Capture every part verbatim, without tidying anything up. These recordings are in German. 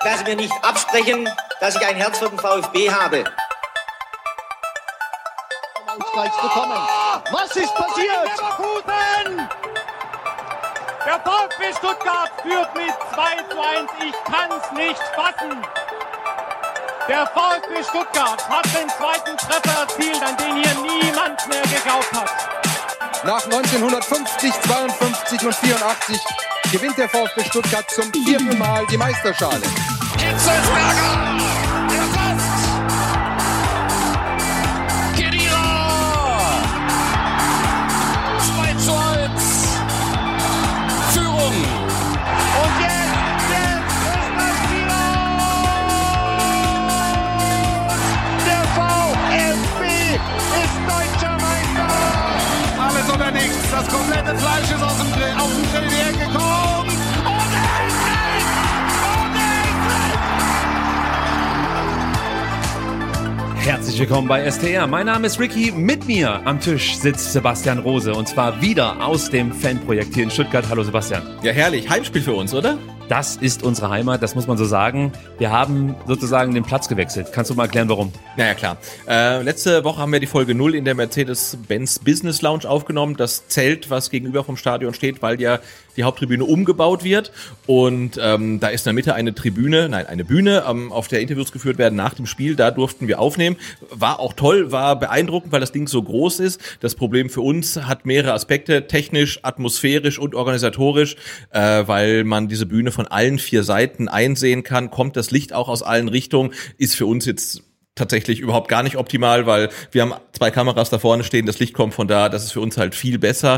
dass Sie mir nicht absprechen, dass ich ein Herz für den VfB habe. Bekommen. Was ist passiert? Der VfB Stuttgart führt mit zwei zu eins. Ich kann's nicht fassen. Der VfB Stuttgart hat den zweiten Treffer erzielt, an den hier niemand mehr geglaubt hat. Nach neunzehnhundertfünfzig, zweiundfünfzig und vierundachtzig gewinnt der VfB Stuttgart zum vierten Mal die Meisterschale. Hitzelsberger! Der fast! Kedira! zwei zu eins! Führung! Und jetzt, jetzt ist das wieder! Der VfB ist deutscher Meister! Alles oder nichts, das komplette Fleisch ist aus dem Grill, auf dem Grill die Ecke gekommen! Und endlich! Und endlich! Herzlich willkommen bei S T R. Mein Name ist Ricky. Mit mir am Tisch sitzt Sebastian Rose und zwar wieder aus dem Fanprojekt hier in Stuttgart. Hallo Sebastian. Ja, herrlich. Heimspiel für uns, oder? Das ist unsere Heimat, das muss man so sagen. Wir haben sozusagen den Platz gewechselt. Kannst du mal erklären, warum? Naja, klar. Äh, letzte Woche haben wir die Folge null in der Mercedes-Benz Business Lounge aufgenommen. Das Zelt, was gegenüber vom Stadion steht, weil ja die Haupttribüne umgebaut wird. Und ähm, da ist in der Mitte eine Tribüne, nein, eine Bühne, ähm, auf der Interviews geführt werden nach dem Spiel. Da durften wir aufnehmen. War auch toll, war beeindruckend, weil das Ding so groß ist. Das Problem für uns hat mehrere Aspekte, technisch, atmosphärisch und organisatorisch, äh, weil man diese Bühne von allen vier Seiten einsehen kann, kommt das Licht auch aus allen Richtungen, ist für uns jetzt tatsächlich überhaupt gar nicht optimal, weil wir haben zwei Kameras da vorne stehen, das Licht kommt von da, das ist für uns halt viel besser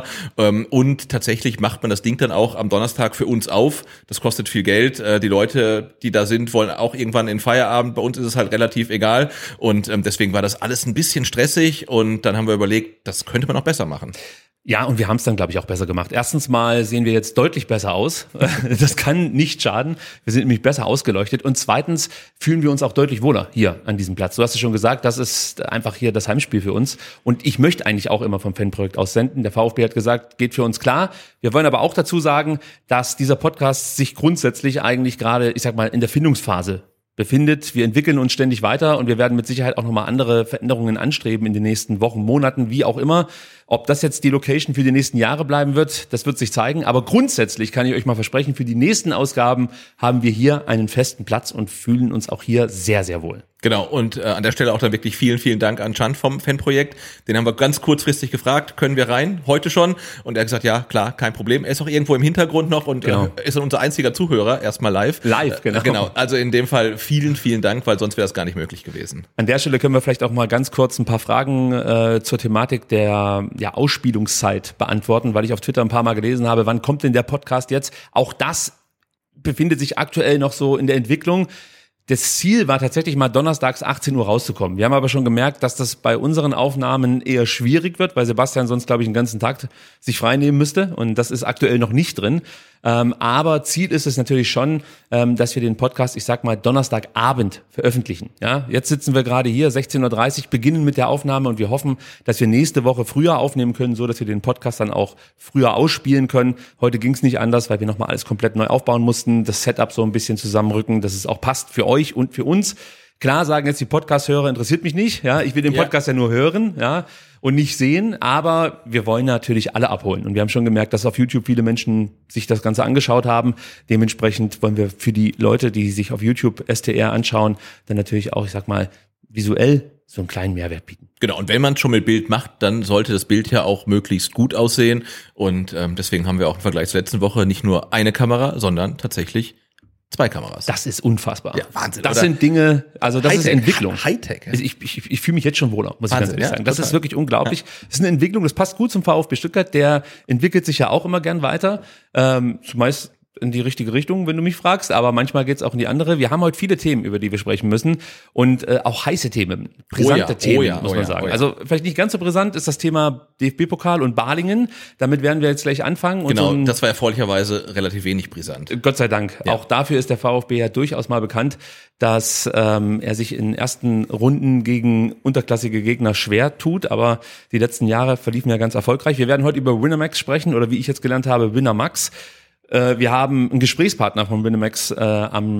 und tatsächlich macht man das Ding dann auch am Donnerstag für uns auf, das kostet viel Geld, die Leute, die da sind, wollen auch irgendwann in Feierabend, bei uns ist es halt relativ egal und deswegen war das alles ein bisschen stressig und dann haben wir überlegt, das könnte man auch besser machen. Ja, und wir haben es dann, glaube ich, auch besser gemacht. Erstens mal sehen wir jetzt deutlich besser aus. Das kann nicht schaden. Wir sind nämlich besser ausgeleuchtet. Und zweitens fühlen wir uns auch deutlich wohler hier an diesem Platz. Du hast es schon gesagt, das ist einfach hier das Heimspiel für uns. Und ich möchte eigentlich auch immer vom Fanprojekt aus senden. Der VfB hat gesagt, geht für uns klar. Wir wollen aber auch dazu sagen, dass dieser Podcast sich grundsätzlich eigentlich gerade, ich sag mal, in der Findungsphase befindet. Wir entwickeln uns ständig weiter und wir werden mit Sicherheit auch nochmal andere Veränderungen anstreben in den nächsten Wochen, Monaten, wie auch immer. Ob das jetzt die Location für die nächsten Jahre bleiben wird, das wird sich zeigen. Aber grundsätzlich kann ich euch mal versprechen, für die nächsten Ausgaben haben wir hier einen festen Platz und fühlen uns auch hier sehr, sehr wohl. Genau, und äh, an der Stelle auch dann wirklich vielen, vielen Dank an Can vom Fanprojekt. Den haben wir ganz kurzfristig gefragt, können wir rein, heute schon? Und er hat gesagt, ja, klar, kein Problem. Er ist auch irgendwo im Hintergrund noch und genau. äh, ist unser einziger Zuhörer, erstmal live. Live, genau. Äh, genau, also in dem Fall vielen, vielen Dank, weil sonst wäre das gar nicht möglich gewesen. An der Stelle können wir vielleicht auch mal ganz kurz ein paar Fragen äh, zur Thematik der ja, Ausspielungszeit beantworten, weil ich auf Twitter ein paar Mal gelesen habe, wann kommt denn der Podcast jetzt? Auch das befindet sich aktuell noch so in der Entwicklung. Das Ziel war tatsächlich mal donnerstags achtzehn Uhr rauszukommen. Wir haben aber schon gemerkt, dass das bei unseren Aufnahmen eher schwierig wird, weil Sebastian sonst, glaube ich, den ganzen Tag sich frei nehmen müsste und das ist aktuell noch nicht drin. Ähm, aber Ziel ist es natürlich schon, ähm, dass wir den Podcast, ich sag mal, Donnerstagabend veröffentlichen. Ja, jetzt sitzen wir gerade hier, sechzehn Uhr dreißig, beginnen mit der Aufnahme und wir hoffen, dass wir nächste Woche früher aufnehmen können, so dass wir den Podcast dann auch früher ausspielen können. Heute ging es nicht anders, weil wir nochmal alles komplett neu aufbauen mussten, das Setup so ein bisschen zusammenrücken, dass es auch passt für euch und für uns. Klar sagen jetzt die Podcast-Hörer, interessiert mich nicht, ja, ich will den Podcast ja, ja nur hören, ja, und nicht sehen, aber wir wollen natürlich alle abholen und wir haben schon gemerkt, dass auf YouTube viele Menschen sich das Ganze angeschaut haben, dementsprechend wollen wir für die Leute, die sich auf YouTube S T R anschauen, dann natürlich auch, ich sag mal, visuell so einen kleinen Mehrwert bieten. Genau, und wenn man schon mit Bild macht, dann sollte das Bild ja auch möglichst gut aussehen und ähm, deswegen haben wir auch im Vergleich zur letzten Woche nicht nur eine Kamera, sondern tatsächlich zwei Kameras. Das ist unfassbar. Ja, Wahnsinn. Das oder? sind Dinge, also das Hightech, ist Entwicklung. Hightech. Ja. Ich, ich, ich fühle mich jetzt schon wohler, muss Wahnsinn, ich ganz ehrlich ja, sagen. Das total. ist wirklich unglaublich. Ja. Das ist eine Entwicklung, das passt gut zum VfB Stuttgart. Der entwickelt sich ja auch immer gern weiter. Ähm, zumeist in die richtige Richtung, wenn du mich fragst, aber manchmal geht's auch in die andere. Wir haben heute viele Themen, über die wir sprechen müssen und äh, auch heiße Themen, brisante oh ja, Themen, oh ja, muss man oh ja, sagen. Oh ja. Also vielleicht nicht ganz so brisant ist das Thema D F B-Pokal und Balingen. Damit werden wir jetzt gleich anfangen. Und genau, so ein, das war erfreulicherweise relativ wenig brisant. Gott sei Dank. Ja. Auch dafür ist der VfB ja durchaus mal bekannt, dass ähm, er sich in ersten Runden gegen unterklassige Gegner schwer tut, aber die letzten Jahre verliefen ja ganz erfolgreich. Wir werden heute über Winamax sprechen oder wie ich jetzt gelernt habe, Winamax. Wir haben einen Gesprächspartner von Winamax äh, am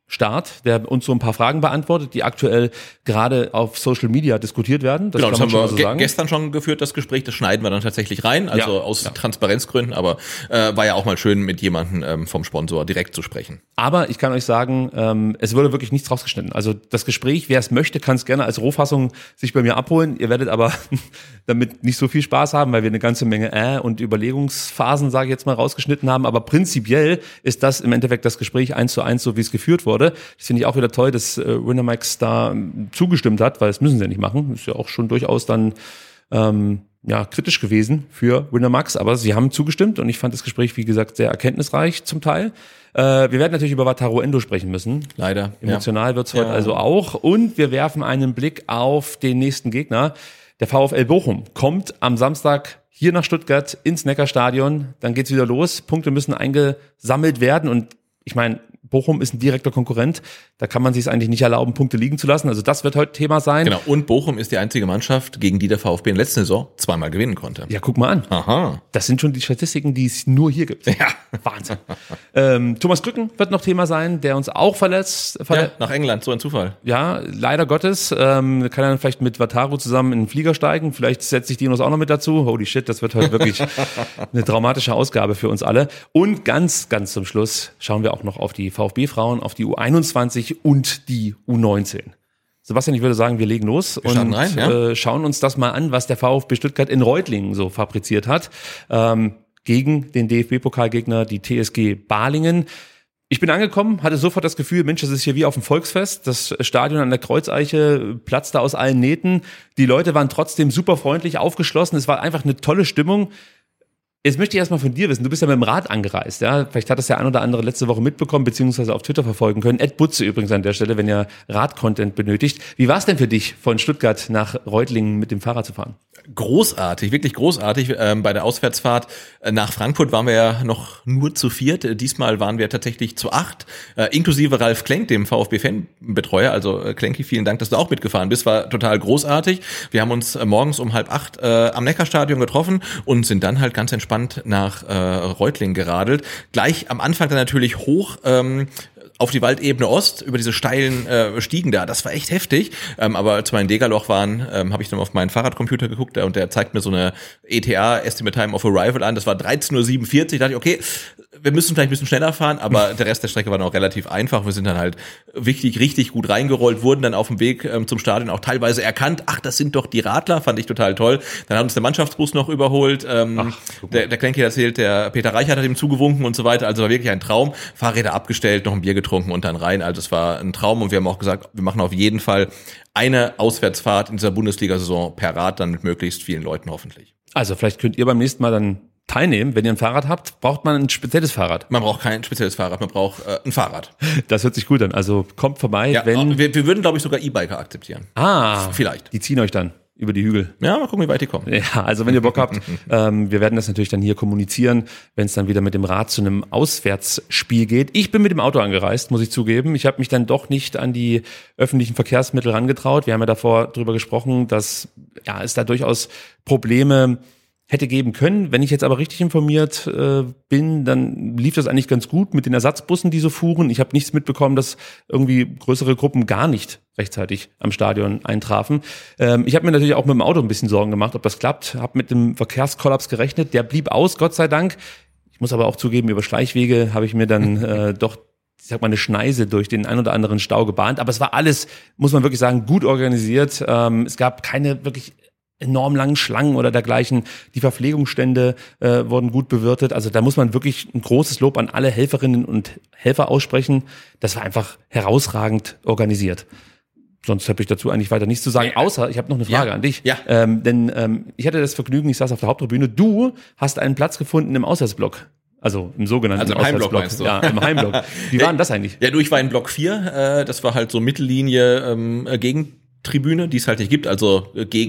Start, der uns so ein paar Fragen beantwortet, die aktuell gerade auf Social Media diskutiert werden. Das genau, kann das man haben schon wir mal so sagen. ge- gestern schon geführt, das Gespräch, das schneiden wir dann tatsächlich rein, also Ja, aus ja. Transparenzgründen, aber äh, war ja auch mal schön, mit jemandem ähm, vom Sponsor direkt zu sprechen. Aber ich kann euch sagen, ähm, es wurde wirklich nichts rausgeschnitten. Also das Gespräch, wer es möchte, kann es gerne als Rohfassung sich bei mir abholen. Ihr werdet aber damit nicht so viel Spaß haben, weil wir eine ganze Menge äh und Überlegungsphasen, sage ich jetzt mal, rausgeschnitten haben. Aber prinzipiell ist das im Endeffekt das Gespräch eins zu eins, so wie es geführt wurde. Das finde ich auch wieder toll, dass äh, Winamax da ähm, zugestimmt hat, weil das müssen sie ja nicht machen. Ist ja auch schon durchaus dann ähm, ja kritisch gewesen für Winamax, aber sie haben zugestimmt und ich fand das Gespräch, wie gesagt, sehr erkenntnisreich zum Teil. Äh, wir werden natürlich über Wataru Endo sprechen müssen. Leider. Emotional ja. wird's heute Ja. also auch. Und wir werfen einen Blick auf den nächsten Gegner. Der VfL Bochum kommt am Samstag hier nach Stuttgart ins Neckarstadion. Dann geht's wieder los. Punkte müssen eingesammelt werden und ich meine, Bochum ist ein direkter Konkurrent. Da kann man sich es eigentlich nicht erlauben, Punkte liegen zu lassen. Also das wird heute Thema sein. Genau. Und Bochum ist die einzige Mannschaft, gegen die der VfB in der letzten Saison zweimal gewinnen konnte. Ja, guck mal an. Aha. Das sind schon die Statistiken, die es nur hier gibt. Ja. Wahnsinn. ähm, Thomas Krücken wird noch Thema sein, der uns auch verletzt. Verle- Ja, nach England, so ein Zufall. Ja, leider Gottes. Ähm, kann er dann vielleicht mit Wataru zusammen in den Flieger steigen. Vielleicht setzt sich Dinos auch noch mit dazu. Holy shit, das wird heute wirklich eine traumatische Ausgabe für uns alle. Und ganz, ganz zum Schluss schauen wir auch noch auf die VfB-Frauen, auf die U einundzwanzig und die U neunzehn. Sebastian, ich würde sagen, wir legen los Wir starten und rein, ja. äh, schauen uns das mal an, was der VfB Stuttgart in Reutlingen so fabriziert hat. Ähm, gegen den D F B-Pokalgegner, die T S G Balingen. Ich bin angekommen, hatte sofort das Gefühl, Mensch, das ist hier wie auf dem Volksfest. Das Stadion an der Kreuzeiche platzte aus allen Nähten. Die Leute waren trotzdem super freundlich, aufgeschlossen. Es war einfach eine tolle Stimmung. Jetzt möchte ich erstmal von dir wissen, du bist ja mit dem Rad angereist, ja? Vielleicht hat das der ein oder andere letzte Woche mitbekommen, beziehungsweise auf Twitter verfolgen können. Ed Butze übrigens an der Stelle, wenn ihr Rad-Content benötigt. Wie war es denn für dich, von Stuttgart nach Reutlingen mit dem Fahrrad zu fahren? Großartig, wirklich großartig. Ähm, bei der Auswärtsfahrt äh, nach Frankfurt waren wir ja noch nur zu viert. Äh, diesmal waren wir tatsächlich zu acht, äh, inklusive Ralf Klenk, dem VfB-Fanbetreuer. Also äh, Klenki, vielen Dank, dass du auch mitgefahren bist. War total großartig. Wir haben uns äh, morgens um halb acht äh, am Neckarstadion getroffen und sind dann halt ganz entspannt nach äh, Reutlingen geradelt. Gleich am Anfang dann natürlich hoch ähm, auf die Waldebene Ost, über diese steilen äh, Stiegen da. Das war echt heftig. Ähm, aber als wir in Degerloch waren, ähm, habe ich dann auf meinen Fahrradcomputer geguckt und der zeigt mir so eine E T A, Estimate Time of Arrival, an. Das war dreizehn Uhr siebenundvierzig. Da dachte ich, okay, wir müssen vielleicht ein bisschen schneller fahren, aber der Rest der Strecke war noch relativ einfach. Wir sind dann halt wirklich richtig gut reingerollt, wurden dann auf dem Weg ähm, zum Stadion auch teilweise erkannt. Ach, das sind doch die Radler, fand ich total toll. Dann hat uns der Mannschaftsbus noch überholt. Ähm, Ach, der, der Klenki erzählt, der Peter Reichert hat ihm zugewunken und so weiter. Also war wirklich ein Traum. Fahrräder abgestellt, noch ein Bier getrunken und dann rein. Also es war ein Traum und wir haben auch gesagt, wir machen auf jeden Fall eine Auswärtsfahrt in dieser Bundesliga-Saison per Rad, dann mit möglichst vielen Leuten hoffentlich. Also vielleicht könnt ihr beim nächsten Mal dann teilnehmen. Wenn ihr ein Fahrrad habt, braucht man ein spezielles Fahrrad. Man braucht kein spezielles Fahrrad, man braucht äh, ein Fahrrad. Das hört sich gut an. Also kommt vorbei, Ja, wenn... wir, wir würden, glaube ich, sogar E-Biker akzeptieren. Ah, Vielleicht. die ziehen euch dann über die Hügel. Ja, mal gucken, wie weit die kommen. Ja, also wenn ihr Bock habt, ähm, wir werden das natürlich dann hier kommunizieren, wenn es dann wieder mit dem Rad zu einem Auswärtsspiel geht. Ich bin mit dem Auto angereist, muss ich zugeben. Ich habe mich dann doch nicht an die öffentlichen Verkehrsmittel rangetraut. Wir haben ja davor drüber gesprochen, dass ja es da durchaus Probleme hätte geben können. Wenn ich jetzt aber richtig informiert äh, bin, dann lief das eigentlich ganz gut mit den Ersatzbussen, die so fuhren. Ich habe nichts mitbekommen, dass irgendwie größere Gruppen gar nicht rechtzeitig am Stadion eintrafen. Ähm, ich habe mir natürlich auch mit dem Auto ein bisschen Sorgen gemacht, ob das klappt. Habe mit dem Verkehrskollaps gerechnet. Der blieb aus, Gott sei Dank. Ich muss aber auch zugeben, über Schleichwege habe ich mir dann äh, doch, ich sag mal, eine Schneise durch den ein oder anderen Stau gebahnt. Aber es war alles, muss man wirklich sagen, gut organisiert. Ähm, es gab keine wirklich enorm langen Schlangen oder dergleichen. Die Verpflegungsstände äh, wurden gut bewirtet. Also da muss man wirklich ein großes Lob an alle Helferinnen und Helfer aussprechen. Das war einfach herausragend organisiert. Sonst habe ich dazu eigentlich weiter nichts zu sagen, außer ich habe noch eine Frage Ja. an dich. Ja. Ähm, denn ähm, ich hatte das Vergnügen, ich saß auf der Haupttribüne. Du hast einen Platz gefunden im Auswärtsblock. Also im sogenannten Also im Heimblock Auswärtsblock. meinst du? Ja, im Heimblock. Wie war denn das eigentlich? Ja, du, ich war in Block vier, äh, das war halt so Mittellinie ähm, gegen Tribüne, die es halt nicht gibt, also äh, gegen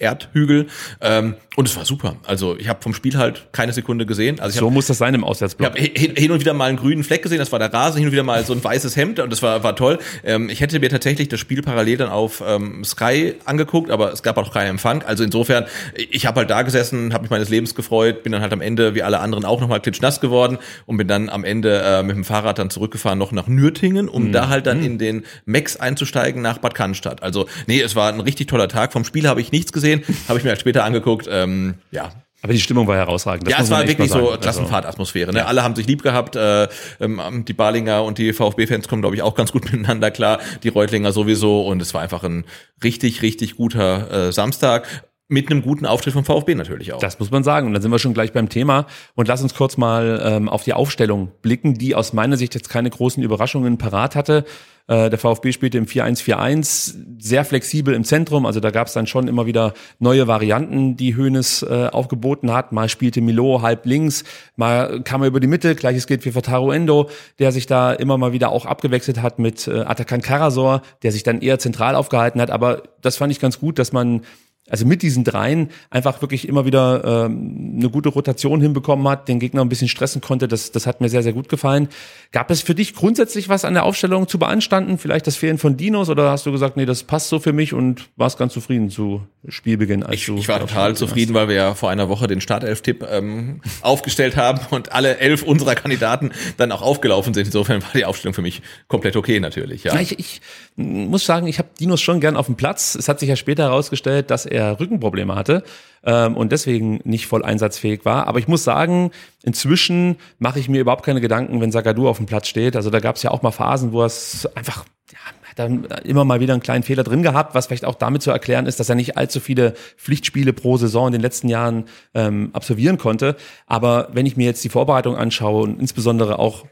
Erdhügel. Ähm, und es war super. Also ich habe vom Spiel halt keine Sekunde gesehen. Also ich so hab, muss das sein im Auswärtsblock. Ich habe hin, hin und wieder mal einen grünen Fleck gesehen, das war der Rasen, hin und wieder mal so ein weißes Hemd und das war war toll. Ähm, ich hätte mir tatsächlich das Spiel parallel dann auf ähm, Sky angeguckt, aber es gab auch keinen Empfang. Also insofern, ich habe halt da gesessen, habe mich meines Lebens gefreut, bin dann halt am Ende, wie alle anderen, auch nochmal klitschnass geworden und bin dann am Ende äh, mit dem Fahrrad dann zurückgefahren noch nach Nürtingen, um mhm. da halt dann mhm. in den Mex einzusteigen nach Bad Cannstatt. Also nee, es war ein richtig toller Tag. Vom Spiel habe ich nichts gesehen, habe ich mir halt später angeguckt. Ähm, ja. Aber die Stimmung war herausragend. Das ja, es war wirklich so also, Klassenfahrtatmosphäre. Ne? Ja. Alle haben sich lieb gehabt. Äh, ähm, die Balinger und die VfB-Fans kommen, glaube ich, auch ganz gut miteinander klar. Die Reutlinger sowieso. Und es war einfach ein richtig, richtig guter äh, Samstag. Mit einem guten Auftritt vom VfB natürlich auch. Das muss man sagen. Und dann sind wir schon gleich beim Thema. Und lass uns kurz mal ähm, auf die Aufstellung blicken, die aus meiner Sicht jetzt keine großen Überraschungen parat hatte. Äh, der VfB spielte im vier eins vier eins, sehr flexibel im Zentrum. Also da gab es dann schon immer wieder neue Varianten, die Hoeneß äh, aufgeboten hat. Mal spielte Milo halb links, mal kam er über die Mitte. Gleiches gilt für Wataru Endo, der sich da immer mal wieder auch abgewechselt hat mit äh, Atakan Karasor, der sich dann eher zentral aufgehalten hat. Aber das fand ich ganz gut, dass man also mit diesen dreien einfach wirklich immer wieder ähm, eine gute Rotation hinbekommen hat, den Gegner ein bisschen stressen konnte. Das, das hat mir sehr, sehr gut gefallen. Gab es für dich grundsätzlich was an der Aufstellung zu beanstanden? Vielleicht das Fehlen von Dinos oder hast du gesagt, nee, das passt so für mich und warst ganz zufrieden zu Spielbeginn? Als ich, du ich war total zufrieden, weil wir ja vor einer Woche den Startelf-Tipp ähm, aufgestellt haben und alle elf unserer Kandidaten dann auch aufgelaufen sind. Insofern war die Aufstellung für mich komplett okay natürlich. Ja, ja ich, ich muss sagen, ich habe Dinos schon gern auf dem Platz. Es hat sich ja später herausgestellt, dass er Rückenprobleme hatte ähm, und deswegen nicht voll einsatzfähig war. Aber ich muss sagen, inzwischen mache ich mir überhaupt keine Gedanken, wenn Zagadou auf dem Platz steht. Also da gab es ja auch mal Phasen, wo es einfach ja, hat dann immer mal wieder einen kleinen Fehler drin gehabt, was vielleicht auch damit zu erklären ist, dass er nicht allzu viele Pflichtspiele pro Saison in den letzten Jahren ähm, absolvieren konnte. Aber wenn ich mir jetzt die Vorbereitung anschaue und insbesondere auch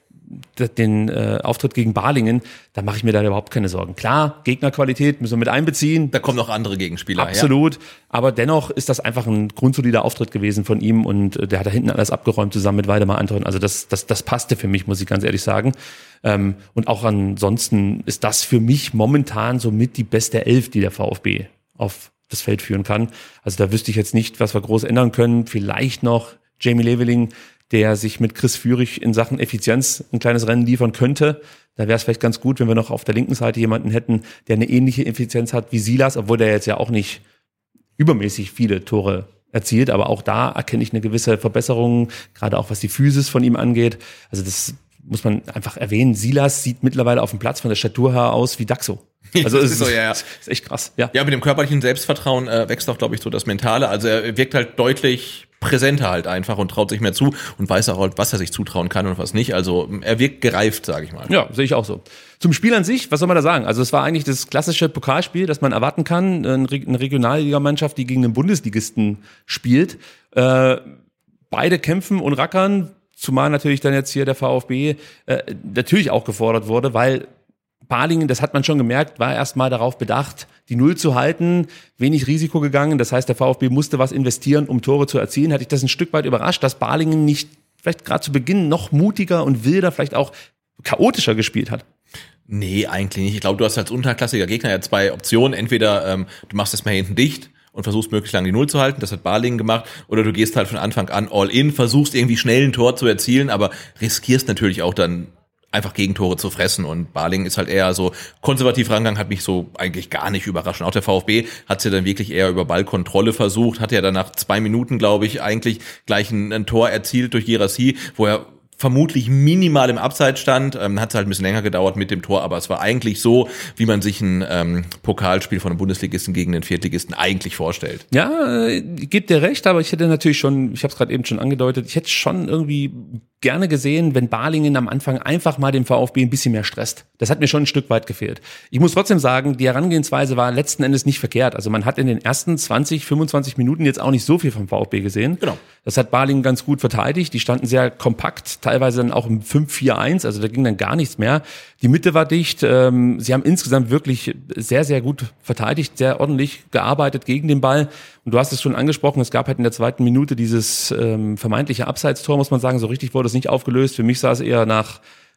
den äh, Auftritt gegen Balingen, da mache ich mir da überhaupt keine Sorgen. Klar, Gegnerqualität müssen wir mit einbeziehen. Da kommen noch andere Gegenspieler. Absolut, ja. Aber dennoch ist das einfach ein grundsolider Auftritt gewesen von ihm und äh, der hat da hinten alles abgeräumt zusammen mit Waldemar Anton. Also das, das, das passte für mich, muss ich ganz ehrlich sagen. Ähm, und auch ansonsten ist das für mich momentan somit die beste Elf, die der VfB auf das Feld führen kann. Also da wüsste ich jetzt nicht, was wir groß ändern können. Vielleicht noch Jamie Leveling, der sich mit Chris Führig in Sachen Effizienz ein kleines Rennen liefern könnte. Da wäre es vielleicht ganz gut, wenn wir noch auf der linken Seite jemanden hätten, der eine ähnliche Effizienz hat wie Silas, obwohl der jetzt ja auch nicht übermäßig viele Tore erzielt. Aber auch da erkenne ich eine gewisse Verbesserung, gerade auch was die Physis von ihm angeht. Also das muss man einfach erwähnen. Silas sieht mittlerweile auf dem Platz von der Statur her aus wie Daxo. Also es ist, so, ja, ja. ist echt krass. Ja, ja, mit dem körperlichen Selbstvertrauen äh, wächst auch, glaube ich, so das Mentale. Also er wirkt halt deutlich präsenter halt einfach und traut sich mehr zu und weiß auch, was er sich zutrauen kann und was nicht. Also er wirkt gereift, sage ich mal. Ja, sehe ich auch so. Zum Spiel an sich, was soll man da sagen? Also es war eigentlich das klassische Pokalspiel, das man erwarten kann. Eine Regionalligamannschaft, die gegen einen Bundesligisten spielt. Äh, beide kämpfen und rackern, zumal natürlich dann jetzt hier der VfB äh, natürlich auch gefordert wurde, weil Balingen, das hat man schon gemerkt, war erstmal darauf bedacht, die Null zu halten, wenig Risiko gegangen. Das heißt, der VfB musste was investieren, um Tore zu erzielen. Hatte ich das ein Stück weit überrascht, dass Balingen nicht vielleicht gerade zu Beginn noch mutiger und wilder, vielleicht auch chaotischer gespielt hat. Nee, eigentlich nicht. Ich glaube, du hast als unterklassiger Gegner ja zwei Optionen. Entweder ähm, du machst es mal hinten dicht und versuchst möglichst lange die Null zu halten, das hat Balingen gemacht, oder du gehst halt von Anfang an all in, versuchst irgendwie schnell ein Tor zu erzielen, aber riskierst natürlich auch dann einfach Gegentore zu fressen und Balingen ist halt eher so konservativ rangegangen, hat mich so eigentlich gar nicht überrascht. Und auch der VfB hat es ja dann wirklich eher über Ballkontrolle versucht, hat ja dann nach zwei Minuten, glaube ich, eigentlich gleich ein, ein Tor erzielt durch Girassi, wo er vermutlich minimal im Abseits stand, ähm, hat es halt ein bisschen länger gedauert mit dem Tor, aber es war eigentlich so, wie man sich ein ähm, Pokalspiel von einem Bundesligisten gegen den Viertligisten eigentlich vorstellt. Ja, äh, ich gebe dir recht, aber ich hätte natürlich schon, ich habe es gerade eben schon angedeutet, ich hätte schon irgendwie gerne gesehen, wenn Balingen am Anfang einfach mal den VfB ein bisschen mehr stresst. Das hat mir schon ein Stück weit gefehlt. Ich muss trotzdem sagen, die Herangehensweise war letzten Endes nicht verkehrt. Also man hat in den ersten zwanzig, fünfundzwanzig Minuten jetzt auch nicht so viel vom VfB gesehen. Genau. Das hat Balingen ganz gut verteidigt. Die standen sehr kompakt, teilweise dann auch im fünf vier eins, also da ging dann gar nichts mehr. Die Mitte war dicht. Ähm, sie haben insgesamt wirklich sehr, sehr gut verteidigt, sehr ordentlich gearbeitet gegen den Ball. Und du hast es schon angesprochen, es gab halt in der zweiten Minute dieses ähm, vermeintliche Abseitstor, muss man sagen. So richtig wurde es nicht aufgelöst. Für mich sah es eher nach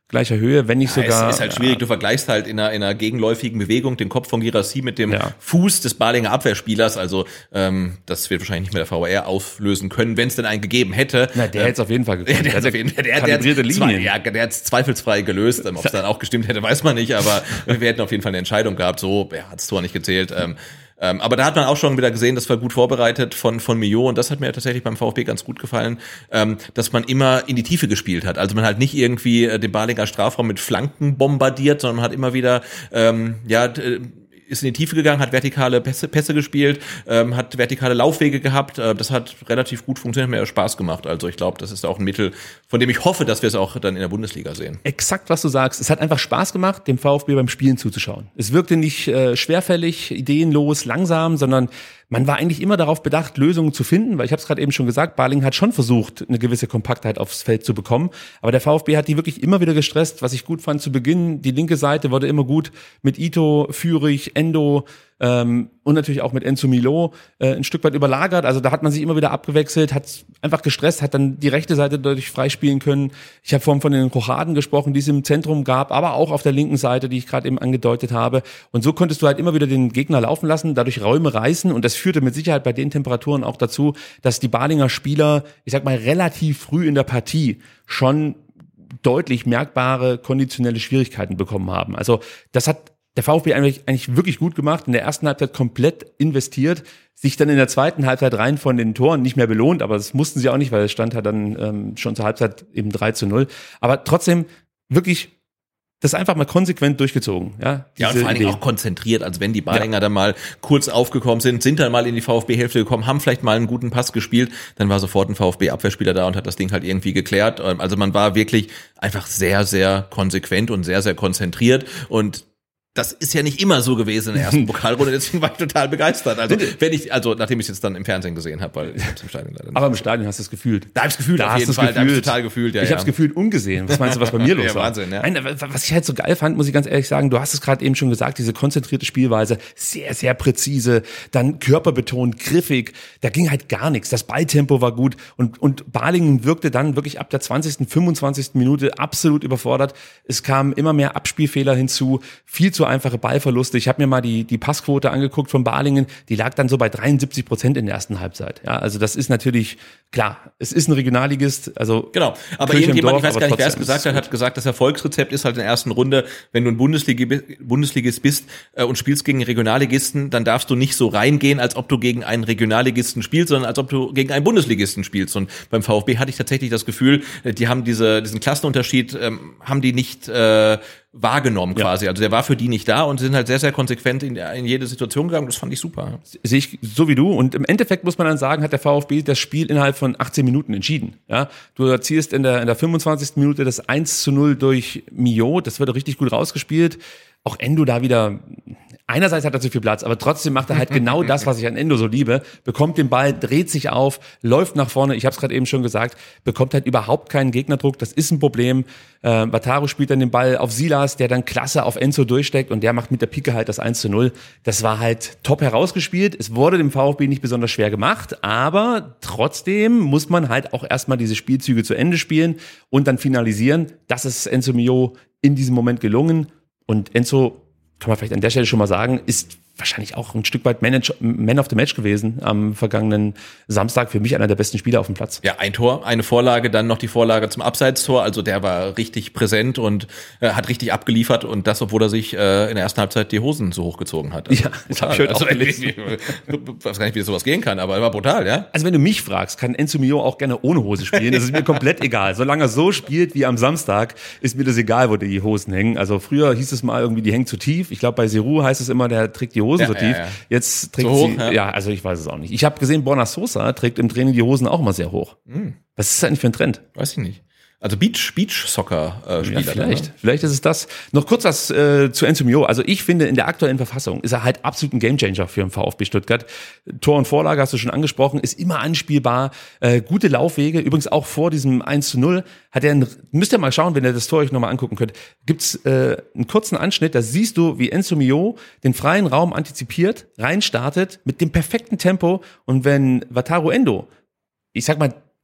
gleicher Höhe, wenn nicht ja, sogar. Es ist halt schwierig, du vergleichst halt in einer, in einer gegenläufigen Bewegung den Kopf von Girassi mit dem ja. Fuß des Balinger Abwehrspielers, also ähm, das wird wahrscheinlich nicht mehr der V A R auflösen können, wenn es denn einen gegeben hätte. Na, der ähm, hätte es auf jeden Fall gekonnt. Der, der, der, der, der, der, der, zwei, ja, der hat es zweifelsfrei gelöst, ähm, ob es dann auch gestimmt hätte, weiß man nicht, aber wir hätten auf jeden Fall eine Entscheidung gehabt, so, er hat das Tor nicht gezählt, ähm, Ähm, aber da hat man auch schon wieder gesehen, das war gut vorbereitet von von Millot und das hat mir tatsächlich beim VfB ganz gut gefallen, ähm, dass man immer in die Tiefe gespielt hat. Also man halt nicht irgendwie äh, den Balinger Strafraum mit Flanken bombardiert, sondern man hat immer wieder ähm, ja äh, ist in die Tiefe gegangen, hat vertikale Pässe, Pässe gespielt, ähm, hat vertikale Laufwege gehabt. Äh, das hat relativ gut funktioniert, hat mir Spaß gemacht. Also ich glaube, das ist auch ein Mittel, von dem ich hoffe, dass wir es auch dann in der Bundesliga sehen. Exakt, was du sagst. Es hat einfach Spaß gemacht, dem VfB beim Spielen zuzuschauen. Es wirkte nicht äh, schwerfällig, ideenlos, langsam, sondern man war eigentlich immer darauf bedacht, Lösungen zu finden, weil ich habe es gerade eben schon gesagt, Balingen hat schon versucht, eine gewisse Kompaktheit aufs Feld zu bekommen, aber der VfB hat die wirklich immer wieder gestresst, was ich gut fand zu Beginn. Die linke Seite wurde immer gut mit Ito, Führig, Endo ähm, und natürlich auch mit Enzo Milot äh, ein Stück weit überlagert. Also da hat man sich immer wieder abgewechselt, hat einfach gestresst, hat dann die rechte Seite dadurch freispielen können. Ich habe vorhin von den Rochaden gesprochen, die es im Zentrum gab, aber auch auf der linken Seite, die ich gerade eben angedeutet habe. Und so konntest du halt immer wieder den Gegner laufen lassen, dadurch Räume reißen und das führte mit Sicherheit bei den Temperaturen auch dazu, dass die Balinger Spieler, ich sag mal, relativ früh in der Partie schon deutlich merkbare konditionelle Schwierigkeiten bekommen haben. Also das hat der VfB eigentlich, eigentlich wirklich gut gemacht, in der ersten Halbzeit komplett investiert, sich dann in der zweiten Halbzeit rein von den Toren nicht mehr belohnt, aber das mussten sie auch nicht, weil es stand halt dann ähm, schon zur Halbzeit eben drei zu null. Aber trotzdem wirklich das einfach mal konsequent durchgezogen. Ja, ja und vor allen Dingen auch konzentriert. Also wenn die Balinger ja. dann mal kurz aufgekommen sind, sind dann mal in die VfB-Hälfte gekommen, haben vielleicht mal einen guten Pass gespielt, dann war sofort ein VfB-Abwehrspieler da und hat das Ding halt irgendwie geklärt. Also man war wirklich einfach sehr, sehr konsequent und sehr, sehr konzentriert und das ist ja nicht immer so gewesen in der ersten Pokalrunde, deswegen war ich total begeistert. Also wenn ich, also nachdem ich es jetzt dann im Fernsehen gesehen habe, weil ich hab's im Stadion leider nicht. Aber im Stadion hast du es gefühlt. Da hab ich es gefühlt, da auf jeden Fall. Da hab ich total gefühlt, ja. Ich ja. hab's gefühlt ungesehen. Was meinst du, was bei mir los ja, war? Wahnsinn, ja. Nein, was ich halt so geil fand, muss ich ganz ehrlich sagen, du hast es gerade eben schon gesagt, diese konzentrierte Spielweise, sehr, sehr präzise, dann körperbetont, griffig, da ging halt gar nichts. Das Balltempo war gut und, und Balingen wirkte dann wirklich ab der zwanzigsten, fünfundzwanzigsten Minute absolut überfordert. Es kamen immer mehr Abspielfehler hinzu, viel zu einfache Ballverluste. Ich habe mir mal die die Passquote angeguckt von Balingen, die lag dann so bei dreiundsiebzig Prozent in der ersten Halbzeit. Ja, also das ist natürlich klar, es ist ein Regionalligist, also genau, aber Kirche irgendjemand, Dorf, ich weiß gar nicht, wer es gesagt hat, hat gesagt, das Erfolgsrezept ist halt in der ersten Runde, wenn du ein Bundesliga, Bundesligist bist äh, und spielst gegen einen Regionalligisten, dann darfst du nicht so reingehen, als ob du gegen einen Regionalligisten spielst, sondern als ob du gegen einen Bundesligisten spielst. Und beim VfB hatte ich tatsächlich das Gefühl, die haben diese diesen Klassenunterschied, ähm, haben die nicht äh, wahrgenommen quasi. Ja. Also der war für die nicht da und sind halt sehr, sehr konsequent in, in jede Situation gegangen. Das fand ich super. Sehe ich so wie du. Und im Endeffekt muss man dann sagen, hat der VfB das Spiel innerhalb von achtzehn Minuten entschieden. Ja, du erzielst in der, in der fünfundzwanzigsten Minute das eins zu null durch Mio. Das wird richtig gut rausgespielt. Auch Endo da wieder, einerseits hat er zu viel Platz, aber trotzdem macht er halt genau das, was ich an Endo so liebe, bekommt den Ball, dreht sich auf, läuft nach vorne, ich habe es gerade eben schon gesagt, bekommt halt überhaupt keinen Gegnerdruck, das ist ein Problem. Äh, Wataru spielt dann den Ball auf Silas, der dann klasse auf Enzo durchsteckt und der macht mit der Pike halt das eins zu null. Das war halt top herausgespielt, es wurde dem VfB nicht besonders schwer gemacht, aber trotzdem muss man halt auch erstmal diese Spielzüge zu Ende spielen und dann finalisieren. Das ist Enzo Mio in diesem Moment gelungen. Und Enzo, kann man vielleicht an der Stelle schon mal sagen, ist wahrscheinlich auch ein Stück weit Manage, Man of the Match gewesen am vergangenen Samstag. Für mich einer der besten Spieler auf dem Platz. Ja, ein Tor, eine Vorlage, dann noch die Vorlage zum Abseitstor. Also der war richtig präsent und äh, hat richtig abgeliefert. Und das, obwohl er sich äh, in der ersten Halbzeit die Hosen so hochgezogen hat. Also, ja, das habe ich heute also, auch gelesen. Ich weiß gar nicht, wie sowas gehen kann, aber er war brutal, ja. Also wenn du mich fragst, kann Enzo Mio auch gerne ohne Hose spielen. Das ist mir komplett egal. Solange er so spielt wie am Samstag, ist mir das egal, wo die Hosen hängen. Also früher hieß es mal irgendwie, die hängen zu tief. Ich glaube, bei Serou heißt es immer, der trägt die Hosen ja, so tief. Ja, ja. Jetzt trägt so hoch, sie, ja. ja, also ich weiß es auch nicht. Ich habe gesehen, Borna Sosa trägt im Training die Hosen auch mal sehr hoch. Mhm. Was ist das eigentlich für ein Trend? Weiß ich nicht. Also Beach, Beach-Soccer-Spieler. Ja, vielleicht, ne? Vielleicht ist es das. Noch kurz was äh, zu Enzo Mio. Also ich finde, in der aktuellen Verfassung ist er halt absolut ein Gamechanger für den VfB Stuttgart. Tor und Vorlage hast du schon angesprochen, ist immer anspielbar, äh, gute Laufwege. Übrigens auch vor diesem eins zu null hat er, einen, müsst ihr mal schauen, wenn ihr das Tor euch nochmal angucken könnt, gibt's äh, einen kurzen Anschnitt, da siehst du, wie Enzo Mio den freien Raum antizipiert, reinstartet mit dem perfekten Tempo und wenn Wataru Endo, ich sag mal,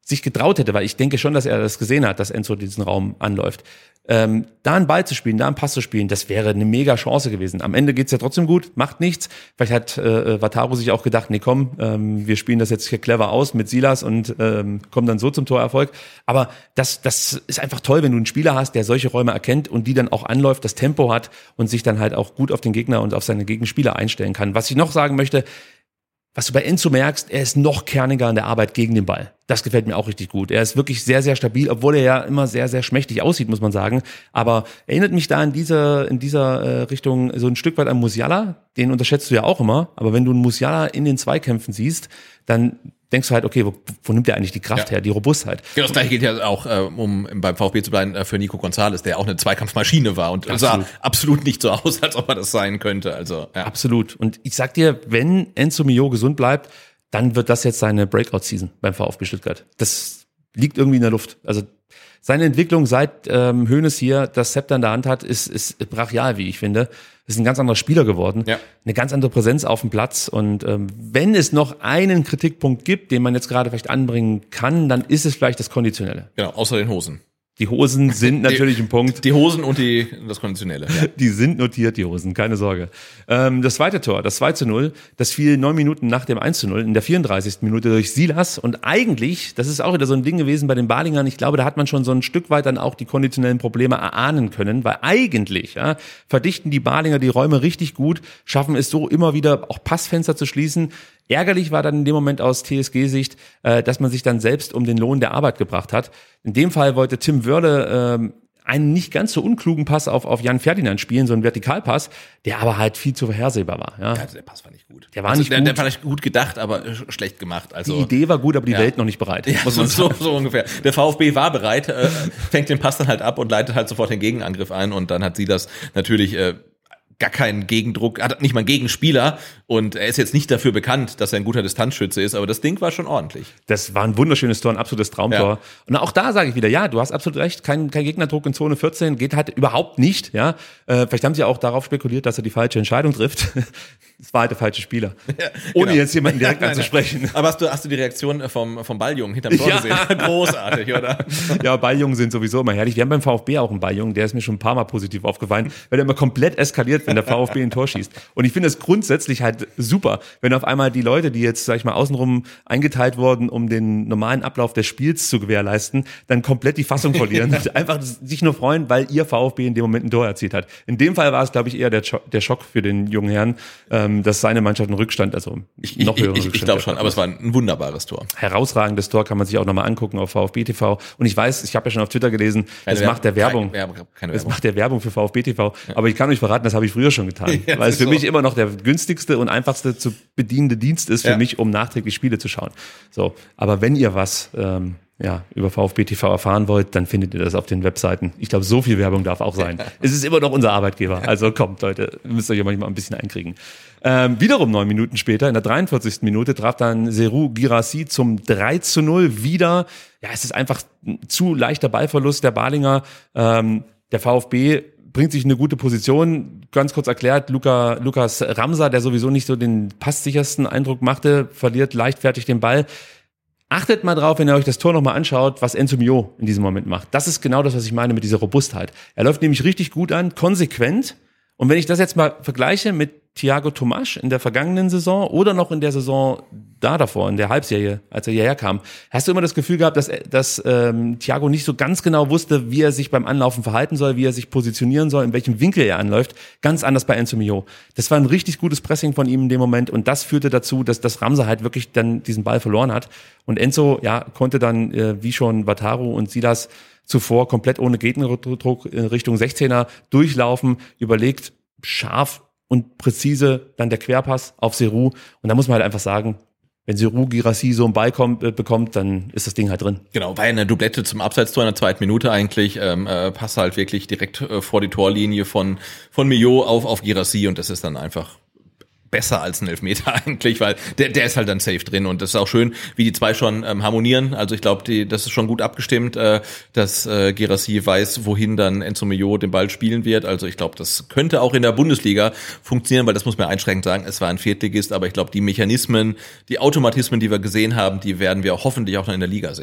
sich getraut hätte, weil ich denke schon, dass er das gesehen hat, dass Enzo diesen Raum anläuft, ähm, da einen Ball zu spielen, da einen Pass zu spielen, das wäre eine mega Chance gewesen. Am Ende geht's ja trotzdem gut, macht nichts. Vielleicht hat äh, Wataru sich auch gedacht, nee komm, ähm, wir spielen das jetzt hier clever aus mit Silas und ähm, kommen dann so zum Torerfolg. Aber das, das ist einfach toll, wenn du einen Spieler hast, der solche Räume erkennt und die dann auch anläuft, das Tempo hat und sich dann halt auch gut auf den Gegner und auf seine Gegenspieler einstellen kann. Was ich noch sagen möchte, was du bei Enzo merkst, er ist noch kerniger in der Arbeit gegen den Ball. Das gefällt mir auch richtig gut. Er ist wirklich sehr, sehr stabil, obwohl er ja immer sehr, sehr schmächtig aussieht, muss man sagen. Aber erinnert mich da in dieser, in dieser äh, Richtung so ein Stück weit an Musiala. Den unterschätzt du ja auch immer. Aber wenn du einen Musiala in den Zweikämpfen siehst, dann denkst du halt, okay, wo, wo nimmt der eigentlich die Kraft ja. her, die Robustheit? Genau, das gleiche geht ja auch, äh, um beim VfB zu bleiben, äh, für Nico González, der auch eine Zweikampfmaschine war und absolut. sah absolut nicht so aus, als ob er das sein könnte. Also ja. Absolut. Und ich sag dir, wenn Enzo Mio gesund bleibt, dann wird das jetzt seine Breakout-Season beim VfB Stuttgart. Das liegt irgendwie in der Luft. Also seine Entwicklung seit ähm, Hoeneß hier das Zepter in der Hand hat, ist, ist brachial, wie ich finde. Ist ein ganz anderer Spieler geworden, ja. Eine ganz andere Präsenz auf dem Platz. Und ähm, wenn es noch einen Kritikpunkt gibt, den man jetzt gerade vielleicht anbringen kann, dann ist es vielleicht das Konditionelle. Genau, außer den Hosen. Die Hosen sind natürlich die, ein Punkt. Die Hosen und die das Konditionelle. Ja. Die sind notiert, die Hosen, keine Sorge. Ähm, das zweite Tor, das zwei zu null, das fiel neun Minuten nach dem eins zu null in der vierunddreißigsten Minute durch Silas. Und eigentlich, das ist auch wieder so ein Ding gewesen bei den Balingern, ich glaube, da hat man schon so ein Stück weit dann auch die konditionellen Probleme erahnen können, weil eigentlich ja, verdichten die Balinger die Räume richtig gut, schaffen es so immer wieder auch Passfenster zu schließen. Ärgerlich war dann in dem Moment aus T S G-Sicht, äh, dass man sich dann selbst um den Lohn der Arbeit gebracht hat. In dem Fall wollte Tim Wörle ähm, einen nicht ganz so unklugen Pass auf, auf Jan Ferdinand spielen, so einen Vertikalpass, der aber halt viel zu vorhersehbar war. Ja, ja der Pass war nicht gut. Der war also, nicht der, gut. Der war nicht gut gedacht, aber schlecht gemacht. Also die Idee war gut, aber die ja. Welt noch nicht bereit. Ja, muss man so, so ungefähr. Der VfB war bereit, äh, fängt den Pass dann halt ab und leitet halt sofort den Gegenangriff ein und dann hat sie das natürlich äh, gar keinen Gegendruck, hat nicht mal einen Gegenspieler und er ist jetzt nicht dafür bekannt, dass er ein guter Distanzschütze ist, aber das Ding war schon ordentlich. Das war ein wunderschönes Tor, ein absolutes Traumtor. Ja. Und auch da sage ich wieder, ja, du hast absolut recht, kein, kein Gegnerdruck in Zone vierzehn, geht halt überhaupt nicht, ja. Äh, vielleicht haben sie auch darauf spekuliert, dass er die falsche Entscheidung trifft. Das war halt der falsche Spieler. Ja, ohne genau. jetzt jemanden direkt ja, nein, anzusprechen. Nein. Aber hast du, hast du die Reaktion vom, vom Balljungen hinterm Tor ja. gesehen? Großartig, oder? Ja, Balljungen sind sowieso immer herrlich. Wir haben beim VfB auch einen Balljungen, der ist mir schon ein paar Mal positiv aufgefallen, weil der immer komplett eskaliert, wenn der VfB ein Tor schießt. Und ich finde es grundsätzlich halt super, wenn auf einmal die Leute, die jetzt, sag ich mal, außenrum eingeteilt wurden, um den normalen Ablauf des Spiels zu gewährleisten, dann komplett die Fassung verlieren. Einfach sich nur freuen, weil ihr VfB in dem Moment ein Tor erzielt hat. In dem Fall war es, glaube ich, eher der, der Schock für den jungen Herrn, ähm, dass seine Mannschaft einen Rückstand, also noch höheren ich, ich, Rückstand. Ich glaube schon, aber es war ein wunderbares Tor. Herausragendes Tor, kann man sich auch nochmal angucken auf VfB T V. Und ich weiß, ich habe ja schon auf Twitter gelesen, es macht der Werbung, keine, keine, keine es macht der Werbung für VfB T V. Ja. Aber ich kann euch verraten, das habe ich früher schon getan, ja, weil es für so. mich immer noch der günstigste und einfachste zu bedienende Dienst ist für ja. mich, um nachträglich Spiele zu schauen. So, aber wenn ihr was ähm, ja, über VfB T V erfahren wollt, dann findet ihr das auf den Webseiten. Ich glaube, so viel Werbung darf auch sein. Es ist immer noch unser Arbeitgeber. Also kommt, Leute, müsst ihr euch manchmal ein bisschen einkriegen. Ähm, wiederum neun Minuten später, in der dreiundvierzigsten Minute, traf dann Serhou Guirassy zum drei zu null wieder. Ja, es ist einfach ein zu leichter Ballverlust der Balinger. Ähm, der VfB bringt sich in eine gute Position. Ganz kurz erklärt, Luca, Lukas Ramsa, der sowieso nicht so den passsichersten Eindruck machte, verliert leichtfertig den Ball. Achtet mal drauf, wenn ihr euch das Tor nochmal anschaut, was Enzo Mio in diesem Moment macht. Das ist genau das, was ich meine mit dieser Robustheit. Er läuft nämlich richtig gut an, konsequent. Und wenn ich das jetzt mal vergleiche mit Thiago Tomasch in der vergangenen Saison oder noch in der Saison da davor, in der Halbserie, als er hierher kam, hast du immer das Gefühl gehabt, dass, dass ähm, Thiago nicht so ganz genau wusste, wie er sich beim Anlaufen verhalten soll, wie er sich positionieren soll, in welchem Winkel er anläuft. Ganz anders bei Enzo Mio. Das war ein richtig gutes Pressing von ihm in dem Moment und das führte dazu, dass das Ramsa halt wirklich dann diesen Ball verloren hat. Und Enzo, ja, konnte dann, äh, wie schon Wataru und Silas zuvor, komplett ohne Gegnerdruck in Richtung sechzehner durchlaufen, überlegt, scharf und präzise dann der Querpass auf Serhou. Und da muss man halt einfach sagen, wenn Serhou Guirassy so einen Ball kommt, äh, bekommt, dann ist das Ding halt drin. Genau, war eine Doublette zum Abseitstor in der zweiten Minute eigentlich. Ähm, äh, Pass halt wirklich direkt äh, vor die Torlinie von von Mio auf auf Guirassy und das ist dann einfach besser als ein Elfmeter eigentlich, weil der der ist halt dann safe drin und das ist auch schön, wie die zwei schon ähm, harmonieren. Also ich glaube, die das ist schon gut abgestimmt, äh, dass äh, Guirassy weiß, wohin dann Enzo Mio den Ball spielen wird. Also ich glaube, das könnte auch in der Bundesliga funktionieren, weil das muss man einschränkend sagen, es war ein Viertligist, aber ich glaube, die Mechanismen, die Automatismen, die wir gesehen haben, die werden wir auch hoffentlich auch noch in der Liga sehen.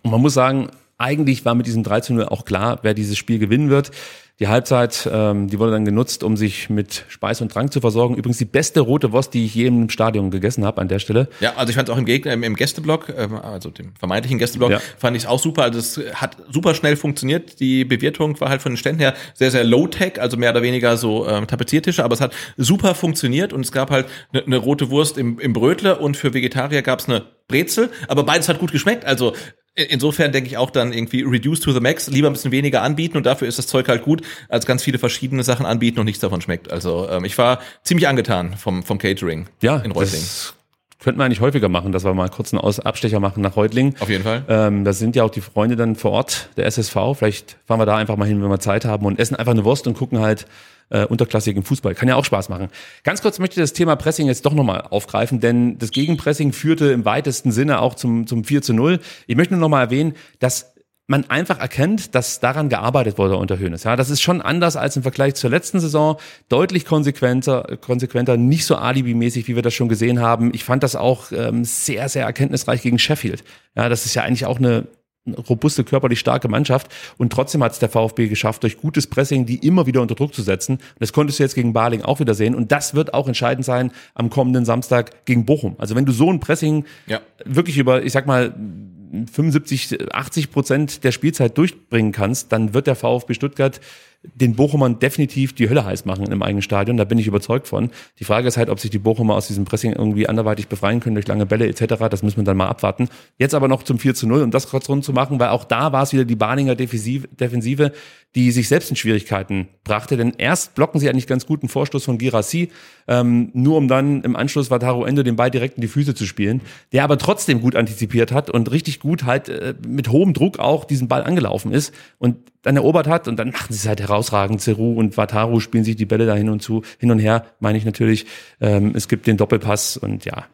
Und man muss sagen, eigentlich war mit diesem drei zu null auch klar, wer dieses Spiel gewinnen wird. Die Halbzeit, ähm, die wurde dann genutzt, um sich mit Speis und Trank zu versorgen. Übrigens die beste rote Wurst, die ich je im Stadion gegessen habe an der Stelle. Ja, also ich fand es auch im Gegner, im, im Gästeblock, ähm, also dem vermeintlichen Gästeblock, ja. fand ich es auch super. Also es hat super schnell funktioniert. Die Bewirtung war halt von den Ständen her sehr, sehr low-tech, also mehr oder weniger so ähm, Tapeziertische, aber es hat super funktioniert und es gab halt eine ne rote Wurst im, im Brötle und für Vegetarier gab es eine Brezel, aber beides hat gut geschmeckt. Also insofern denke ich auch dann irgendwie reduce to the max, lieber ein bisschen weniger anbieten und dafür ist das Zeug halt gut, als ganz viele verschiedene Sachen anbieten und nichts davon schmeckt. Also ähm, ich war ziemlich angetan vom vom Catering ja, in Reutlingen. Das könnten wir eigentlich häufiger machen, dass wir mal kurz einen Aus- Abstecher machen nach Reutlingen. Auf jeden Fall. Ähm, da sind ja auch die Freunde dann vor Ort, der S S V. Vielleicht fahren wir da einfach mal hin, wenn wir Zeit haben und essen einfach eine Wurst und gucken halt äh, unterklassigen Fußball. Kann ja auch Spaß machen. Ganz kurz möchte ich das Thema Pressing jetzt doch nochmal aufgreifen, denn das Gegenpressing führte im weitesten Sinne auch zum, zum vier zu null. Ich möchte nur nochmal erwähnen, dass man einfach erkennt, dass daran gearbeitet wurde unter Hoeneß. Ja, das ist schon anders als im Vergleich zur letzten Saison, deutlich konsequenter, konsequenter, nicht so alibimäßig, wie wir das schon gesehen haben. Ich fand das auch ähm, sehr, sehr erkenntnisreich gegen Sheffield. Ja, das ist ja eigentlich auch eine robuste, körperlich starke Mannschaft und trotzdem hat es der VfB geschafft, durch gutes Pressing die immer wieder unter Druck zu setzen. Und das konntest du jetzt gegen Baling auch wieder sehen und das wird auch entscheidend sein am kommenden Samstag gegen Bochum. Also wenn du so ein Pressing ja. wirklich über, ich sag mal, fünfundsiebzig, achtzig Prozent der Spielzeit durchbringen kannst, dann wird der VfB Stuttgart den Bochumern definitiv die Hölle heiß machen im eigenen Stadion, da bin ich überzeugt von. Die Frage ist halt, ob sich die Bochumer aus diesem Pressing irgendwie anderweitig befreien können durch lange Bälle et cetera. Das müssen wir dann mal abwarten. Jetzt aber noch zum vier zu null, um das kurz rund zu machen, weil auch da war es wieder die Balinger Defensive, die sich selbst in Schwierigkeiten brachte, denn erst blocken sie eigentlich ganz guten Vorstoß von Guirassy, ähm, nur um dann im Anschluss Wataru Endo den Ball direkt in die Füße zu spielen, der aber trotzdem gut antizipiert hat und richtig gut halt äh, mit hohem Druck auch diesen Ball angelaufen ist und dann erobert hat und dann machen sie es halt herausragend. Zeru und Wataru spielen sich die Bälle da hin und zu, hin und her, meine ich natürlich. Ähm, es gibt den Doppelpass und ja,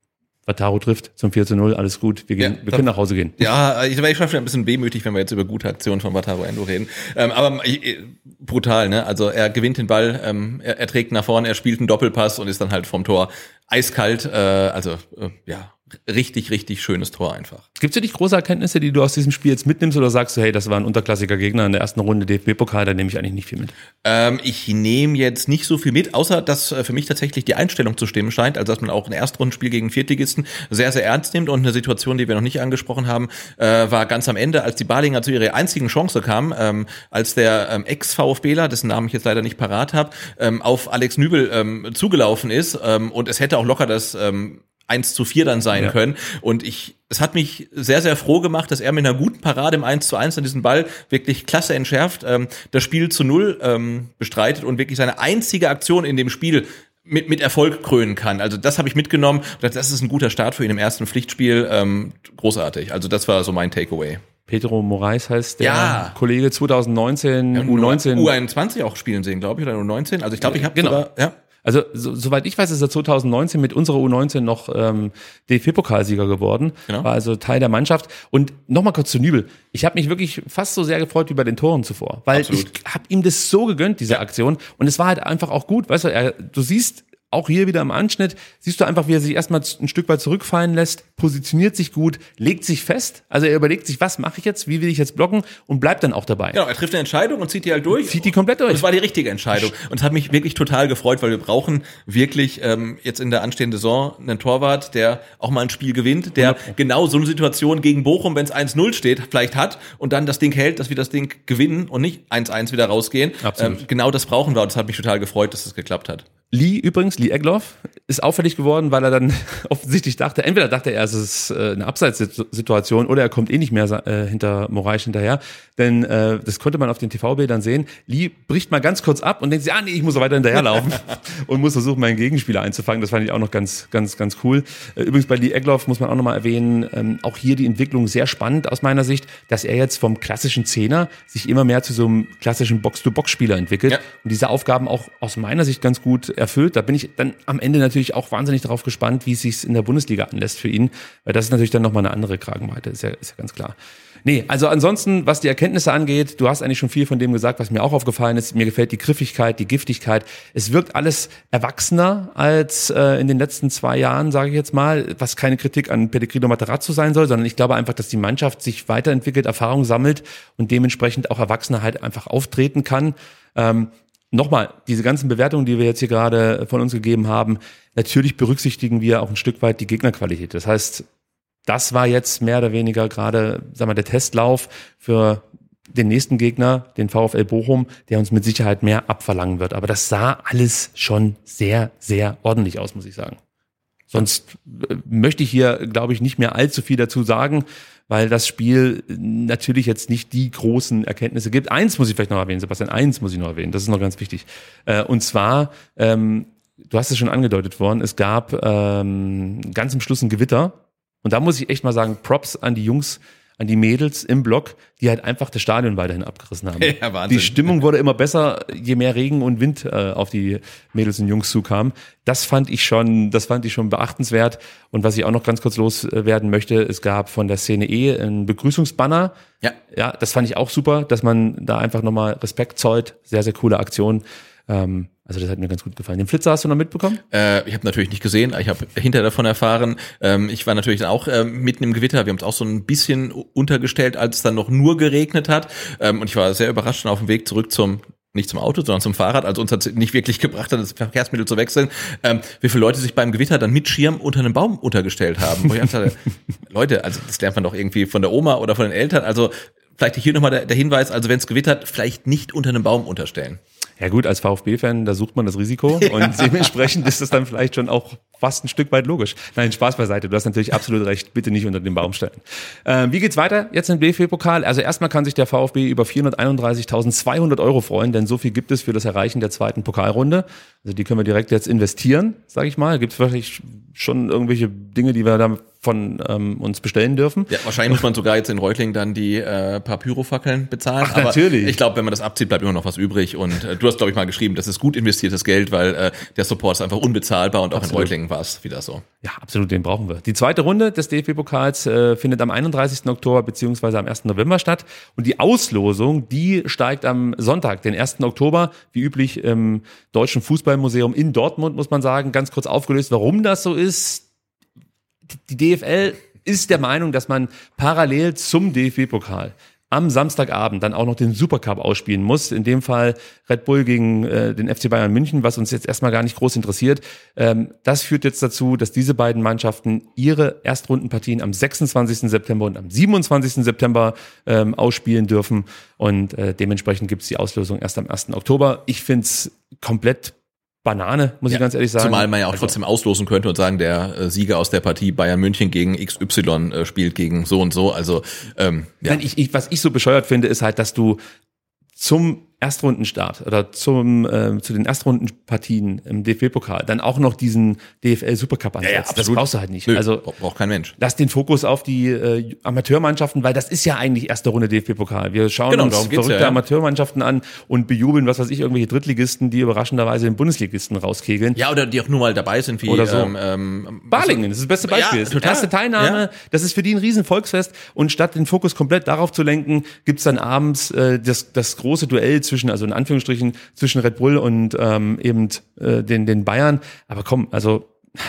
Wataru trifft zum vier zu null, alles gut, wir, gehen, ja, wir können nach Hause gehen. Ja, ich wäre schon ein bisschen wehmütig, wenn wir jetzt über gute Aktionen von Wataru Endo reden. Ähm, aber äh, brutal, ne? Also er gewinnt den Ball, ähm, er, er trägt nach vorne, er spielt einen Doppelpass und ist dann halt vom Tor eiskalt. Äh, also äh, ja, richtig, richtig schönes Tor einfach. Gibt es für dich große Erkenntnisse, die du aus diesem Spiel jetzt mitnimmst oder sagst du, hey, das war ein unterklassiger Gegner in der ersten Runde D F B-Pokal, da nehme ich eigentlich nicht viel mit? Ähm, ich nehme jetzt nicht so viel mit, außer dass äh, für mich tatsächlich die Einstellung zu stimmen scheint, also dass man auch ein Erstrundenspiel gegen Viertligisten sehr, sehr ernst nimmt und eine Situation, die wir noch nicht angesprochen haben, äh, war ganz am Ende, als die Balinger zu ihrer einzigen Chance kamen, ähm, als der ähm, Ex-VfBler, dessen Namen ich jetzt leider nicht parat habe, ähm, auf Alex Nübel ähm, zugelaufen ist ähm, und es hätte auch locker das ähm, eins zu vier dann sein ja. können. Und ich, es hat mich sehr, sehr froh gemacht, dass er mit einer guten Parade im eins zu eins an diesen Ball wirklich klasse entschärft, ähm, das Spiel zu null ähm, bestreitet und wirklich seine einzige Aktion in dem Spiel mit mit Erfolg krönen kann. Also das habe ich mitgenommen. Das ist ein guter Start für ihn im ersten Pflichtspiel. Ähm, großartig. Also das war so mein Takeaway. Pedro Moraes heißt der ja. Kollege, zwanzig neunzehn, ja, U neunzehn. U einundzwanzig auch spielen sehen, glaube ich, oder U neunzehn. Also ich glaube, ich habe genau. sogar, ja. Also so, soweit ich weiß, ist er zwanzig neunzehn mit unserer U neunzehn noch ähm, D F B-Pokalsieger geworden. Genau. War also Teil der Mannschaft. Und nochmal kurz zu Nübel. Ich habe mich wirklich fast so sehr gefreut wie bei den Toren zuvor. Weil Absolut. ich habe ihm das so gegönnt, diese ja. Aktion. Und es war halt einfach auch gut. Weißt du, er, du siehst auch hier wieder im Anschnitt, siehst du einfach, wie er sich erstmal ein Stück weit zurückfallen lässt, positioniert sich gut, legt sich fest. Also er überlegt sich, was mache ich jetzt, wie will ich jetzt blocken und bleibt dann auch dabei. Genau, er trifft eine Entscheidung und zieht die halt durch. Zieht die komplett durch. Und es war die richtige Entscheidung. Und es hat mich wirklich total gefreut, weil wir brauchen wirklich ähm, jetzt in der anstehenden Saison einen Torwart, der auch mal ein Spiel gewinnt, der okay. genau so eine Situation gegen Bochum, wenn es eins null steht, vielleicht hat und dann das Ding hält, dass wir das Ding gewinnen und nicht eins eins wieder rausgehen. Absolut. Ähm, genau das brauchen wir und es hat mich total gefreut, dass das geklappt hat. Lee übrigens, Lee Egloff, ist auffällig geworden, weil er dann offensichtlich dachte, entweder dachte er, es ist äh, eine Abseitssituation oder er kommt eh nicht mehr äh, hinter Moraes hinterher, denn äh, das konnte man auf den T V-Bildern sehen. Lee bricht mal ganz kurz ab und denkt sich, ah nee, ich muss so weiter hinterherlaufen und muss versuchen, meinen Gegenspieler einzufangen. Das fand ich auch noch ganz, ganz, ganz cool. Äh, übrigens bei Lee Egloff muss man auch nochmal erwähnen, ähm, auch hier die Entwicklung sehr spannend aus meiner Sicht, dass er jetzt vom klassischen Zehner sich immer mehr zu so einem klassischen Box-to-Box-Spieler entwickelt ja. und diese Aufgaben auch aus meiner Sicht ganz gut erfüllt. Da bin ich dann am Ende natürlich auch wahnsinnig darauf gespannt, wie es sich in der Bundesliga anlässt für ihn, weil das ist natürlich dann nochmal eine andere Kragenweite, ist ja, ist ja ganz klar. Nee, also ansonsten, was die Erkenntnisse angeht, du hast eigentlich schon viel von dem gesagt, was mir auch aufgefallen ist. Mir gefällt die Griffigkeit, die Giftigkeit. Es wirkt alles erwachsener als äh, in den letzten zwei Jahren, sage ich jetzt mal, was keine Kritik an Pellegrino Matarazzo sein soll, sondern ich glaube einfach, dass die Mannschaft sich weiterentwickelt, Erfahrung sammelt und dementsprechend auch Erwachsenheit einfach auftreten kann. Ähm, Nochmal, diese ganzen Bewertungen, die wir jetzt hier gerade von uns gegeben haben, natürlich berücksichtigen wir auch ein Stück weit die Gegnerqualität. Das heißt, das war jetzt mehr oder weniger gerade, sagen wir, der Testlauf für den nächsten Gegner, den VfL Bochum, der uns mit Sicherheit mehr abverlangen wird. Aber das sah alles schon sehr, sehr ordentlich aus, muss ich sagen. Sonst äh, möchte ich hier, glaube ich, nicht mehr allzu viel dazu sagen, weil das Spiel natürlich jetzt nicht die großen Erkenntnisse gibt. Eins muss ich vielleicht noch erwähnen, Sebastian, eins muss ich noch erwähnen, das ist noch ganz wichtig. Äh, und zwar, ähm, du hast es schon angedeutet worden, es gab ähm, ganz am Schluss ein Gewitter. Und da muss ich echt mal sagen, Props an die Jungs, an die Mädels im Block, die halt einfach das Stadion weiterhin abgerissen haben. Ja, Wahnsinn. Die Stimmung wurde immer besser, je mehr Regen und Wind äh, auf die Mädels und Jungs zukam. Das fand ich schon, das fand ich schon beachtenswert. Und was ich auch noch ganz kurz loswerden möchte, es gab von der Szene E einen Begrüßungsbanner. Ja. Ja, das fand ich auch super, dass man da einfach nochmal Respekt zollt. Sehr, sehr coole Aktion. Ähm, Also das hat mir ganz gut gefallen. Den Flitzer hast du noch mitbekommen? Äh, ich habe natürlich nicht gesehen, ich habe hinterher davon erfahren. Ähm, ich war natürlich dann auch äh, mitten im Gewitter. Wir haben uns auch so ein bisschen untergestellt, als es dann noch nur geregnet hat. Ähm, und ich war sehr überrascht auf dem Weg zurück zum, nicht zum Auto, sondern zum Fahrrad, also uns hat es nicht wirklich gebracht, das Verkehrsmittel zu wechseln, ähm, wie viele Leute sich beim Gewitter dann mit Schirm unter einem Baum untergestellt haben. Wo ich dachte, Leute, also das lernt man doch irgendwie von der Oma oder von den Eltern. Also vielleicht hier nochmal der, der Hinweis, also wenn es gewittert, vielleicht nicht unter einem Baum unterstellen. Ja gut, als VfB-Fan, da sucht man das Risiko ja. Und dementsprechend ist es dann vielleicht schon auch fast ein Stück weit logisch. Nein, Spaß beiseite, du hast natürlich absolut recht, bitte nicht unter den Baum stellen. Ähm, wie geht's weiter jetzt im D F B-Pokal? Also erstmal kann sich der VfB über vierhunderteinunddreißigtausendzweihundert Euro freuen, denn so viel gibt es für das Erreichen der zweiten Pokalrunde. Also die können wir direkt jetzt investieren, sage ich mal. Gibt es wirklich schon irgendwelche Dinge, die wir da von ähm, uns bestellen dürfen? Ja, wahrscheinlich muss man sogar jetzt in Reutlingen dann die äh, paar Pyrofackeln bezahlen. Ach, natürlich. Aber ich glaube, wenn man das abzieht, bleibt immer noch was übrig. Und äh, du hast, glaube ich, mal geschrieben, das ist gut investiertes Geld, weil äh, der Support ist einfach unbezahlbar und auch absolut. In Reutlingen war es wieder so. Ja, absolut, den brauchen wir. Die zweite Runde des D F B-Pokals äh, findet am einunddreißigsten Oktober beziehungsweise am ersten November statt. Und die Auslosung, die steigt am Sonntag, den ersten Oktober, wie üblich im Deutschen Fußballmuseum in Dortmund, muss man sagen. Ganz kurz aufgelöst, warum das so ist. Die D F L ist der Meinung, dass man parallel zum D F B-Pokal am Samstagabend dann auch noch den Supercup ausspielen muss. In dem Fall Red Bull gegen äh, den F C Bayern München, was uns jetzt erstmal gar nicht groß interessiert. Ähm, das führt jetzt dazu, dass diese beiden Mannschaften ihre Erstrundenpartien am sechsundzwanzigsten September und am siebenundzwanzigsten September ähm, ausspielen dürfen. Und äh, dementsprechend gibt es die Auslosung erst am ersten Oktober. Ich find's komplett Banane, muss ja, ich ganz ehrlich sagen. Zumal man ja auch also trotzdem auslosen könnte und sagen, der äh, Sieger aus der Partie Bayern München gegen X Y äh, spielt gegen so und so. Also ähm, ja. Nein, ich, ich, was ich so bescheuert finde, ist halt, dass du zum Erstrundenstart oder zum äh, zu den Erstrundenpartien im D F B-Pokal dann auch noch diesen D F L-Supercup ansetzt. Ja, ja, das brauchst du halt nicht. Nö, also braucht kein Mensch. Lass den Fokus auf die äh, Amateurmannschaften, weil das ist ja eigentlich erste Runde D F B-Pokal. Wir schauen genau, uns verrückte ja, ja. Amateurmannschaften an und bejubeln, was weiß ich, irgendwelche Drittligisten, die überraschenderweise den Bundesligisten rauskegeln. Ja, oder die auch nur mal dabei sind wie oder so. ähm, ähm, Balingen, das ist das beste Beispiel. Ja, total. Erste Teilnahme, ja. Das ist für die ein riesen Volksfest und statt den Fokus komplett darauf zu lenken, gibt's dann abends äh, das, das große Duell zwischen, also in Anführungsstrichen zwischen Red Bull und ähm, eben äh, den, den Bayern. Aber komm, also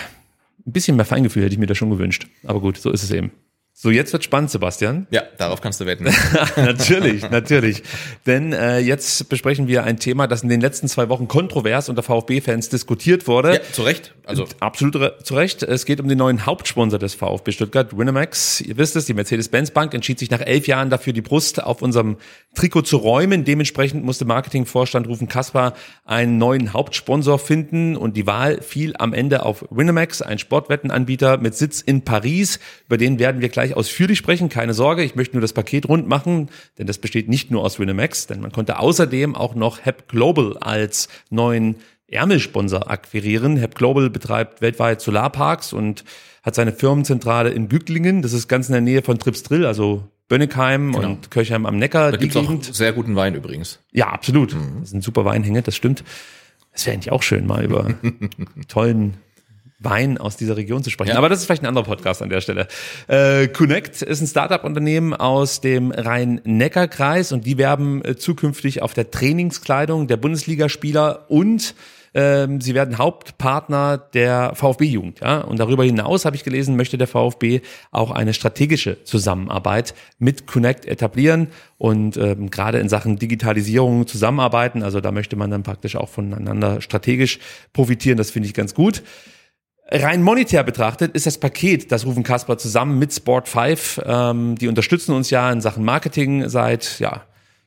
ein bisschen mehr Feingefühl hätte ich mir da schon gewünscht. Aber gut, so ist es eben. So, jetzt wird spannend, Sebastian. Ja, darauf kannst du wetten. Natürlich, natürlich. Denn äh, jetzt besprechen wir ein Thema, das in den letzten zwei Wochen kontrovers unter VfB-Fans diskutiert wurde. Ja, zu Recht. Also absolut re- zu Recht. Es geht um den neuen Hauptsponsor des VfB Stuttgart, Winamax. Ihr wisst es, die Mercedes-Benz Bank entschied sich nach elf Jahren dafür, die Brust auf unserem Trikot zu räumen. Dementsprechend musste Marketingvorstand Rufen Kaspar einen neuen Hauptsponsor finden und die Wahl fiel am Ende auf Winamax, ein Sportwettenanbieter mit Sitz in Paris. Über den werden wir gleich ausführlich sprechen, keine Sorge, ich möchte nur das Paket rund machen, denn das besteht nicht nur aus Winamax, denn man konnte außerdem auch noch Hep Global als neuen Ärmelsponsor akquirieren. Hep Global betreibt weltweit Solarparks und hat seine Firmenzentrale in Bücklingen, das ist ganz in der Nähe von Tripsdrill, also Bönnigheim genau. Und Kirchheim am Neckar. Da gibt es auch sehr guten Wein übrigens. Ja, absolut, mhm. Das sind super Weinhänge, das stimmt. Das wäre eigentlich auch schön, mal über tollen Wein aus dieser Region zu sprechen. Ja. Aber das ist vielleicht ein anderer Podcast an der Stelle. Äh, Connect ist ein Startup-Unternehmen aus dem Rhein-Neckar-Kreis und die werben äh, zukünftig auf der Trainingskleidung der Bundesligaspieler und ähm, sie werden Hauptpartner der VfB-Jugend. Ja? Und darüber hinaus, habe ich gelesen, möchte der VfB auch eine strategische Zusammenarbeit mit Connect etablieren und ähm, gerade in Sachen Digitalisierung zusammenarbeiten. Also da möchte man dann praktisch auch voneinander strategisch profitieren. Das finde ich ganz gut. Rein monetär betrachtet ist das Paket, das Rufen Kasper zusammen mit Sport fünf, ähm, die unterstützen uns ja in Sachen Marketing seit ja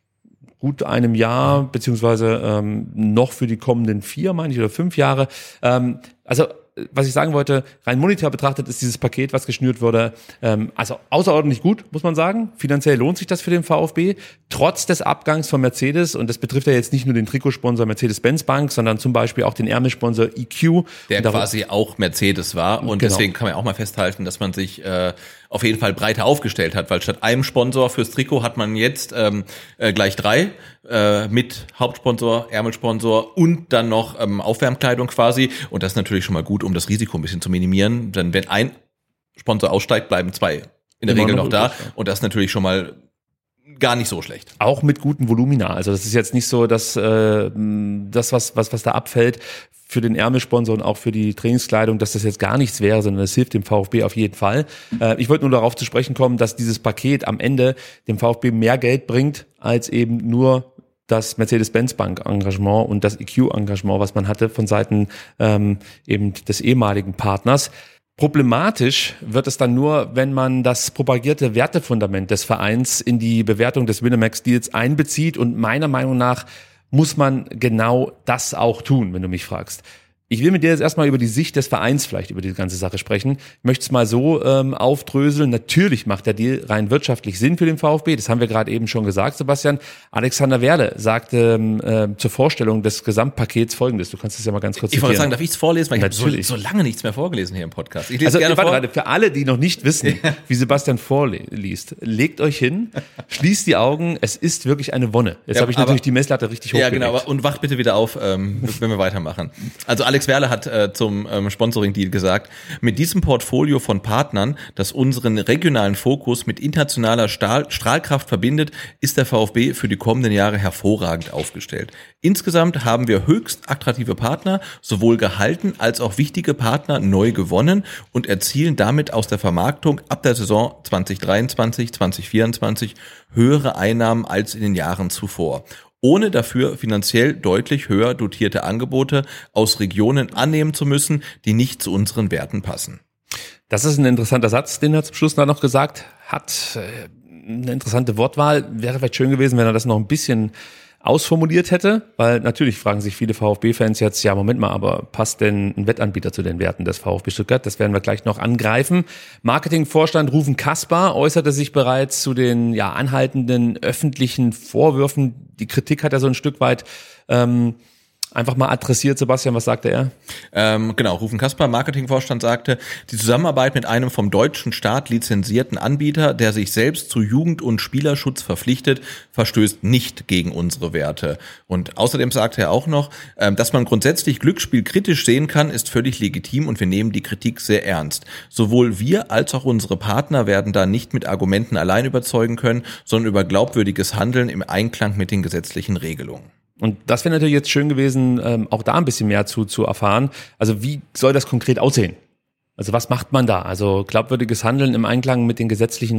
gut einem Jahr, beziehungsweise ähm, noch für die kommenden vier, meine ich, oder fünf Jahre. Ähm, also was ich sagen wollte, rein monetär betrachtet ist dieses Paket, was geschnürt wurde, ähm, also außerordentlich gut, muss man sagen. Finanziell lohnt sich das für den VfB. Trotz des Abgangs von Mercedes, und das betrifft ja jetzt nicht nur den Trikotsponsor Mercedes-Benz Bank, sondern zum Beispiel auch den Ärmelsponsor E Q. Der quasi auch Mercedes war. Und genau. Deswegen kann man auch mal festhalten, dass man sich äh, auf jeden Fall breiter aufgestellt hat, weil statt einem Sponsor fürs Trikot hat man jetzt ähm, äh, gleich drei äh, mit Hauptsponsor, Ärmelsponsor und dann noch ähm, Aufwärmkleidung quasi. Und das ist natürlich schon mal gut, um das Risiko ein bisschen zu minimieren. Denn wenn ein Sponsor aussteigt, bleiben zwei in der Regel noch da. Und das ist natürlich schon mal gar nicht so schlecht. Auch mit guten Volumina. Also das ist jetzt nicht so, dass äh, das, was, was, was da abfällt für den Ärmelsponsor und auch für die Trainingskleidung, dass das jetzt gar nichts wäre, sondern das hilft dem VfB auf jeden Fall. Äh, ich wollte nur darauf zu sprechen kommen, dass dieses Paket am Ende dem VfB mehr Geld bringt, als eben nur das Mercedes-Benz-Bank-Engagement und das E Q-Engagement, was man hatte von Seiten ähm, eben des ehemaligen Partners. Problematisch wird es dann nur, wenn man das propagierte Wertefundament des Vereins in die Bewertung des Winamax-Deals einbezieht, und meiner Meinung nach muss man genau das auch tun, wenn du mich fragst. Ich will mit dir jetzt erstmal über die Sicht des Vereins vielleicht über die ganze Sache sprechen. Ich möchte es mal so ähm, aufdröseln. Natürlich macht der Deal rein wirtschaftlich Sinn für den VfB. Das haben wir gerade eben schon gesagt, Sebastian. Alexander Werle sagte ähm, äh, zur Vorstellung des Gesamtpakets Folgendes. Du kannst es ja mal ganz kurz zitieren. Ich wollte sagen, darf ich es vorlesen? Weil Natürlich. ich habe so, so lange nichts mehr vorgelesen hier im Podcast. Ich lese also gerne warte, vor. warte, für alle, die noch nicht wissen, wie Sebastian vorliest, legt euch hin, schließt die Augen. Es ist wirklich eine Wonne. Jetzt Ja, habe ich aber- natürlich die Messlatte richtig Ja, hochgelegt. genau. aber- Und wacht bitte wieder auf, ähm, wenn wir weitermachen. Also Alex Werle hat äh, zum ähm, Sponsoring-Deal gesagt, mit diesem Portfolio von Partnern, das unseren regionalen Fokus mit internationaler Stahl- Strahlkraft verbindet, ist der VfB für die kommenden Jahre hervorragend aufgestellt. Insgesamt haben wir höchst attraktive Partner, sowohl gehalten als auch wichtige Partner neu gewonnen und erzielen damit aus der Vermarktung ab der Saison zwanzig dreiundzwanzig, zwanzig vierundzwanzig höhere Einnahmen als in den Jahren zuvor, ohne dafür finanziell deutlich höher dotierte Angebote aus Regionen annehmen zu müssen, die nicht zu unseren Werten passen. Das ist ein interessanter Satz, den er zum Schluss noch gesagt hat. Eine interessante Wortwahl. Wäre vielleicht schön gewesen, wenn er das noch ein bisschen ausformuliert hätte, weil natürlich fragen sich viele VfB-Fans jetzt, ja, Moment mal, aber passt denn ein Wettanbieter zu den Werten des VfB Stuttgart? Das werden wir gleich noch angreifen. Marketingvorstand Rufen Kasper äußerte sich bereits zu den ja anhaltenden öffentlichen Vorwürfen. Die Kritik hat er so ein Stück weit ähm, einfach mal adressiert. Sebastian, was sagte er? Ähm, genau, Rufen Kasper, Marketingvorstand, sagte, die Zusammenarbeit mit einem vom deutschen Staat lizenzierten Anbieter, der sich selbst zu Jugend- und Spielerschutz verpflichtet, verstößt nicht gegen unsere Werte. Und außerdem sagte er auch noch, ähm, dass man grundsätzlich Glücksspiel kritisch sehen kann, ist völlig legitim und wir nehmen die Kritik sehr ernst. Sowohl wir als auch unsere Partner werden da nicht mit Argumenten allein überzeugen können, sondern über glaubwürdiges Handeln im Einklang mit den gesetzlichen Regelungen. Und das wäre natürlich jetzt schön gewesen, ähm, auch da ein bisschen mehr zu, zu erfahren. Also wie soll das konkret aussehen? Also was macht man da? Also glaubwürdiges Handeln im Einklang mit den gesetzlichen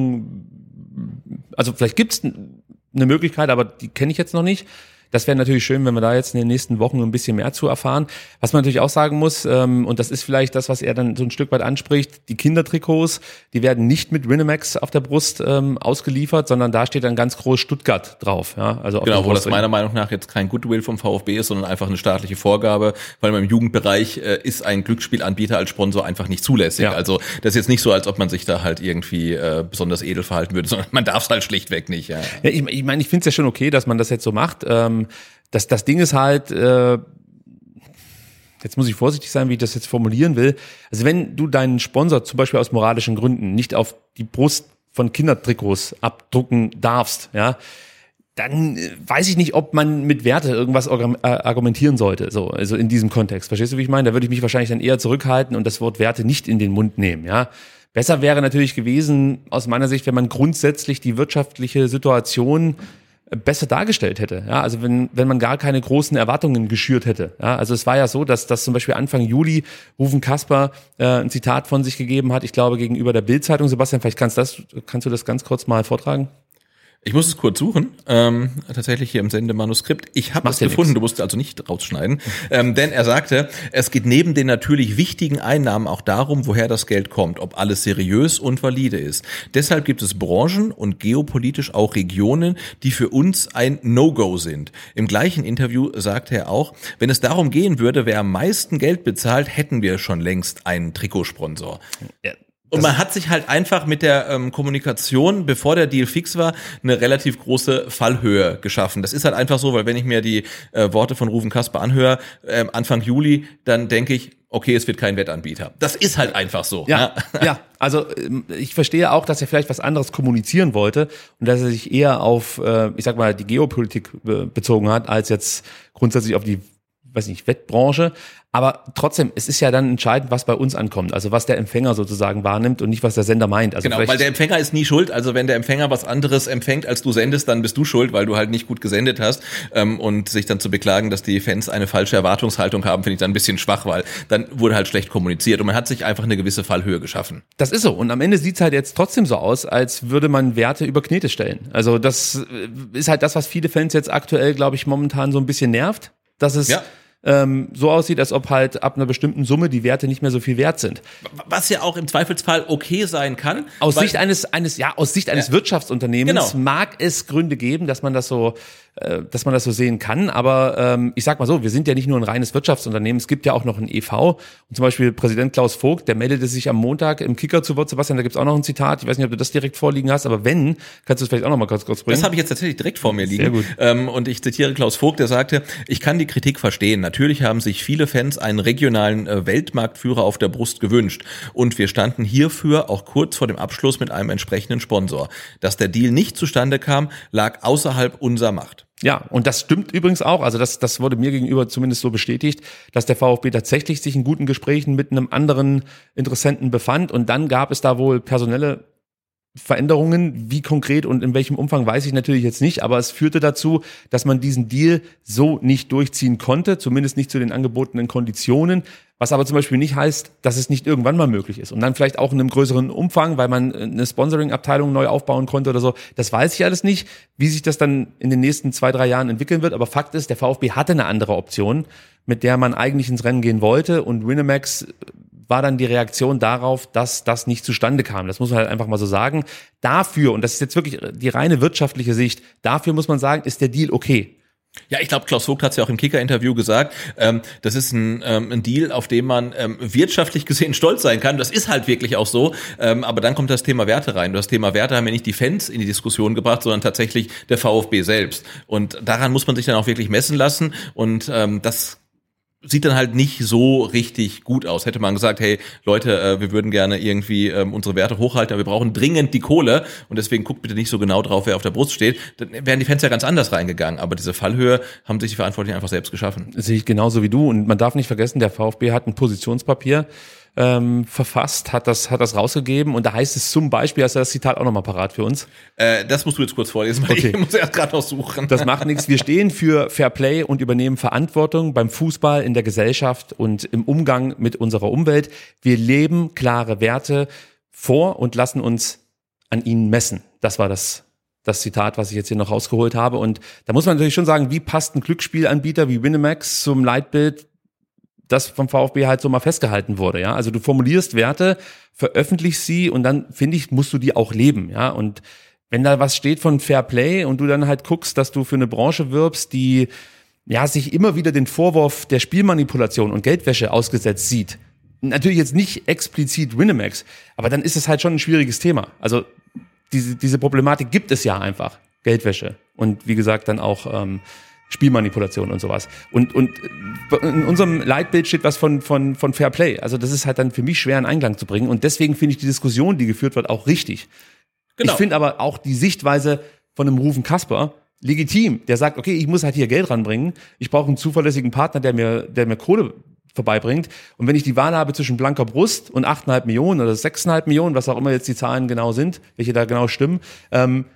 Regelungen. Also vielleicht gibt es eine Möglichkeit, aber die kenne ich jetzt noch nicht. Das wäre natürlich schön, wenn wir da jetzt in den nächsten Wochen ein bisschen mehr zu erfahren. Was man natürlich auch sagen muss, ähm, und das ist vielleicht das, was er dann so ein Stück weit anspricht, die Kindertrikots, die werden nicht mit Winamax auf der Brust ähm, ausgeliefert, sondern da steht dann ganz groß Stuttgart drauf. Ja? Also auf Genau, der wo Brust. das meiner Meinung nach jetzt kein Goodwill vom VfB ist, sondern einfach eine staatliche Vorgabe, weil im Jugendbereich äh, ist ein Glücksspielanbieter als Sponsor einfach nicht zulässig. Ja. Also das ist jetzt nicht so, als ob man sich da halt irgendwie äh, besonders edel verhalten würde, sondern man darf es halt schlichtweg nicht. Ja, Ja, ich ich, mein, ich finde es ja schon okay, dass man das jetzt so macht. Ähm, das, das Ding ist halt, äh, jetzt muss ich vorsichtig sein, wie ich das jetzt formulieren will. Also wenn du deinen Sponsor zum Beispiel aus moralischen Gründen nicht auf die Brust von Kindertrikots abdrucken darfst, ja, dann weiß ich nicht, ob man mit Werte irgendwas argumentieren sollte, so, also in diesem Kontext. Verstehst du, wie ich meine? Da würde ich mich wahrscheinlich dann eher zurückhalten und das Wort Werte nicht in den Mund nehmen, ja. Besser wäre natürlich gewesen, aus meiner Sicht, wenn man grundsätzlich die wirtschaftliche Situation besser dargestellt hätte. Ja, also wenn wenn man gar keine großen Erwartungen geschürt hätte. Ja, also es war ja so, dass dass zum Beispiel Anfang Juli Rufen Kasper äh, ein Zitat von sich gegeben hat, ich glaube gegenüber der Bild-Zeitung. Sebastian, vielleicht kannst, das, kannst du das ganz kurz mal vortragen? Ich muss es kurz suchen, ähm, tatsächlich hier im Sendemanuskript. Ich habe es gefunden, nix. Du musst also nicht rausschneiden. Ähm, denn er sagte, es geht neben den natürlich wichtigen Einnahmen auch darum, woher das Geld kommt, ob alles seriös und valide ist. Deshalb gibt es Branchen und geopolitisch auch Regionen, die für uns ein No-Go sind. Im gleichen Interview sagte er auch, wenn es darum gehen würde, wer am meisten Geld bezahlt, hätten wir schon längst einen Trikotsponsor. Ja. Und man hat sich halt einfach mit der ähm, Kommunikation, bevor der Deal fix war, eine relativ große Fallhöhe geschaffen. Das ist halt einfach so, weil wenn ich mir die äh, Worte von Rufen Kasper anhöre, äh, Anfang Juli, dann denke ich, okay, es wird kein Wettanbieter. Das ist halt einfach so. Ja, ja. ja. Also ich verstehe auch, dass er vielleicht was anderes kommunizieren wollte und dass er sich eher auf, äh, ich sag mal, die Geopolitik be- bezogen hat, als jetzt grundsätzlich auf die, weiß nicht, Wettbranche. Aber trotzdem, es ist ja dann entscheidend, was bei uns ankommt, also was der Empfänger sozusagen wahrnimmt und nicht, was der Sender meint. Also genau, weil der Empfänger ist nie schuld. Also wenn der Empfänger was anderes empfängt, als du sendest, dann bist du schuld, weil du halt nicht gut gesendet hast. Ähm, und sich dann zu beklagen, dass die Fans eine falsche Erwartungshaltung haben, finde ich dann ein bisschen schwach, weil dann wurde halt schlecht kommuniziert und man hat sich einfach eine gewisse Fallhöhe geschaffen. Das ist so. Und am Ende sieht's halt jetzt trotzdem so aus, als würde man Werte über Knete stellen. Also das ist halt das, was viele Fans jetzt aktuell, glaube ich, momentan so ein bisschen nervt, dass es ja. ähm, so aussieht, als ob halt ab einer bestimmten Summe die Werte nicht mehr so viel wert sind. Was ja auch im Zweifelsfall okay sein kann. Aus Sicht eines, eines, ja, aus Sicht eines ja. Wirtschaftsunternehmens genau. mag es Gründe geben, dass man das so, äh, dass man das so sehen kann. Aber ähm, ich sag mal so, wir sind ja nicht nur ein reines Wirtschaftsunternehmen. Es gibt ja auch noch ein E V. Und zum Beispiel Präsident Klaus Vogt, der meldete sich am Montag im Kicker zu Wort. Sebastian, da gibt's auch noch ein Zitat. Ich weiß nicht, ob du das direkt vorliegen hast, aber wenn, kannst du es vielleicht auch noch mal kurz, kurz bringen. Das habe ich jetzt tatsächlich direkt vor mir liegen. Sehr gut. Ähm, und ich zitiere Klaus Vogt, der sagte, ich kann die Kritik verstehen. Natürlich haben sich viele Fans einen regionalen äh, Weltmarktführer auf der Brust gewünscht. Und wir standen hierfür auch kurz vor dem Abschluss mit einem entsprechenden Sponsor. Dass der Deal nicht zustande kam, lag außerhalb unserer Macht. Ja, und das stimmt übrigens auch, also das das wurde mir gegenüber zumindest so bestätigt, dass der VfB tatsächlich sich in guten Gesprächen mit einem anderen Interessenten befand und dann gab es da wohl personelle Veränderungen, wie konkret und in welchem Umfang weiß ich natürlich jetzt nicht, aber es führte dazu, dass man diesen Deal so nicht durchziehen konnte, zumindest nicht zu den angebotenen Konditionen, was aber zum Beispiel nicht heißt, dass es nicht irgendwann mal möglich ist und dann vielleicht auch in einem größeren Umfang, weil man eine Sponsoring-Abteilung neu aufbauen konnte oder so, das weiß ich alles nicht, wie sich das dann in den nächsten zwei, drei Jahren entwickeln wird, aber Fakt ist, der VfB hatte eine andere Option, mit der man eigentlich ins Rennen gehen wollte und Winamax war dann die Reaktion darauf, dass das nicht zustande kam. Das muss man halt einfach mal so sagen. Dafür, und das ist jetzt wirklich die reine wirtschaftliche Sicht, dafür muss man sagen, ist der Deal okay. Ja, ich glaube, Klaus Vogt hat es ja auch im Kicker-Interview gesagt, ähm, das ist ein, ähm, ein Deal, auf den man ähm, wirtschaftlich gesehen stolz sein kann. Das ist halt wirklich auch so, ähm, aber dann kommt das Thema Werte rein. Das Thema Werte haben ja nicht die Fans in die Diskussion gebracht, sondern tatsächlich der VfB selbst. Und daran muss man sich dann auch wirklich messen lassen und ähm, das sieht dann halt nicht so richtig gut aus. Hätte man gesagt, hey Leute, äh, wir würden gerne irgendwie ähm, unsere Werte hochhalten, aber wir brauchen dringend die Kohle und deswegen guckt bitte nicht so genau drauf, wer auf der Brust steht. Dann wären die Fans ja ganz anders reingegangen. Aber diese Fallhöhe haben sich die Verantwortlichen einfach selbst geschaffen. Das sehe ich genauso wie du. Und man darf nicht vergessen, der VfB hat ein Positionspapier ähm, verfasst, hat das hat das rausgegeben und da heißt es zum Beispiel, hast du das Zitat auch nochmal parat für uns? Äh, das musst du jetzt kurz vorlesen, weil okay. Ich muss erst gerade noch suchen. Das macht nichts. Wir stehen für Fair Play und übernehmen Verantwortung beim Fußball, in der Gesellschaft und im Umgang mit unserer Umwelt. Wir leben klare Werte vor und lassen uns an ihnen messen. Das war das das Zitat, was ich jetzt hier noch rausgeholt habe. Und da muss man natürlich schon sagen, wie passt ein Glücksspielanbieter wie Winamax zum Leitbild, das vom VfB halt so mal festgehalten wurde, ja. Also du formulierst Werte, veröffentlichst sie und dann, finde ich, musst du die auch leben, ja. Und wenn da was steht von Fair Play und du dann halt guckst, dass du für eine Branche wirbst, die, ja, sich immer wieder den Vorwurf der Spielmanipulation und Geldwäsche ausgesetzt sieht, natürlich jetzt nicht explizit Winamax, aber dann ist es halt schon ein schwieriges Thema. Also diese, diese Problematik gibt es ja einfach. Geldwäsche und wie gesagt dann auch, ähm, Spielmanipulation und sowas. Und und in unserem Leitbild steht was von von von Fair Play. Also das ist halt dann für mich schwer in Einklang zu bringen. Und deswegen finde ich die Diskussion, die geführt wird, auch richtig. Genau. Ich finde aber auch die Sichtweise von einem Rufen Kasper legitim, der sagt, okay, ich muss halt hier Geld ranbringen, ich brauche einen zuverlässigen Partner, der mir, der mir Kohle vorbeibringt. Und wenn ich die Wahl habe zwischen blanker Brust und acht Komma fünf Millionen oder sechs Komma fünf Millionen, was auch immer jetzt die Zahlen genau sind, welche da genau stimmen, ähm,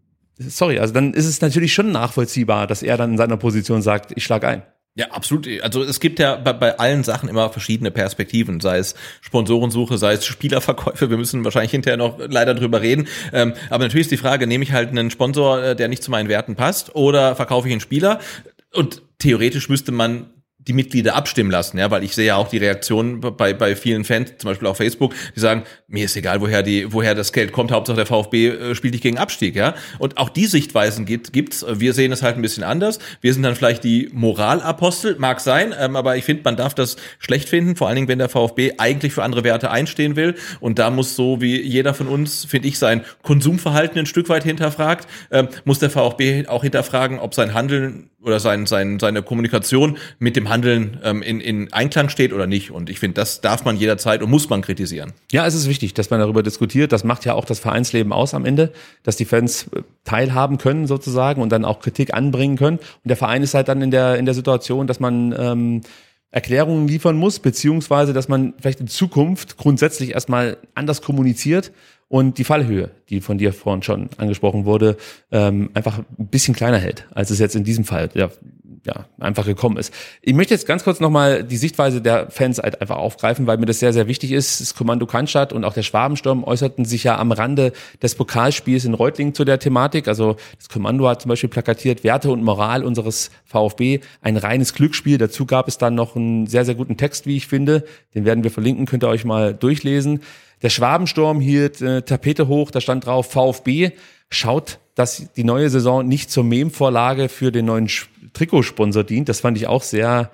sorry, also dann ist es natürlich schon nachvollziehbar, dass er dann in seiner Position sagt, ich schlag ein. Ja, absolut. Also es gibt ja bei, bei allen Sachen immer verschiedene Perspektiven, sei es Sponsorensuche, sei es Spielerverkäufe. Wir müssen wahrscheinlich hinterher noch leider drüber reden. Ähm, aber natürlich ist die Frage, nehme ich halt einen Sponsor, der nicht zu meinen Werten passt, oder verkaufe ich einen Spieler? Und theoretisch müsste man die Mitglieder abstimmen lassen, ja, weil ich sehe ja auch die Reaktionen bei bei vielen Fans, zum Beispiel auf Facebook, die sagen, mir ist egal, woher die woher das Geld kommt, Hauptsache der VfB äh, spielt nicht gegen Abstieg, ja. Und auch die Sichtweisen gibt gibt's. Wir sehen es halt ein bisschen anders. Wir sind dann vielleicht die Moralapostel, mag sein, ähm, aber ich finde, man darf das schlecht finden, vor allen Dingen, wenn der VfB eigentlich für andere Werte einstehen will. Und da muss so wie jeder von uns, finde ich, sein Konsumverhalten ein Stück weit hinterfragt, ähm, muss der VfB auch hinterfragen, ob sein Handeln oder sein, sein, seine Kommunikation mit dem Handeln ähm, in, in Einklang steht oder nicht. Und ich finde, das darf man jederzeit und muss man kritisieren. Ja, es ist wichtig, dass man darüber diskutiert. Das macht ja auch das Vereinsleben aus am Ende, dass die Fans teilhaben können sozusagen und dann auch Kritik anbringen können. Und der Verein ist halt dann in der, in der Situation, dass man ähm, Erklärungen liefern muss, beziehungsweise, dass man vielleicht in Zukunft grundsätzlich erstmal anders kommuniziert und die Fallhöhe, die von dir vorhin schon angesprochen wurde, ähm, einfach ein bisschen kleiner hält, als es jetzt in diesem Fall ja, ja einfach gekommen ist. Ich möchte jetzt ganz kurz nochmal die Sichtweise der Fans halt einfach aufgreifen, weil mir das sehr, sehr wichtig ist. Das Kommando Cannstatt und auch der Schwabensturm äußerten sich ja am Rande des Pokalspiels in Reutlingen zu der Thematik. Also das Kommando hat zum Beispiel plakatiert, Werte und Moral unseres VfB, ein reines Glücksspiel. Dazu gab es dann noch einen sehr, sehr guten Text, wie ich finde. Den werden wir verlinken, könnt ihr euch mal durchlesen. Der Schwabensturm hielt äh, Tapete hoch, da stand drauf, VfB schaut, dass die neue Saison nicht zur Meme-Vorlage für den neuen Sch- Trikotsponsor dient. Das fand ich auch sehr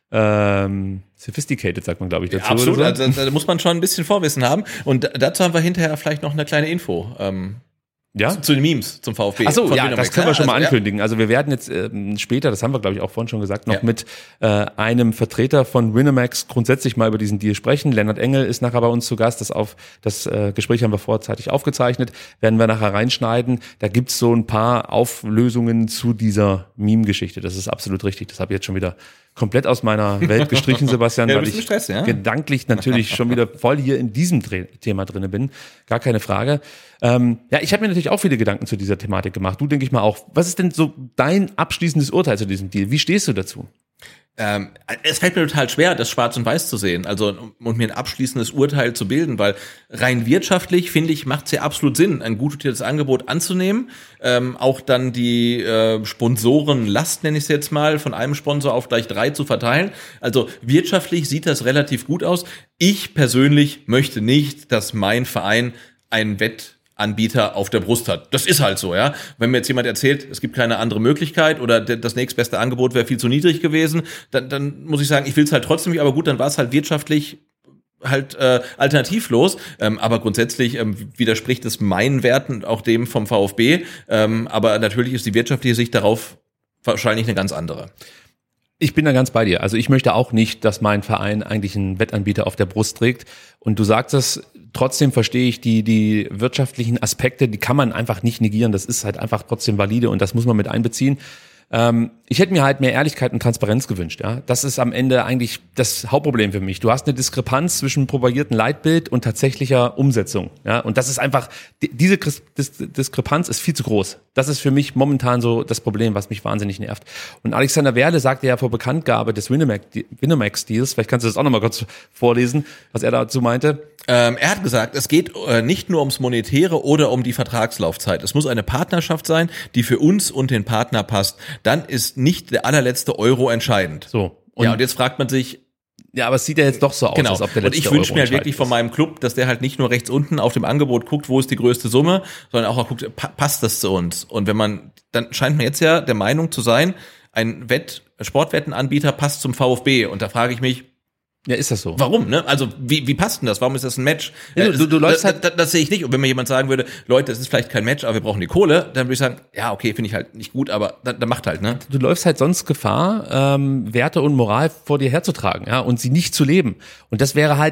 ähm, sophisticated, sagt man, glaube ich, dazu. Ja, absolut, so. also, da muss man schon ein bisschen Vorwissen haben. Und dazu haben wir hinterher vielleicht noch eine kleine Info. Ähm Ja? Zu, zu den Memes zum VfB. Ach so, von ja, Winamax. das können wir schon mal also, ankündigen. Also wir werden jetzt ähm, später, das haben wir, glaube ich, auch vorhin schon gesagt, noch Ja. mit äh, einem Vertreter von Winamax grundsätzlich mal über diesen Deal sprechen. Lennart Engel ist nachher bei uns zu Gast. Das, auf, das äh, Gespräch haben wir vorzeitig aufgezeichnet. Werden wir nachher reinschneiden. Da gibt's so ein paar Auflösungen zu dieser Meme-Geschichte. Das ist absolut richtig. Das habe ich jetzt schon wieder komplett aus meiner Welt gestrichen, Sebastian, Ja, du weil bist ich im Stress, ja? gedanklich natürlich schon wieder voll hier in diesem Dreh- Thema drinne bin. Gar keine Frage. Ähm, ja, ich habe mir natürlich auch viele Gedanken zu dieser Thematik gemacht. Du, denke ich mal, auch. Was ist denn so dein abschließendes Urteil zu diesem Deal? Wie stehst du dazu? Ähm, es fällt mir total schwer, das schwarz und weiß zu sehen, also und mir ein abschließendes Urteil zu bilden, weil rein wirtschaftlich, finde ich, macht es ja absolut Sinn, ein gut dotiertes Angebot anzunehmen, ähm, auch dann die äh, Sponsorenlast, nenne ich es jetzt mal, von einem Sponsor auf gleich drei zu verteilen. Also wirtschaftlich sieht das relativ gut aus. Ich persönlich möchte nicht, dass mein Verein einen Wett Anbieter auf der Brust hat. Das ist halt so, ja. Wenn mir jetzt jemand erzählt, es gibt keine andere Möglichkeit oder das nächstbeste Angebot wäre viel zu niedrig gewesen, dann, dann muss ich sagen, ich will es halt trotzdem nicht, aber gut, dann war es halt wirtschaftlich halt äh, alternativlos, ähm, aber grundsätzlich ähm, widerspricht es meinen Werten, auch dem vom VfB, ähm, aber natürlich ist die wirtschaftliche Sicht darauf wahrscheinlich eine ganz andere. Ich bin da ganz bei dir. Also ich möchte auch nicht, dass mein Verein eigentlich einen Wettanbieter auf der Brust trägt. Und du sagst es, trotzdem verstehe ich die, die wirtschaftlichen Aspekte, die kann man einfach nicht negieren. Das ist halt einfach trotzdem valide und das muss man mit einbeziehen. Ähm, ich hätte mir halt mehr Ehrlichkeit und Transparenz gewünscht. Ja, das ist am Ende eigentlich das Hauptproblem für mich. Du hast eine Diskrepanz zwischen propagiertem Leitbild und tatsächlicher Umsetzung. Ja, und das ist einfach, die, diese Dis- Diskrepanz ist viel zu groß. Das ist für mich momentan so das Problem, was mich wahnsinnig nervt. Und Alexander Werle sagte ja vor Bekanntgabe des Winamax-Deals, vielleicht kannst du das auch nochmal kurz vorlesen, was er dazu meinte. Ähm, er hat gesagt, es geht äh, nicht nur ums Monetäre oder um die Vertragslaufzeit. Es muss eine Partnerschaft sein, die für uns und den Partner passt. Dann ist nicht der allerletzte Euro entscheidend. So. Und ja, und jetzt fragt man sich, ja, aber es sieht ja jetzt doch so aus, genau. als ob der Und letzte ich wünsche Euro mir halt wirklich entscheidend von ist. meinem Club, dass der halt nicht nur rechts unten auf dem Angebot guckt, wo ist die größte Summe, sondern auch guckt, pa- passt das zu uns? Und wenn man, dann scheint man jetzt ja der Meinung zu sein, ein Wett, Sportwettenanbieter passt zum VfB. Und da frage ich mich, Ja, ist das so? warum, ne? Also, wie, wie passt denn das? Warum ist das ein Match? Ja, du- Äh, du- du läufst das, halt- das, das sehe ich nicht. Und wenn mir jemand sagen würde, Leute, das ist vielleicht kein Match, aber wir brauchen die Kohle, dann würde ich sagen, ja, okay, finde ich halt nicht gut, aber dann, dann macht halt, ne? Du läufst halt sonst Gefahr, ähm, Werte und Moral vor dir herzutragen, ja, und sie nicht zu leben. Und das wäre halt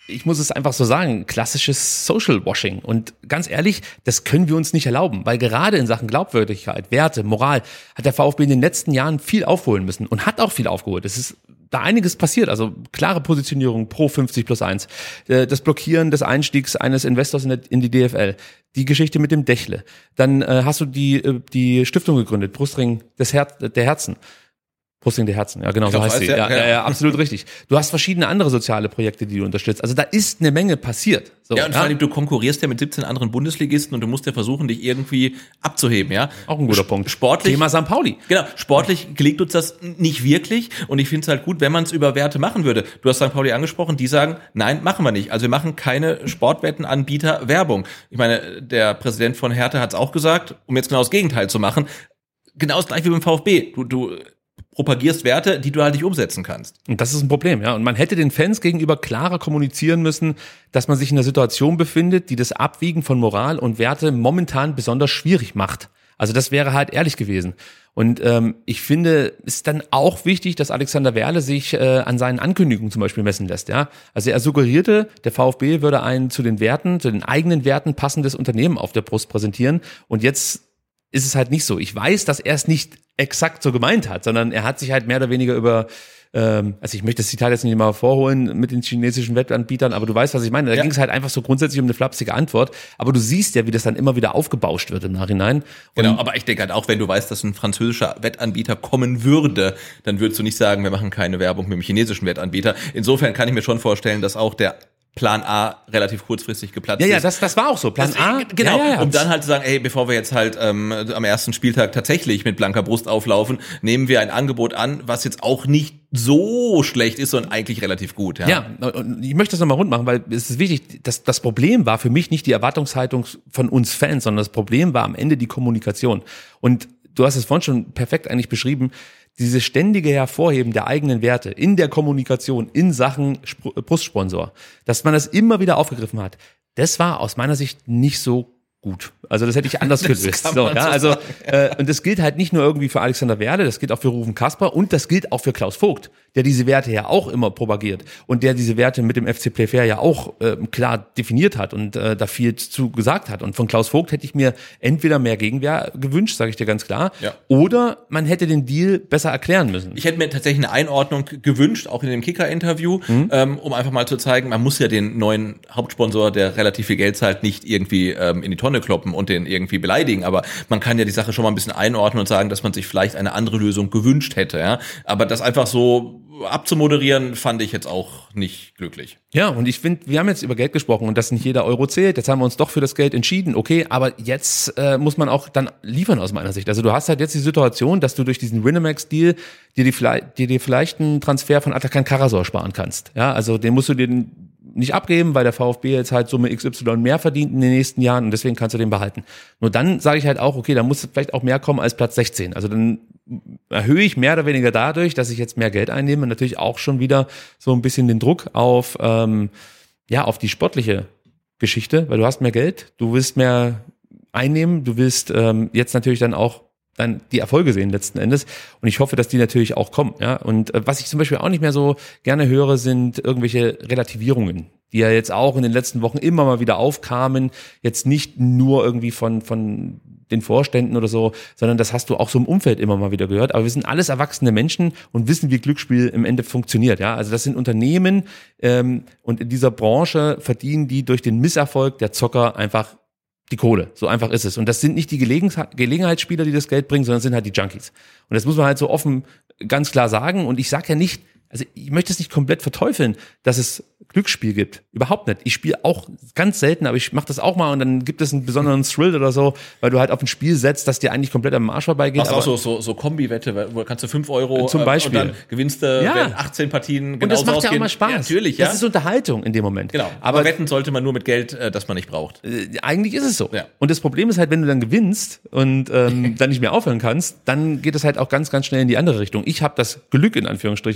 ich muss es einfach so sagen, klassisches Social Washing. Und ganz ehrlich, das können wir uns nicht erlauben, weil gerade in Sachen Glaubwürdigkeit, Werte, Moral hat der VfB in den letzten Jahren viel aufholen müssen und hat auch viel aufgeholt. Es ist da einiges passiert, also klare Positionierung pro fünfzig plus eins, das Blockieren des Einstiegs eines Investors in die D F L, die Geschichte mit dem Dächle, dann äh, hast du die die Stiftung gegründet, Brustring des Her- der Herzen. Brustring der Herzen, ja genau, so heißt sie. Ja, ja, ja, ja, absolut richtig. Du hast verschiedene andere soziale Projekte, die du unterstützt. Also da ist eine Menge passiert. So, ja, und vor allem, du konkurrierst ja mit siebzehn anderen Bundesligisten und du musst ja versuchen, dich irgendwie abzuheben, ja. Auch ein guter Punkt. Sportlich. Thema Sankt Pauli. Genau, sportlich gelingt uns das nicht wirklich und ich finde es halt gut, wenn man es über Werte machen würde. Du hast Sankt Pauli angesprochen, die sagen, nein, machen wir nicht. Also wir machen keine Sportwettenanbieter Werbung. Ich meine, der Präsident von Hertha hat es auch gesagt, um jetzt genau das Gegenteil zu machen. Genau das gleiche wie beim VfB. Du, du propagierst Werte, die du halt nicht umsetzen kannst. Und das ist ein Problem, ja. Und man hätte den Fans gegenüber klarer kommunizieren müssen, dass man sich in einer Situation befindet, die das Abwiegen von Moral und Werte momentan besonders schwierig macht. Also das wäre halt ehrlich gewesen. Und ähm, ich finde, ist dann auch wichtig, dass Alexander Werle sich äh, an seinen Ankündigungen zum Beispiel messen lässt. Ja, also er suggerierte, der VfB würde ein zu den Werten, zu den eigenen Werten passendes Unternehmen auf der Brust präsentieren. Und jetzt ist es halt nicht so. Ich weiß, dass er es nicht exakt so gemeint hat, sondern er hat sich halt mehr oder weniger über, ähm, also ich möchte das Zitat jetzt nicht mal vorholen mit den chinesischen Wettanbietern, aber du weißt, was ich meine. Da ja. ging es halt einfach so grundsätzlich um eine flapsige Antwort, aber du siehst ja, wie das dann immer wieder aufgebauscht wird im Nachhinein. Und genau, aber ich denke halt auch, wenn du weißt, dass ein französischer Wettanbieter kommen würde, dann würdest du nicht sagen, wir machen keine Werbung mit dem chinesischen Wettanbieter. Insofern kann ich mir schon vorstellen, dass auch der Plan A relativ kurzfristig geplatzt ist. Ja, ja, das, das war auch so. Plan das, A, genau, ja, ja, ja. Um dann halt zu sagen, ey, bevor wir jetzt halt ähm, am ersten Spieltag tatsächlich mit blanker Brust auflaufen, nehmen wir ein Angebot an, was jetzt auch nicht so schlecht ist, sondern eigentlich relativ gut. Ja, ja, und ich möchte das nochmal rund machen, weil es ist wichtig, dass das Problem war für mich nicht die Erwartungshaltung von uns Fans, sondern das Problem war am Ende die Kommunikation. Und du hast es vorhin schon perfekt eigentlich beschrieben, dieses ständige Hervorheben der eigenen Werte in der Kommunikation in Sachen Sp- Brustsponsor, dass man das immer wieder aufgegriffen hat, das war aus meiner Sicht nicht so gut. Also das hätte ich anders gelöst. So, ja, so also äh, und das gilt halt nicht nur irgendwie für Alexander Werle, das gilt auch für Ruven Kasper und das gilt auch für Klaus Vogt, der diese Werte ja auch immer propagiert und der diese Werte mit dem F C Playfair ja auch äh, klar definiert hat und äh, da viel zu gesagt hat. Und von Klaus Vogt hätte ich mir entweder mehr Gegenwehr gewünscht, sage ich dir ganz klar, ja. oder man hätte den Deal besser erklären müssen. Ich hätte mir tatsächlich eine Einordnung gewünscht, auch in dem Kicker-Interview, mhm. ähm, um einfach mal zu zeigen, man muss ja den neuen Hauptsponsor, der relativ viel Geld zahlt, nicht irgendwie ähm, in die Tonne kloppen und den irgendwie beleidigen, aber man kann ja die Sache schon mal ein bisschen einordnen und sagen, dass man sich vielleicht eine andere Lösung gewünscht hätte, ja. Aber das einfach so abzumoderieren, fand ich jetzt auch nicht glücklich. Ja, und ich finde, wir haben jetzt über Geld gesprochen und dass nicht jeder Euro zählt. Jetzt haben wir uns doch für das Geld entschieden, okay, aber jetzt äh, muss man auch dann liefern aus meiner Sicht. Also du hast halt jetzt die Situation, dass du durch diesen Winamax-Deal dir, die, dir, dir vielleicht einen Transfer von Atakan Karasor sparen kannst. Ja, also den musst du dir nicht abgeben, weil der VfB jetzt halt Summe X Y mehr verdient in den nächsten Jahren und deswegen kannst du den behalten. Nur dann sage ich halt auch, okay, da muss vielleicht auch mehr kommen als Platz sechzehn. Also dann erhöhe ich mehr oder weniger dadurch, dass ich jetzt mehr Geld einnehme, natürlich auch schon wieder so ein bisschen den Druck auf, ähm, ja, auf die sportliche Geschichte, weil du hast mehr Geld, du willst mehr einnehmen, du willst ähm, jetzt natürlich dann auch dann die Erfolge sehen letzten Endes und ich hoffe, dass die natürlich auch kommen, ja, und äh, was ich zum Beispiel auch nicht mehr so gerne höre, sind irgendwelche Relativierungen, die ja jetzt auch in den letzten Wochen immer mal wieder aufkamen, jetzt nicht nur irgendwie von von den Vorständen oder so, sondern das hast du auch so im Umfeld immer mal wieder gehört, aber wir sind alles erwachsene Menschen und wissen, wie Glücksspiel im Ende funktioniert, ja, also das sind Unternehmen ähm, und in dieser Branche verdienen die durch den Misserfolg der Zocker einfach die Kohle, so einfach ist es. Und das sind nicht die Gelegen- Gelegenheitsspieler, die das Geld bringen, sondern das sind halt die Junkies. Und das muss man halt so offen ganz klar sagen. Und ich sage ja nicht, also ich möchte es nicht komplett verteufeln, dass es Glücksspiel gibt. Überhaupt nicht. Ich spiele auch ganz selten, aber ich mache das auch mal und dann gibt es einen besonderen Thrill oder so, weil du halt auf ein Spiel setzt, das dir eigentlich komplett am Arsch vorbeigeht. Machst auch so, so, so Kombi-Wette, wo kannst du fünf Euro zum Beispiel. Und dann gewinnst du ja. achtzehn Partien. Und das macht ja auch mal Spaß. Ja, natürlich, ja. Das ist Unterhaltung in dem Moment. Genau. Aber, aber wetten sollte man nur mit Geld, das man nicht braucht. Äh, eigentlich ist es so. Ja. Und das Problem ist halt, wenn du dann gewinnst und ähm, dann nicht mehr aufhören kannst, dann geht es halt auch ganz, ganz schnell in die andere Richtung. Ich habe das Glück, in Anführungsstrichen,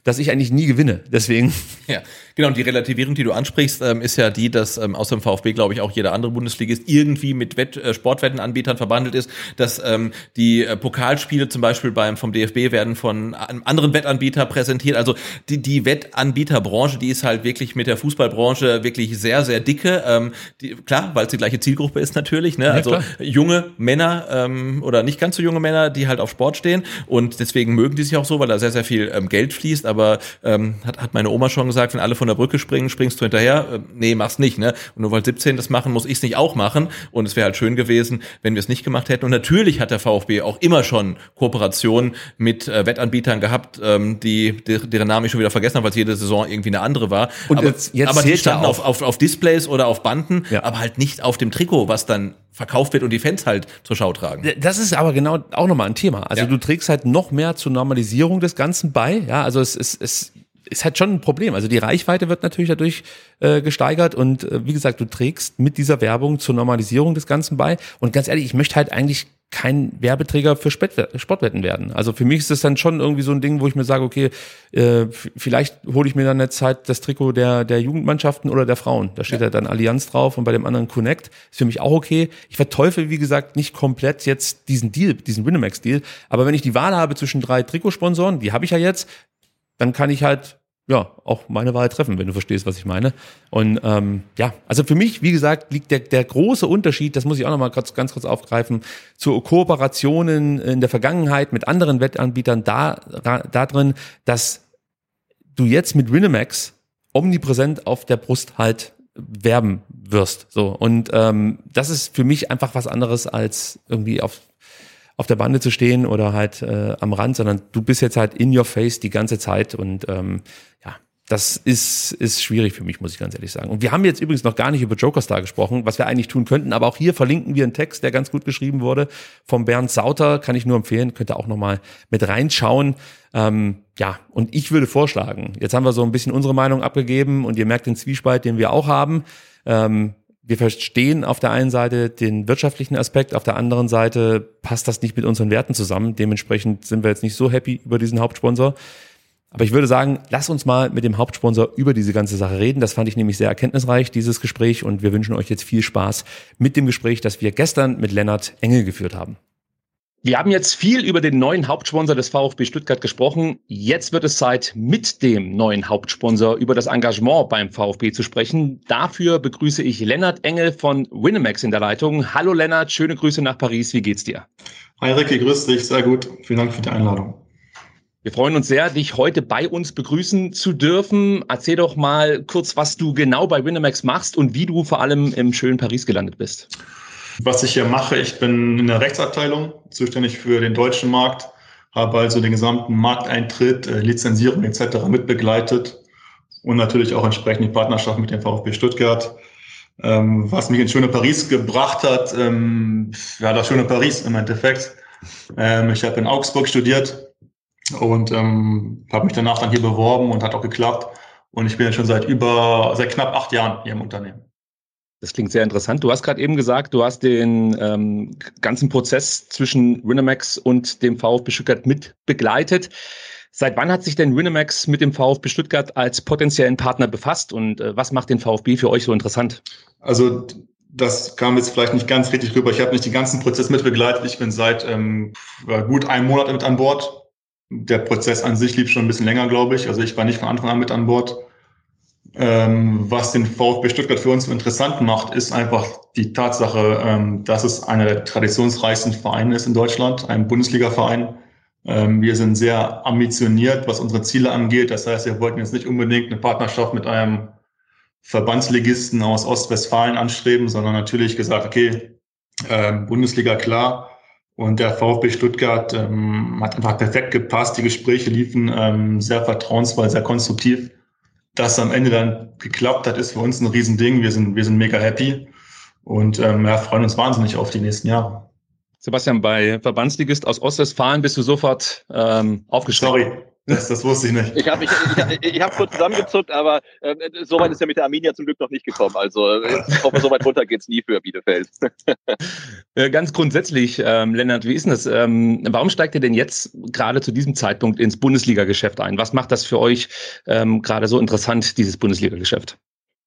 dass ich eigentlich nie gewinne. Deswegen. Ja, genau. Und die Relativierung, die du ansprichst, ähm, ist ja die, dass ähm, außer dem VfB, glaube ich, auch jeder andere Bundesligist irgendwie mit Wett, äh, Sportwettenanbietern verbandelt ist, dass ähm, die äh, Pokalspiele zum Beispiel beim vom D F B werden von einem anderen Wettanbieter präsentiert. Also die, die Wettanbieterbranche, die ist halt wirklich mit der Fußballbranche wirklich sehr, sehr dicke. Ähm, die, klar, weil es die gleiche Zielgruppe ist natürlich. Ne? Ja, also klar. junge Männer ähm, oder nicht ganz so junge Männer, die halt auf Sport stehen. Und deswegen mögen die sich auch so, weil da sehr, sehr viel ähm, Geld fließt. Aber ähm, hat, hat meine Oma schon gesagt, wenn alle von der Brücke springen, springst du hinterher. Äh, nee, mach's nicht. Ne? Und nur weil siebzehn das machen, muss ich's nicht auch machen. Und es wäre halt schön gewesen, wenn wir es nicht gemacht hätten. Und natürlich hat der VfB auch immer schon Kooperationen mit äh, Wettanbietern gehabt, ähm, die, die deren Namen ich schon wieder vergessen habe, weil es jede Saison irgendwie eine andere war. Und aber jetzt, jetzt aber die zählt ja standen auch- auf, auf, auf Displays oder auf Banden, Ja. aber halt nicht auf dem Trikot, was dann verkauft wird und die Fans halt zur Schau tragen. Das ist aber genau auch nochmal ein Thema. Also Ja. du trägst halt noch mehr zur Normalisierung des Ganzen bei. Ja, also es ist, es ist halt schon ein Problem. Also die Reichweite wird natürlich dadurch äh, gesteigert und äh, wie gesagt, du trägst mit dieser Werbung zur Normalisierung des Ganzen bei. Und ganz ehrlich, ich möchte halt eigentlich kein Werbeträger für Sport- Sportwetten werden. Also für mich ist das dann schon irgendwie so ein Ding, wo ich mir sage, okay, äh, f- vielleicht hole ich mir dann jetzt halt das Trikot der der Jugendmannschaften oder der Frauen. Da steht ja dann Allianz drauf und bei dem anderen Connect. Ist für mich auch okay. Ich verteufel, wie gesagt, nicht komplett jetzt diesen Deal, diesen Winamax-Deal. Aber wenn ich die Wahl habe zwischen drei Trikotsponsoren, die habe ich ja jetzt, dann kann ich halt ja auch meine Wahl treffen, wenn du verstehst, was ich meine. Und ähm, ja, also für mich, wie gesagt, liegt der der große Unterschied, das muss ich auch noch mal ganz, ganz kurz aufgreifen, zu Kooperationen in der Vergangenheit mit anderen Wettanbietern da da drin, dass du jetzt mit Winamax omnipräsent auf der Brust halt werben wirst. So und ähm, das ist für mich einfach was anderes als irgendwie auf auf der Bande zu stehen oder halt äh, am Rand, sondern du bist jetzt halt in your face die ganze Zeit und ähm, ja, das ist ist schwierig für mich, muss ich ganz ehrlich sagen. Und wir haben jetzt übrigens noch gar nicht über Jokerstar gesprochen, was wir eigentlich tun könnten, aber auch hier verlinken wir einen Text, der ganz gut geschrieben wurde, vom Bernd Sauter, kann ich nur empfehlen, könnt ihr auch nochmal mit reinschauen. Ähm, ja, und ich würde vorschlagen, jetzt haben wir so ein bisschen unsere Meinung abgegeben und ihr merkt den Zwiespalt, den wir auch haben. Ähm, Wir verstehen auf der einen Seite den wirtschaftlichen Aspekt, auf der anderen Seite passt das nicht mit unseren Werten zusammen. Dementsprechend sind wir jetzt nicht so happy über diesen Hauptsponsor. Aber ich würde sagen, lass uns mal mit dem Hauptsponsor über diese ganze Sache reden. Das fand ich nämlich sehr erkenntnisreich, dieses Gespräch. Und wir wünschen euch jetzt viel Spaß mit dem Gespräch, das wir gestern mit Lennart Engel geführt haben. Wir haben jetzt viel über den neuen Hauptsponsor des VfB Stuttgart gesprochen. Jetzt wird es Zeit, mit dem neuen Hauptsponsor über das Engagement beim VfB zu sprechen. Dafür begrüße ich Lennart Engel von Winamax in der Leitung. Hallo Lennart, schöne Grüße nach Paris. Wie geht's dir? Hi Ricky, grüß dich. Sehr gut. Vielen Dank für die Einladung. Wir freuen uns sehr, dich heute bei uns begrüßen zu dürfen. Erzähl doch mal kurz, was du genau bei Winamax machst und wie du vor allem im schönen Paris gelandet bist. Was ich hier mache, ich bin in der Rechtsabteilung zuständig für den deutschen Markt, habe also den gesamten Markteintritt, äh, Lizenzierung et cetera mitbegleitet und natürlich auch entsprechend die Partnerschaft mit dem VfB Stuttgart. Ähm, was mich ins schöne Paris gebracht hat, ähm, ja, das schöne Paris im Endeffekt. Ähm, ich habe in Augsburg studiert und ähm, habe mich danach dann hier beworben und hat auch geklappt. Und ich bin jetzt schon seit über, seit knapp acht Jahren hier im Unternehmen. Das klingt sehr interessant. Du hast gerade eben gesagt, du hast den ähm, ganzen Prozess zwischen Winamax und dem VfB Stuttgart mit begleitet. Seit wann hat sich denn Winamax mit dem VfB Stuttgart als potenziellen Partner befasst und äh, was macht den VfB für euch so interessant? Also das kam jetzt vielleicht nicht ganz richtig rüber. Ich habe nicht den ganzen Prozess mitbegleitet. Ich bin seit ähm, gut einem Monat mit an Bord. Der Prozess an sich lief schon ein bisschen länger, glaube ich. Also ich war nicht von Anfang an mit an Bord. Ähm, was den VfB Stuttgart für uns so interessant macht, ist einfach die Tatsache, ähm, dass es einer der traditionsreichsten Vereine ist in Deutschland, ein Bundesliga-Verein. Ähm, wir sind sehr ambitioniert, was unsere Ziele angeht. Das heißt, wir wollten jetzt nicht unbedingt eine Partnerschaft mit einem Verbandsligisten aus Ostwestfalen anstreben, sondern natürlich gesagt, okay, ähm, Bundesliga klar. Und der VfB Stuttgart ähm, hat einfach perfekt gepasst. Die Gespräche liefen ähm, sehr vertrauensvoll, sehr konstruktiv. Dass am Ende dann geklappt hat, ist für uns ein Riesending. Wir sind, wir sind mega happy und ähm, ja, freuen uns wahnsinnig auf die nächsten Jahre. Sebastian, bei Verbandsligist aus Ostwestfalen bist du sofort ähm, aufgeschreckt. Sorry. Das, das wusste ich nicht. Ich habe ich, ich, ich hab kurz zusammengezuckt, aber äh, so weit ist ja mit der Arminia zum Glück noch nicht gekommen. Also ich hoffe, so weit runter geht's nie für Bielefeld. Äh, ganz grundsätzlich, ähm, Lennart, wie ist denn das? Ähm, warum steigt ihr denn jetzt gerade zu diesem Zeitpunkt ins Bundesliga-Geschäft ein? Was macht das für euch ähm, gerade so interessant, dieses Bundesliga-Geschäft?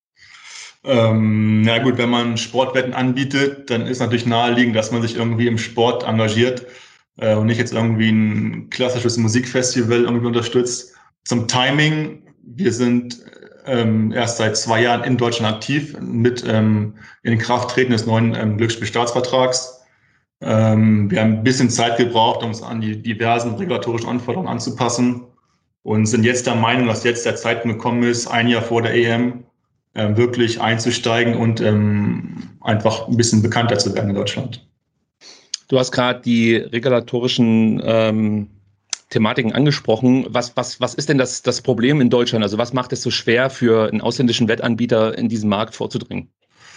Ähm, na gut, wenn man Sportwetten anbietet, dann ist natürlich naheliegend, dass man sich irgendwie im Sport engagiert äh, und nicht jetzt irgendwie ein klassisches Musikfestival irgendwie unterstützt. Zum Timing, wir sind ähm, erst seit zwei Jahren in Deutschland aktiv mit ähm, in Krafttreten des neuen ähm, Glücksspielstaatsvertrags. Ähm, wir haben ein bisschen Zeit gebraucht, um uns an die diversen regulatorischen Anforderungen anzupassen und sind jetzt der Meinung, dass jetzt der Zeitpunkt gekommen ist, ein Jahr vor der E M, äh, wirklich einzusteigen und ähm, einfach ein bisschen bekannter zu werden in Deutschland. Du hast gerade die regulatorischen ähm, Thematiken angesprochen. Was, was, was ist denn das, das Problem in Deutschland? Also was macht es so schwer für einen ausländischen Wettanbieter in diesen Markt vorzudringen?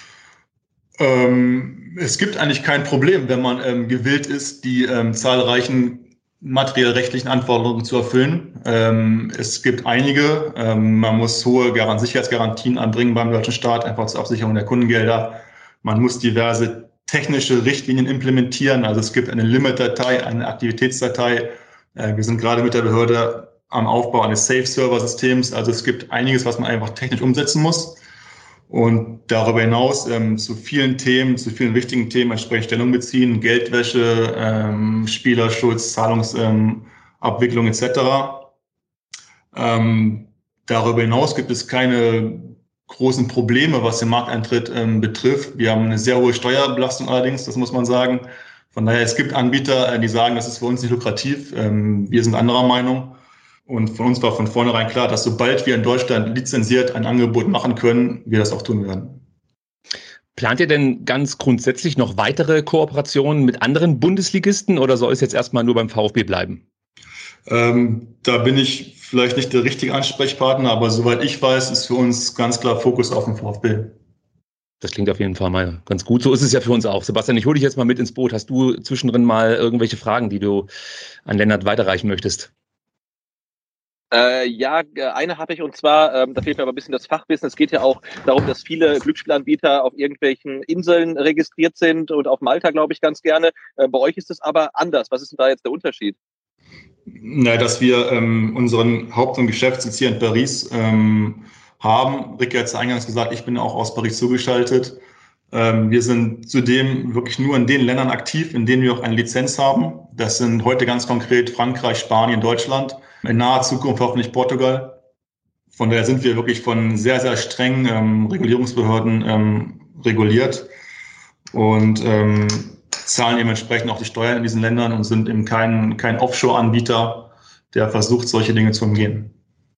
Ähm, es gibt eigentlich kein Problem, wenn man ähm, gewillt ist, die ähm, zahlreichen materiell-rechtlichen Anforderungen zu erfüllen. Ähm, es gibt einige. Ähm, man muss hohe Garant- Sicherheitsgarantien anbringen beim deutschen Staat, einfach zur Absicherung der Kundengelder. Man muss diverse technische Richtlinien implementieren. Also es gibt eine Limit-Datei, eine Aktivitätsdatei. Äh, wir sind gerade mit der Behörde am Aufbau eines Safe-Server-Systems. Also es gibt einiges, was man einfach technisch umsetzen muss. Und darüber hinaus ähm, zu vielen Themen, zu vielen wichtigen Themen entsprechend Stellung beziehen, Geldwäsche, ähm, Spielerschutz, Zahlungsabwicklung ähm, et cetera. Ähm, darüber hinaus gibt es keine großen Probleme, was den Markteintritt ähm, betrifft. Wir haben eine sehr hohe Steuerbelastung allerdings, das muss man sagen. Von daher, es gibt Anbieter, die sagen, das ist für uns nicht lukrativ. Ähm, wir sind anderer Meinung. Und von uns war von vornherein klar, dass sobald wir in Deutschland lizenziert ein Angebot machen können, wir das auch tun werden. Plant ihr denn ganz grundsätzlich noch weitere Kooperationen mit anderen Bundesligisten oder soll es jetzt erstmal nur beim VfB bleiben? Ähm, da bin ich vielleicht nicht der richtige Ansprechpartner, aber soweit ich weiß, ist für uns ganz klar Fokus auf den VfB. Das klingt auf jeden Fall mal ganz gut. So ist es ja für uns auch. Sebastian, ich hole dich jetzt mal mit ins Boot. Hast du zwischendrin mal irgendwelche Fragen, die du an Lennart weiterreichen möchtest? Äh, ja, eine habe ich und zwar, ähm, da fehlt mir aber ein bisschen das Fachwissen. Es geht ja auch darum, dass viele Glücksspielanbieter auf irgendwelchen Inseln registriert sind und auf Malta, glaube ich, ganz gerne. Äh, bei euch ist es aber anders. Was ist denn da jetzt der Unterschied? Na, dass wir ähm, unseren Haupt- und Geschäftssitz hier in Paris ähm, haben. Rick hat es eingangs gesagt, ich bin auch aus Paris zugeschaltet. Ähm, wir sind zudem wirklich nur in den Ländern aktiv, in denen wir auch eine Lizenz haben. Das sind heute ganz konkret Frankreich, Spanien, Deutschland. In naher Zukunft hoffentlich Portugal. Von daher sind wir wirklich von sehr, sehr strengen ähm, Regulierungsbehörden ähm, reguliert und ähm, zahlen dementsprechend auch die Steuern in diesen Ländern und sind eben kein, kein Offshore-Anbieter, der versucht, solche Dinge zu umgehen.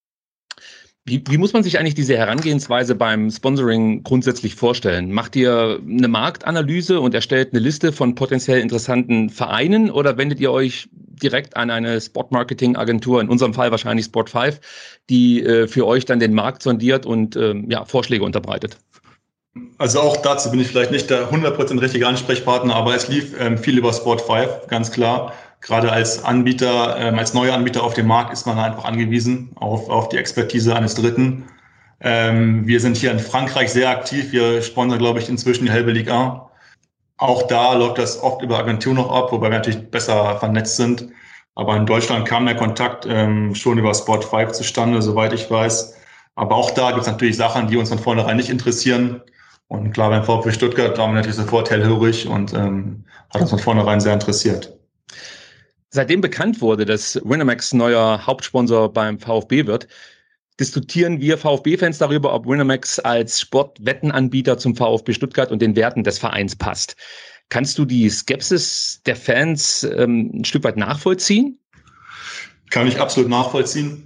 Wie, wie muss man sich eigentlich diese Herangehensweise beim Sponsoring grundsätzlich vorstellen? Macht ihr eine Marktanalyse und erstellt eine Liste von potenziell interessanten Vereinen oder wendet ihr euch direkt an eine Sport-Marketing-Agentur, in unserem Fall wahrscheinlich Sport fünf, die äh, für euch dann den Markt sondiert und äh, ja, Vorschläge unterbreitet? Also auch dazu bin ich vielleicht nicht der hundert Prozent richtige Ansprechpartner, aber es lief ähm, viel über Sport fünf, ganz klar. Gerade als Anbieter, ähm, als neuer Anbieter auf dem Markt ist man einfach angewiesen auf, auf die Expertise eines Dritten. Ähm, wir sind hier in Frankreich sehr aktiv. Wir sponsern, glaube ich, inzwischen die halbe Ligue eins. Auch da läuft das oft über Agentur noch ab, wobei wir natürlich besser vernetzt sind. Aber in Deutschland kam der Kontakt ähm, schon über Sport fünf zustande, soweit ich weiß. Aber auch da gibt es natürlich Sachen, die uns von vornherein nicht interessieren. Und klar, beim VfB Stuttgart waren wir natürlich sofort hellhörig und ähm, hat uns von vornherein sehr interessiert. Seitdem bekannt wurde, dass Winamax neuer Hauptsponsor beim VfB wird, diskutieren wir VfB-Fans darüber, ob Winamax als Sportwettenanbieter zum VfB Stuttgart und den Werten des Vereins passt. Kannst du die Skepsis der Fans ähm, ein Stück weit nachvollziehen? Kann ich absolut nachvollziehen.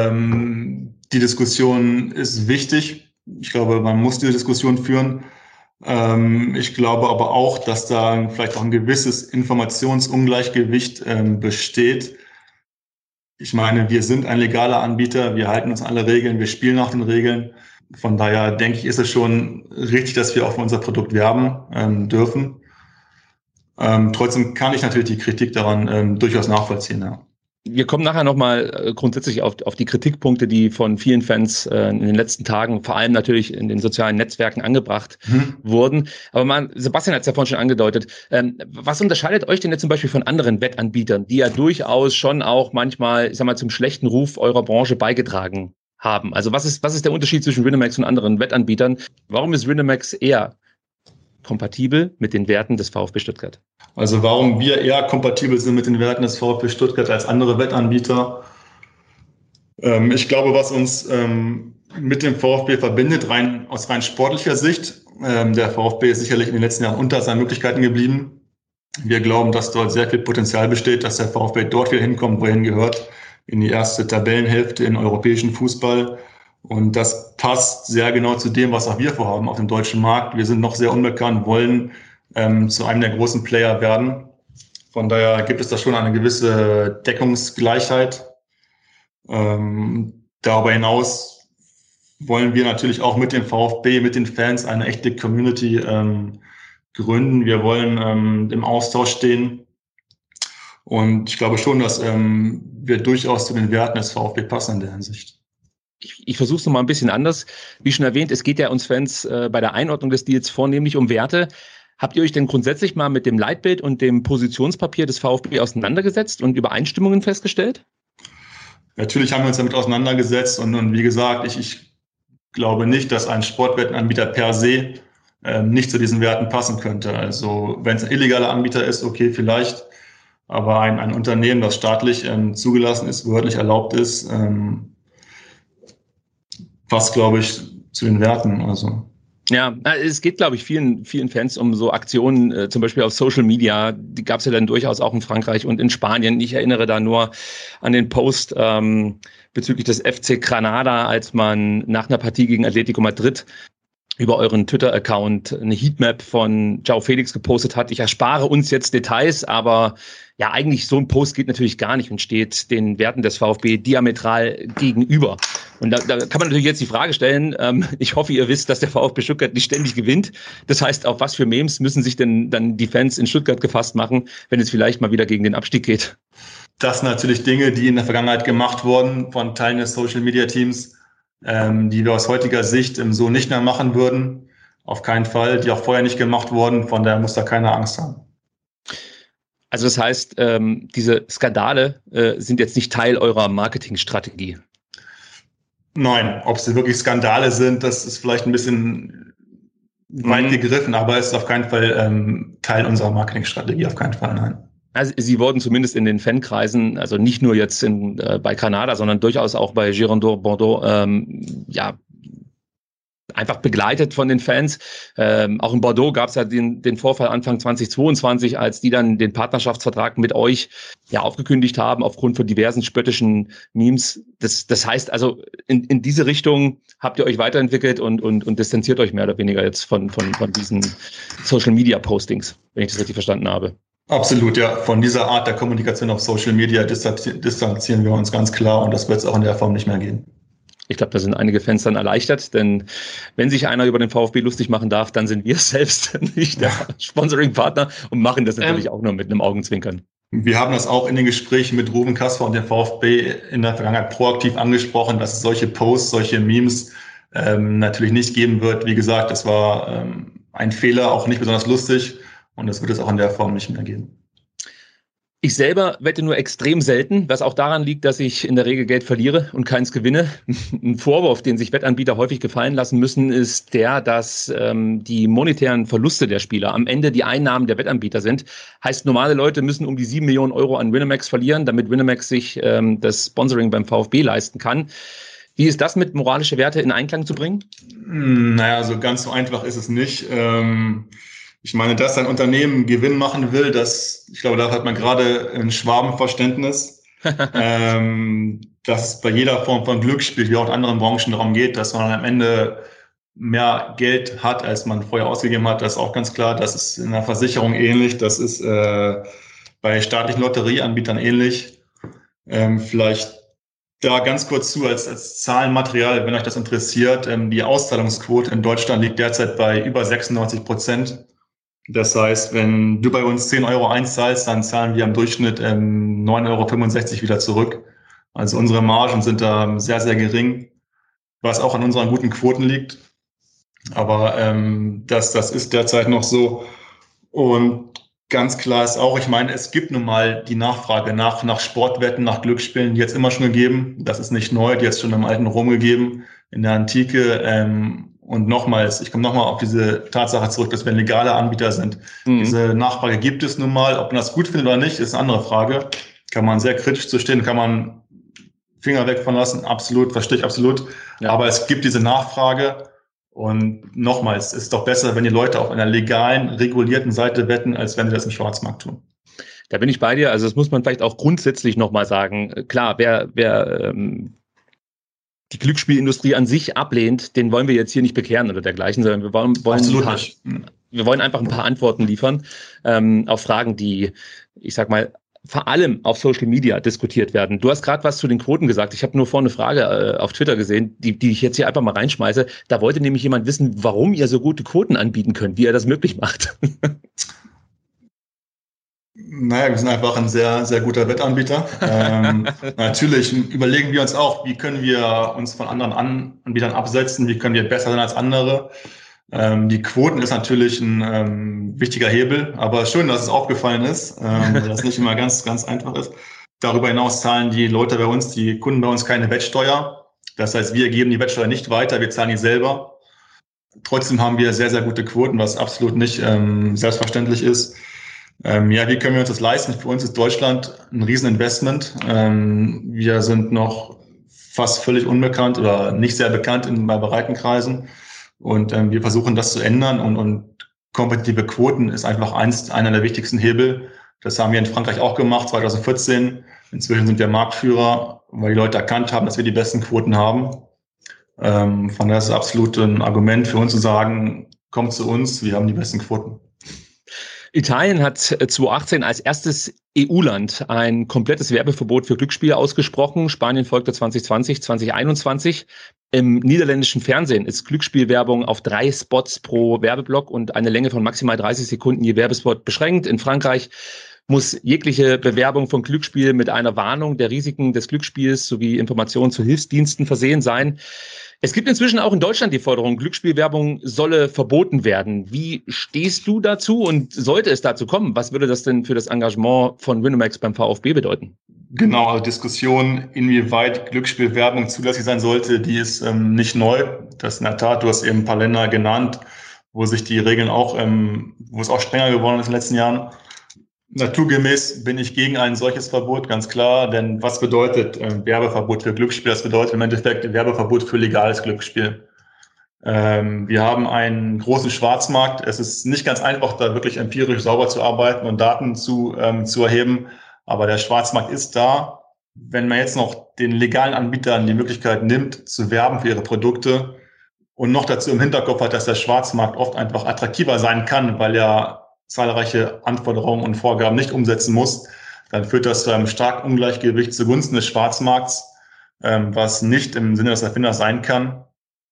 Ähm, die Diskussion ist wichtig. Ich glaube, man muss diese Diskussion führen. Ähm, ich glaube aber auch, dass da vielleicht auch ein gewisses Informationsungleichgewicht ähm, besteht. Ich meine, wir sind ein legaler Anbieter, wir halten uns an alle Regeln, wir spielen nach den Regeln. Von daher denke ich, ist es schon richtig, dass wir auch für unser Produkt werben ähm, dürfen. Ähm, trotzdem kann ich natürlich die Kritik daran ähm, durchaus nachvollziehen. Ja. Wir kommen nachher nochmal grundsätzlich auf, auf die Kritikpunkte, die von vielen Fans äh, in den letzten Tagen, vor allem natürlich in den sozialen Netzwerken angebracht mhm. wurden. Aber mal, Sebastian hat es ja vorhin schon angedeutet. Ähm, was unterscheidet euch denn jetzt zum Beispiel von anderen Wettanbietern, die ja durchaus schon auch manchmal, ich sag mal, zum schlechten Ruf eurer Branche beigetragen haben? Also was ist, was ist der Unterschied zwischen Winamax und anderen Wettanbietern? Warum ist Winamax eher kompatibel mit den Werten des VfB Stuttgart? Also warum wir eher kompatibel sind mit den Werten des VfB Stuttgart als andere Wettanbieter? Ähm, ich glaube, was uns ähm, mit dem VfB verbindet, rein aus rein sportlicher Sicht, ähm, der VfB ist sicherlich in den letzten Jahren unter seinen Möglichkeiten geblieben. Wir glauben, dass dort sehr viel Potenzial besteht, dass der VfB dort wieder hinkommt, wohin gehört, in die erste Tabellenhälfte im europäischen Fußball. Und das passt sehr genau zu dem, was auch wir vorhaben auf dem deutschen Markt. Wir sind noch sehr unbekannt, wollen ähm, zu einem der großen Player werden. Von daher gibt es da schon eine gewisse Deckungsgleichheit. Ähm, darüber hinaus wollen wir natürlich auch mit dem VfB, mit den Fans eine echte Community ähm, gründen. Wir wollen ähm, im Austausch stehen. Und ich glaube schon, dass ähm, wir durchaus zu den Werten des VfB passen in der Hinsicht. Ich, ich versuche es nochmal ein bisschen anders. Wie schon erwähnt, es geht ja uns Fans äh, bei der Einordnung des Deals vornehmlich um Werte. Habt ihr euch denn grundsätzlich mal mit dem Leitbild und dem Positionspapier des VfB auseinandergesetzt und Übereinstimmungen festgestellt? Natürlich haben wir uns damit auseinandergesetzt und, und wie gesagt, ich, ich glaube nicht, dass ein Sportwettenanbieter per se äh, nicht zu diesen Werten passen könnte. Also wenn es ein illegaler Anbieter ist, okay, vielleicht. Aber ein, ein Unternehmen, das staatlich ähm, zugelassen ist, behördlich erlaubt ist, ähm, passt, glaube ich, zu den Werten. Also. Ja, es geht, glaube ich, vielen, vielen Fans um so Aktionen, äh, zum Beispiel auf Social Media. Die gab es ja dann durchaus auch in Frankreich und in Spanien. Ich erinnere da nur an den Post ähm, bezüglich des F C Granada, als man nach einer Partie gegen Atletico Madrid über euren Twitter-Account eine Heatmap von João Felix gepostet hat. Ich erspare uns jetzt Details, aber ja, eigentlich so ein Post geht natürlich gar nicht und steht den Werten des VfB diametral gegenüber. Und da, da kann man natürlich jetzt die Frage stellen, ähm, ich hoffe, ihr wisst, dass der VfB Stuttgart nicht ständig gewinnt. Das heißt, auf was für Memes müssen sich denn dann die Fans in Stuttgart gefasst machen, wenn es vielleicht mal wieder gegen den Abstieg geht? Das sind natürlich Dinge, die in der Vergangenheit gemacht wurden von Teilen des Social-Media-Teams, ähm, die wir aus heutiger Sicht ähm, so nicht mehr machen würden. Auf keinen Fall, die auch vorher nicht gemacht wurden. Von daher muss da keine Angst haben. Also das heißt, ähm, diese Skandale äh, sind jetzt nicht Teil eurer Marketingstrategie? Nein, ob sie wirklich Skandale sind, das ist vielleicht ein bisschen weit mhm. gegriffen, aber es ist auf keinen Fall ähm, Teil unserer Marketingstrategie, auf keinen Fall, nein. Also sie wurden zumindest in den Fankreisen, also nicht nur jetzt in, äh, bei Granada, sondern durchaus auch bei Girondins Bordeaux, ähm, ja, einfach begleitet von den Fans. Ähm, auch in Bordeaux gab es ja den, den Vorfall Anfang zweitausendzweiundzwanzig, als die dann den Partnerschaftsvertrag mit euch ja aufgekündigt haben aufgrund von diversen spöttischen Memes. Das, das heißt also, in, in diese Richtung habt ihr euch weiterentwickelt und, und, und distanziert euch mehr oder weniger jetzt von, von, von diesen Social-Media-Postings, wenn ich das richtig verstanden habe. Absolut, ja. Von dieser Art der Kommunikation auf Social Media distanzieren wir uns ganz klar und das wird es auch in der Form nicht mehr geben. Ich glaube, da sind einige Fans dann erleichtert, denn wenn sich einer über den VfB lustig machen darf, dann sind wir selbst nicht der Sponsoring-Partner und machen das natürlich ähm, auch nur mit einem Augenzwinkern. Wir haben das auch in den Gesprächen mit Ruben Kasper und dem VfB in der Vergangenheit proaktiv angesprochen, dass es solche Posts, solche Memes ähm, natürlich nicht geben wird. Wie gesagt, das war ähm, ein Fehler, auch nicht besonders lustig und das wird es auch in der Form nicht mehr geben. Ich selber wette nur extrem selten, was auch daran liegt, dass ich in der Regel Geld verliere und keins gewinne. Ein Vorwurf, den sich Wettanbieter häufig gefallen lassen müssen, ist der, dass ähm, die monetären Verluste der Spieler am Ende die Einnahmen der Wettanbieter sind. Heißt, normale Leute müssen um die sieben Millionen Euro an Winamax verlieren, damit Winamax sich ähm, das Sponsoring beim VfB leisten kann. Wie ist das mit moralische Werte in Einklang zu bringen? Naja, so ganz so einfach ist es nicht. Ähm Ich meine, dass ein Unternehmen Gewinn machen will, das, ich glaube, da hat man gerade ein Schwabenverständnis, ähm, dass es bei jeder Form von Glücksspiel, wie auch in anderen Branchen, darum geht, dass man am Ende mehr Geld hat, als man vorher ausgegeben hat. Das ist auch ganz klar. Das ist in der Versicherung ähnlich. Das ist äh, bei staatlichen Lotterieanbietern ähnlich. Ähm, vielleicht da ganz kurz zu als, als Zahlenmaterial, wenn euch das interessiert. Ähm, die Auszahlungsquote in Deutschland liegt derzeit bei über sechsundneunzig Prozent. Das heißt, wenn du bei uns zehn Euro einzahlst, dann zahlen wir im Durchschnitt ähm, neun Euro fünfundsechzig wieder zurück. Also unsere Margen sind da sehr, sehr gering, was auch an unseren guten Quoten liegt. Aber ähm, das, das ist derzeit noch so. Und ganz klar ist auch, ich meine, es gibt nun mal die Nachfrage nach, nach Sportwetten, nach Glücksspielen, die hat es immer schon gegeben. Das ist nicht neu, die hat es schon im alten Rom gegeben, in der Antike. Ähm, und nochmals, ich komme nochmal auf diese Tatsache zurück, dass wir legale Anbieter sind. Mhm. Diese Nachfrage gibt es nun mal. Ob man das gut findet oder nicht, ist eine andere Frage. Kann man sehr kritisch zu stehen, kann man Finger weg von lassen, absolut, verstehe ich absolut. Ja. Aber es gibt diese Nachfrage. Und nochmals, es ist doch besser, wenn die Leute auf einer legalen, regulierten Seite wetten, als wenn sie das im Schwarzmarkt tun. Da bin ich bei dir. Also das muss man vielleicht auch grundsätzlich nochmal sagen. Klar, wer, wer ähm, die Glücksspielindustrie an sich ablehnt, den wollen wir jetzt hier nicht bekehren oder dergleichen, sondern wir wollen, wollen, ein paar, wir wollen einfach ein paar Antworten liefern ähm, auf Fragen, die, ich sag mal, vor allem auf Social Media diskutiert werden. Du hast gerade was zu den Quoten gesagt. Ich habe nur vorne eine Frage äh, auf Twitter gesehen, die, die ich jetzt hier einfach mal reinschmeiße. Da wollte nämlich jemand wissen, warum ihr so gute Quoten anbieten könnt, wie ihr das möglich macht. Naja, wir sind einfach ein sehr, sehr guter Wettanbieter. ähm, natürlich überlegen wir uns auch, wie können wir uns von anderen An- Anbietern absetzen, wie können wir besser sein als andere. Ähm, die Quoten ist natürlich ein ähm, wichtiger Hebel, aber schön, dass es aufgefallen ist, ähm, weil das nicht immer ganz, ganz einfach ist. Darüber hinaus zahlen die Leute bei uns, die Kunden bei uns keine Wettsteuer. Das heißt, wir geben die Wettsteuer nicht weiter, wir zahlen die selber. Trotzdem haben wir sehr, sehr gute Quoten, was absolut nicht ähm, selbstverständlich ist. Ähm, ja, wie können wir uns das leisten? Für uns ist Deutschland ein Rieseninvestment. Ähm, wir sind noch fast völlig unbekannt oder nicht sehr bekannt in bei breiten Kreisen. Und ähm, wir versuchen das zu ändern und, und kompetitive Quoten ist einfach eins, einer der wichtigsten Hebel. Das haben wir in Frankreich auch gemacht, zwanzig vierzehn. Inzwischen sind wir Marktführer, weil die Leute erkannt haben, dass wir die besten Quoten haben. Ähm, von daher ist es absolut ein Argument für uns zu sagen, kommt zu uns, wir haben die besten Quoten. Italien hat zwanzig achtzehn als erstes E U-Land ein komplettes Werbeverbot für Glücksspiele ausgesprochen. Spanien folgte zwanzig zwanzig, zwanzig einundzwanzig. Im niederländischen Fernsehen ist Glücksspielwerbung auf drei Spots pro Werbeblock und eine Länge von maximal dreißig Sekunden je Werbespot beschränkt. In Frankreich muss jegliche Bewerbung von Glücksspiel mit einer Warnung der Risiken des Glücksspiels sowie Informationen zu Hilfsdiensten versehen sein. Es gibt inzwischen auch in Deutschland die Forderung, Glücksspielwerbung solle verboten werden. Wie stehst du dazu und sollte es dazu kommen? Was würde das denn für das Engagement von Winamax beim VfB bedeuten? Genau, also Diskussion, inwieweit Glücksspielwerbung zulässig sein sollte, die ist ähm, nicht neu. Das ist in der Tat, du hast eben ein paar Länder genannt, wo sich die Regeln auch, ähm, wo es auch strenger geworden ist in den letzten Jahren. Naturgemäß bin ich gegen ein solches Verbot, ganz klar. Denn was bedeutet äh, Werbeverbot für Glücksspiel? Das bedeutet im Endeffekt Werbeverbot für legales Glücksspiel. Ähm, wir haben einen großen Schwarzmarkt. Es ist nicht ganz einfach, da wirklich empirisch sauber zu arbeiten und Daten zu, ähm, zu erheben. Aber der Schwarzmarkt ist da. Wenn man jetzt noch den legalen Anbietern die Möglichkeit nimmt, zu werben für ihre Produkte und noch dazu im Hinterkopf hat, dass der Schwarzmarkt oft einfach attraktiver sein kann, weil er zahlreiche Anforderungen und Vorgaben nicht umsetzen muss, dann führt das zu einem starken Ungleichgewicht zugunsten des Schwarzmarkts, ähm, was nicht im Sinne des Erfinders sein kann.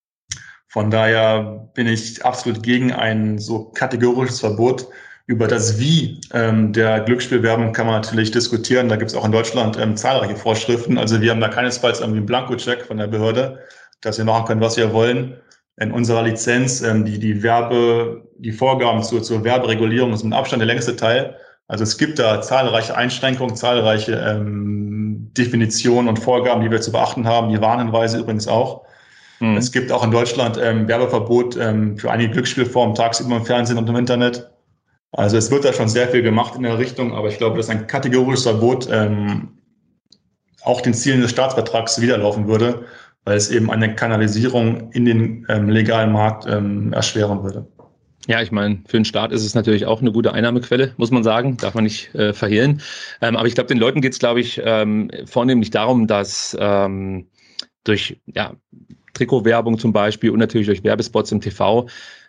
Von daher bin ich absolut gegen ein so kategorisches Verbot. Über das Wie ähm, der Glücksspielwerbung kann man natürlich diskutieren. Da gibt es auch in Deutschland ähm, zahlreiche Vorschriften. Also wir haben da keinesfalls irgendwie einen Blankocheck von der Behörde, dass wir machen können, was wir wollen. In unserer Lizenz, ähm, die, die Werbe, die Vorgaben zur, zur Werberegulierung ist mit Abstand der längste Teil. Also es gibt da zahlreiche Einschränkungen, zahlreiche ähm, Definitionen und Vorgaben, die wir zu beachten haben. Die Warnhinweise übrigens auch. Mhm. Es gibt auch in Deutschland ähm, Werbeverbot ähm, für einige Glücksspielformen tagsüber im Fernsehen und im Internet. Also es wird da schon sehr viel gemacht in der Richtung, aber ich glaube, dass ein kategorisches Verbot ähm, auch den Zielen des Staatsvertrags zuwiderlaufen würde, weil es eben eine Kanalisierung in den ähm, legalen Markt ähm, erschweren würde. Ja, ich meine, für den Staat ist es natürlich auch eine gute Einnahmequelle, muss man sagen, darf man nicht äh, verhehlen. Ähm, aber ich glaube, den Leuten geht es, glaube ich, ähm, vornehmlich darum, dass ähm, durch ja, Trikotwerbung zum Beispiel und natürlich durch Werbespots im T V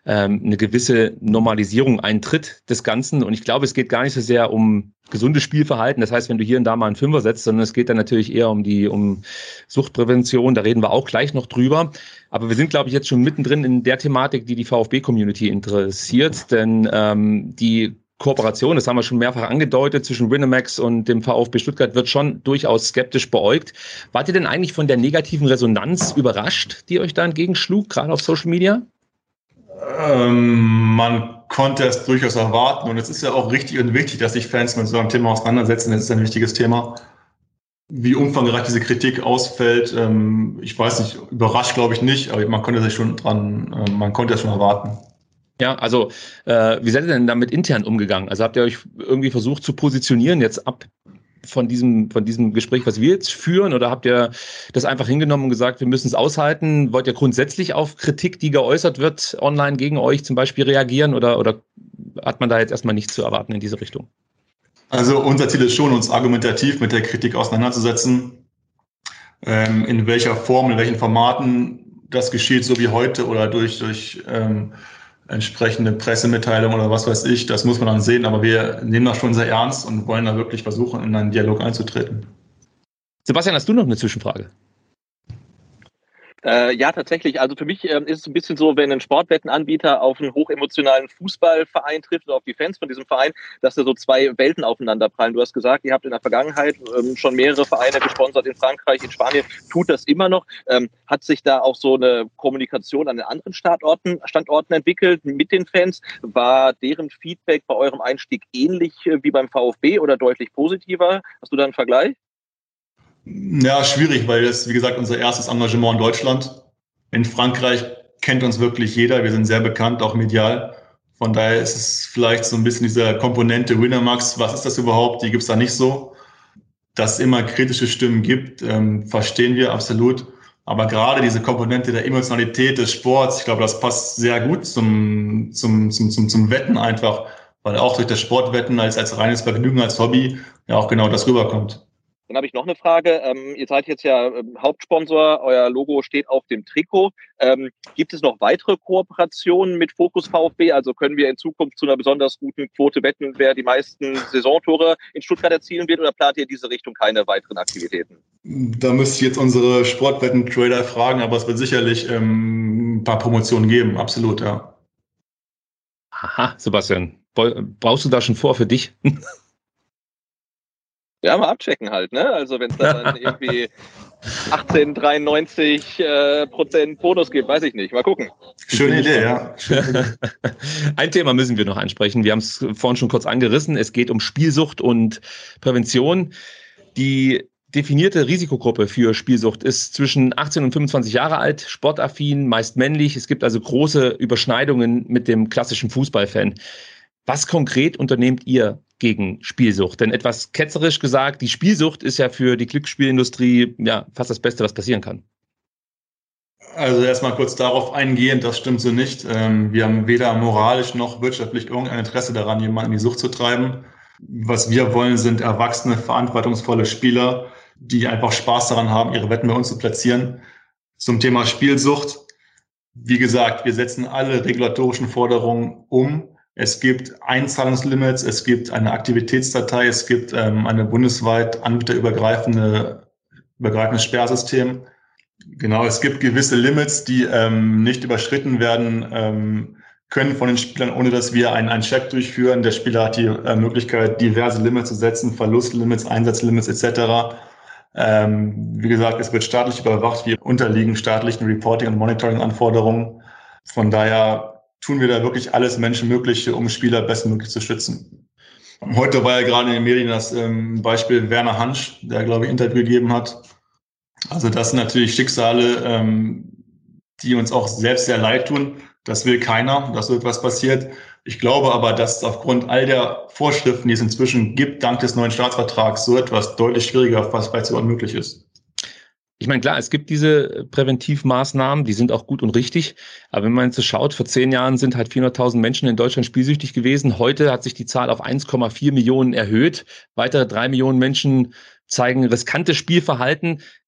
ähm, eine gewisse Normalisierung eintritt des Ganzen. Und ich glaube, es geht gar nicht so sehr um gesundes Spielverhalten. Das heißt, wenn du hier und da mal einen Fünfer setzt, sondern es geht dann natürlich eher um die um Suchtprävention. Da reden wir auch gleich noch drüber. Aber wir sind, glaube ich, jetzt schon mittendrin in der Thematik, die die VfB-Community interessiert. Denn ähm, die Kooperation, das haben wir schon mehrfach angedeutet, zwischen Winamax und dem VfB Stuttgart wird schon durchaus skeptisch beäugt. Wart ihr denn eigentlich von der negativen Resonanz überrascht, die euch da entgegenschlug, gerade auf Social Media? Ähm, man konnte es durchaus erwarten und es ist ja auch richtig und wichtig, dass sich Fans mit so einem Thema auseinandersetzen. Das ist ein wichtiges Thema. Wie umfangreich diese Kritik ausfällt, ähm, ich weiß nicht, überrascht glaube ich nicht, aber man konnte sich schon dran, äh, man konnte es schon erwarten. Ja, also äh, wie seid ihr denn damit intern umgegangen? Also habt ihr euch irgendwie versucht zu positionieren jetzt ab von diesem von diesem Gespräch, was wir jetzt führen, oder habt ihr das einfach hingenommen und gesagt, wir müssen es aushalten? Wollt ihr grundsätzlich auf Kritik, die geäußert wird, online gegen euch zum Beispiel reagieren, oder oder hat man da jetzt erstmal nichts zu erwarten in diese Richtung? Also unser Ziel ist schon, uns argumentativ mit der Kritik auseinanderzusetzen. Ähm, in welcher Form, in welchen Formaten das geschieht, so wie heute oder durch durch ähm, entsprechende Pressemitteilung oder was weiß ich, das muss man dann sehen, aber wir nehmen das schon sehr ernst und wollen da wirklich versuchen, in einen Dialog einzutreten. Sebastian, hast du noch eine Zwischenfrage? Äh, ja, tatsächlich. Also für mich ähm, ist es ein bisschen so, wenn ein Sportwettenanbieter auf einen hochemotionalen Fußballverein trifft oder auf die Fans von diesem Verein, dass da so zwei Welten aufeinander prallen. Du hast gesagt, ihr habt in der Vergangenheit ähm, schon mehrere Vereine gesponsert in Frankreich, in Spanien, tut das immer noch. Ähm, hat sich da auch so eine Kommunikation an den anderen Standorten, Standorten entwickelt mit den Fans? War deren Feedback bei eurem Einstieg ähnlich äh, wie beim VfB oder deutlich positiver? Hast du da einen Vergleich? Ja, schwierig, weil das, wie gesagt, unser erstes Engagement in Deutschland. In Frankreich kennt uns wirklich jeder. Wir sind sehr bekannt, auch medial. Von daher ist es vielleicht so ein bisschen diese Komponente Winamax. Was ist das überhaupt? Die gibt es da nicht so. Dass es immer kritische Stimmen gibt, ähm, verstehen wir absolut. Aber gerade diese Komponente der Emotionalität des Sports, ich glaube, das passt sehr gut zum, zum, zum, zum, zum Wetten einfach. Weil auch durch das Sportwetten als, als reines Vergnügen, als Hobby ja auch genau das rüberkommt. Dann habe ich noch eine Frage. Ähm, ihr seid jetzt ja ähm, Hauptsponsor, euer Logo steht auf dem Trikot. Ähm, gibt es noch weitere Kooperationen mit Fokus VfB? Also können wir in Zukunft zu einer besonders guten Quote wetten, wer die meisten Saisontore in Stuttgart erzielen wird, oder plant ihr in diese Richtung keine weiteren Aktivitäten? Da müsste ich jetzt unsere Sportwetten-Trader fragen, aber es wird sicherlich ähm, ein paar Promotionen geben, absolut, ja. Aha, Sebastian, brauchst du da schon vor für dich? Ja, mal abchecken halt, ne? Also wenn es da dann irgendwie achtzehn Komma dreiundneunzig äh, Prozent Bonus gibt, weiß ich nicht. Mal gucken. Schöne Idee, ja. Ein Thema müssen wir noch ansprechen. Wir haben es vorhin schon kurz angerissen. Es geht um Spielsucht und Prävention. Die definierte Risikogruppe für Spielsucht ist zwischen achtzehn und fünfundzwanzig Jahre alt, sportaffin, meist männlich. Es gibt also große Überschneidungen mit dem klassischen Fußballfan. Was konkret unternehmt ihr gegen Spielsucht? Denn etwas ketzerisch gesagt, die Spielsucht ist ja für die Glücksspielindustrie ja fast das Beste, was passieren kann. Also erstmal kurz darauf eingehend, das stimmt so nicht. Wir haben weder moralisch noch wirtschaftlich irgendein Interesse daran, jemanden in die Sucht zu treiben. Was wir wollen, sind erwachsene, verantwortungsvolle Spieler, die einfach Spaß daran haben, ihre Wetten bei uns zu platzieren. Zum Thema Spielsucht. Wie gesagt, wir setzen alle regulatorischen Forderungen um. Es gibt Einzahlungslimits, es gibt eine Aktivitätsdatei, es gibt ähm, eine bundesweit anbieterübergreifende übergreifendes Sperrsystem. Genau, es gibt gewisse Limits, die ähm, nicht überschritten werden ähm, können von den Spielern, ohne dass wir einen, einen Check durchführen. Der Spieler hat die äh, Möglichkeit, diverse Limits zu setzen, Verlustlimits, Einsatzlimits et cetera. Ähm, wie gesagt, es wird staatlich überwacht, wir unterliegen staatlichen Reporting- und Monitoring-Anforderungen. Von daher tun wir da wirklich alles Menschenmögliche, um Spieler bestmöglich zu schützen. Heute war ja gerade in den Medien das ähm, Beispiel Werner Hansch, der, glaube ich, ein Interview gegeben hat. Also das sind natürlich Schicksale, ähm, die uns auch selbst sehr leid tun. Das will keiner, dass so etwas passiert. Ich glaube aber, dass aufgrund all der Vorschriften, die es inzwischen gibt, dank des neuen Staatsvertrags, so etwas deutlich schwieriger, fast vielleicht sogar unmöglich ist. Ich meine, klar, es gibt diese Präventivmaßnahmen, die sind auch gut und richtig. Aber wenn man jetzt so schaut, vor zehn Jahren sind halt vierhunderttausend Menschen in Deutschland spielsüchtig gewesen. Heute hat sich die Zahl auf eins Komma vier Millionen erhöht. Weitere drei Millionen Menschen zeigen riskantes Spielverhalten.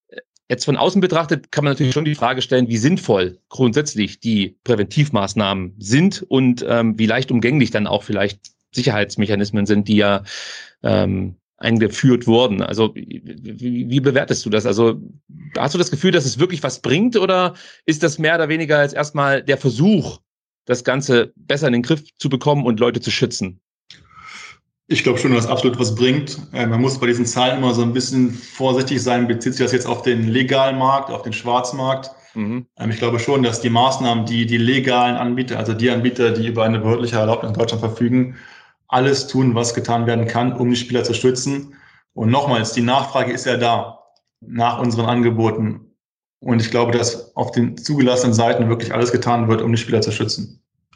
Jetzt von außen betrachtet kann man natürlich schon die Frage stellen, wie sinnvoll grundsätzlich die Präventivmaßnahmen sind und ähm, wie leicht umgänglich dann auch vielleicht Sicherheitsmechanismen sind, die ja ähm, eingeführt wurden. Also wie, wie bewertest du das? Also hast du das Gefühl, dass es wirklich was bringt oder ist das mehr oder weniger als erstmal der Versuch, das Ganze besser in den Griff zu bekommen und Leute zu schützen? Ich glaube schon, dass es absolut was bringt. Äh, man muss bei diesen Zahlen immer so ein bisschen vorsichtig sein. Bezieht sich das jetzt auf den legalen Markt, auf den Schwarzmarkt? Mhm. Ähm, ich glaube schon, dass die Maßnahmen, die die legalen Anbieter, also die Anbieter, die über eine behördliche Erlaubnis in Deutschland verfügen, alles tun, was getan werden kann, um die Spieler zu schützen. Und nochmals, die Nachfrage ist ja da nach unseren Angeboten. Und ich glaube, dass auf den zugelassenen Seiten wirklich alles getan wird, um die Spieler zu schützen.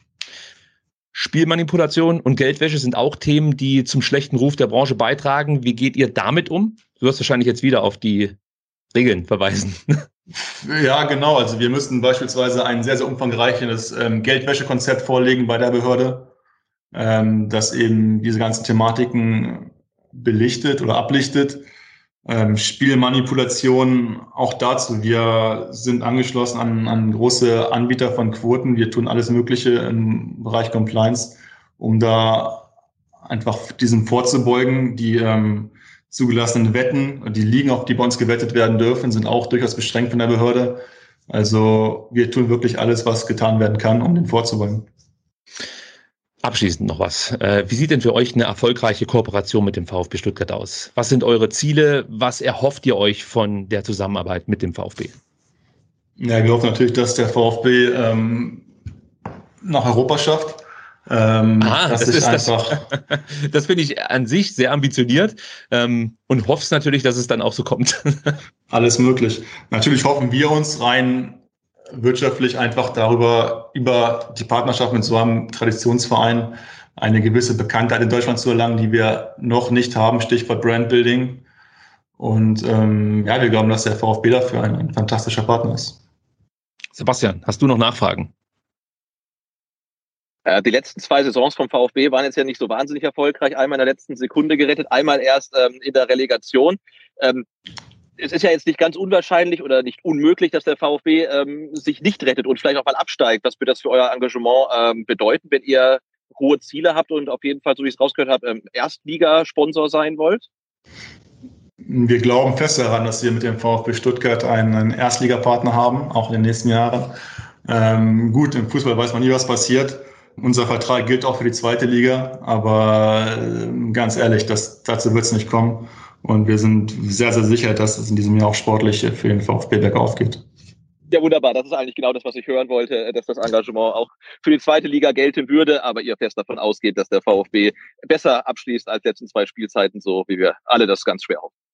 Spielmanipulation und Geldwäsche sind auch Themen, die zum schlechten Ruf der Branche beitragen. Wie geht ihr damit um? Du wirst wahrscheinlich jetzt wieder auf die Regeln verweisen. Ja, genau. Also wir müssen beispielsweise ein sehr, sehr umfangreiches ähm, Geldwäschekonzept vorlegen bei der Behörde, ähm, das eben diese ganzen Thematiken belichtet oder ablichtet. Ähm, Spielmanipulation auch dazu. Wir sind angeschlossen an, an große Anbieter von Quoten. Wir tun alles Mögliche im Bereich Compliance, um da einfach diesem vorzubeugen. Die ähm, zugelassenen Wetten, die Ligen, auf die bei uns gewettet werden dürfen, sind auch durchaus beschränkt von der Behörde. Also wir tun wirklich alles, was getan werden kann, um dem vorzubeugen. Abschließend noch was. Wie sieht denn für euch eine erfolgreiche Kooperation mit dem VfB Stuttgart aus? Was sind eure Ziele? Was erhofft ihr euch von der Zusammenarbeit mit dem VfB? Ja, wir hoffen natürlich, dass der VfB ähm, nach Europa schafft. Ähm, Aha, das ist einfach. Das, das finde ich an sich sehr ambitioniert ähm, und hoffst natürlich, dass es dann auch so kommt. Alles möglich. Natürlich hoffen wir uns rein wirtschaftlich einfach darüber, über die Partnerschaft mit so einem Traditionsverein eine gewisse Bekanntheit in Deutschland zu erlangen, die wir noch nicht haben, Stichwort Brandbuilding. Und ähm, ja, wir glauben, dass der VfB dafür ein, ein fantastischer Partner ist. Sebastian, hast du noch Nachfragen? Äh, die letzten zwei Saisons vom VfB waren jetzt ja nicht so wahnsinnig erfolgreich. Einmal in der letzten Sekunde gerettet, einmal erst ähm, in der Relegation. Ähm, Es ist ja jetzt nicht ganz unwahrscheinlich oder nicht unmöglich, dass der VfB ähm, sich nicht rettet und vielleicht auch mal absteigt. Was wird das für euer Engagement ähm, bedeuten, wenn ihr hohe Ziele habt und auf jeden Fall, so wie ich es rausgehört habe, ähm, Erstligasponsor sein wollt? Wir glauben fest daran, dass wir mit dem VfB Stuttgart einen, einen Erstligapartner haben, auch in den nächsten Jahren. Ähm, gut, im Fußball weiß man nie, was passiert. Unser Vertrag gilt auch für die zweite Liga, aber äh, ganz ehrlich, das, dazu wird es nicht kommen. Und wir sind sehr, sehr sicher, dass es in diesem Jahr auch sportlich für den VfB bergauf geht. Ja, wunderbar. Das ist eigentlich genau das, was ich hören wollte, dass das Engagement auch für die zweite Liga gelten würde, aber ihr fest davon ausgeht, dass der VfB besser abschließt als letzten zwei Spielzeiten, so wie wir alle das ganz schwer hoffen.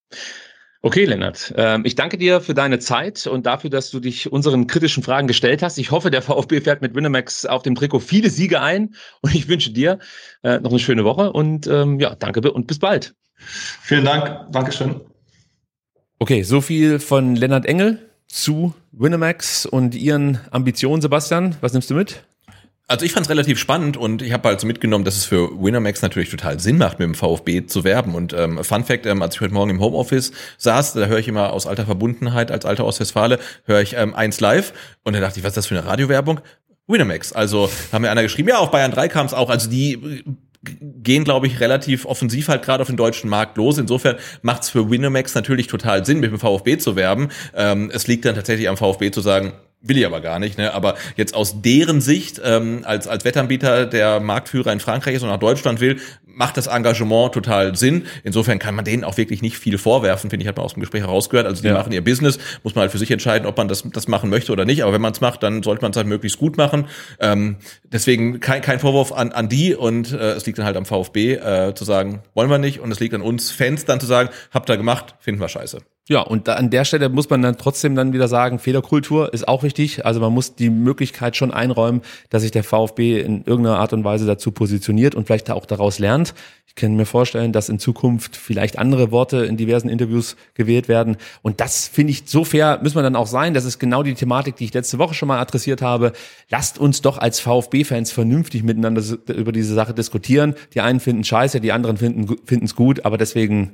Okay, Lennart, ähm, ich danke dir für deine Zeit und dafür, dass du dich unseren kritischen Fragen gestellt hast. Ich hoffe, der VfB fährt mit Winamax auf dem Trikot viele Siege ein und ich wünsche dir äh, noch eine schöne Woche und ähm, ja, danke und bis bald. Vielen Dank, Dankeschön. Okay, so viel von Lennart Engel zu Winamax und ihren Ambitionen. Sebastian, was nimmst du mit? Also ich fand es relativ spannend und ich habe halt so mitgenommen, dass es für Winamax natürlich total Sinn macht, mit dem VfB zu werben. Und ähm, Fun Fact, ähm, als ich heute Morgen im Homeoffice saß, da höre ich immer aus alter Verbundenheit, als alter Ostwestfale, höre ich ähm, eins live und da dachte ich, was ist das für eine Radiowerbung? Winamax. Also haben mir einer geschrieben, ja, auf Bayern drei kam es auch. Also die gehen, glaube ich, relativ offensiv halt gerade auf den deutschen Markt los. Insofern macht es für Winamax natürlich total Sinn, mit dem VfB zu werben. Ähm, es liegt dann tatsächlich am VfB zu sagen, will ich aber gar nicht, ne? Aber jetzt aus deren Sicht, ähm, als als Wettanbieter, der Marktführer in Frankreich ist und nach Deutschland will, macht das Engagement total Sinn. Insofern kann man denen auch wirklich nicht viel vorwerfen, finde ich, hat man aus dem Gespräch herausgehört. Also die ja. machen ihr Business, muss man halt für sich entscheiden, ob man das das machen möchte oder nicht. Aber wenn man es macht, dann sollte man es halt möglichst gut machen. Ähm, deswegen kein kein Vorwurf an an die und äh, es liegt dann halt am VfB äh, zu sagen, wollen wir nicht. Und es liegt an uns Fans dann zu sagen, habt ihr gemacht, finden wir scheiße. Ja, und da, an der Stelle muss man dann trotzdem dann wieder sagen, Fehlerkultur ist auch wichtig. Also man muss die Möglichkeit schon einräumen, dass sich der VfB in irgendeiner Art und Weise dazu positioniert und vielleicht auch daraus lernt. Ich kann mir vorstellen, dass in Zukunft vielleicht andere Worte in diversen Interviews gewählt werden. Und das finde ich, so fair muss man dann auch sein. Das ist genau die Thematik, die ich letzte Woche schon mal adressiert habe. Lasst uns doch als VfB-Fans vernünftig miteinander über diese Sache diskutieren. Die einen finden scheiße, die anderen finden finden es gut. Aber deswegen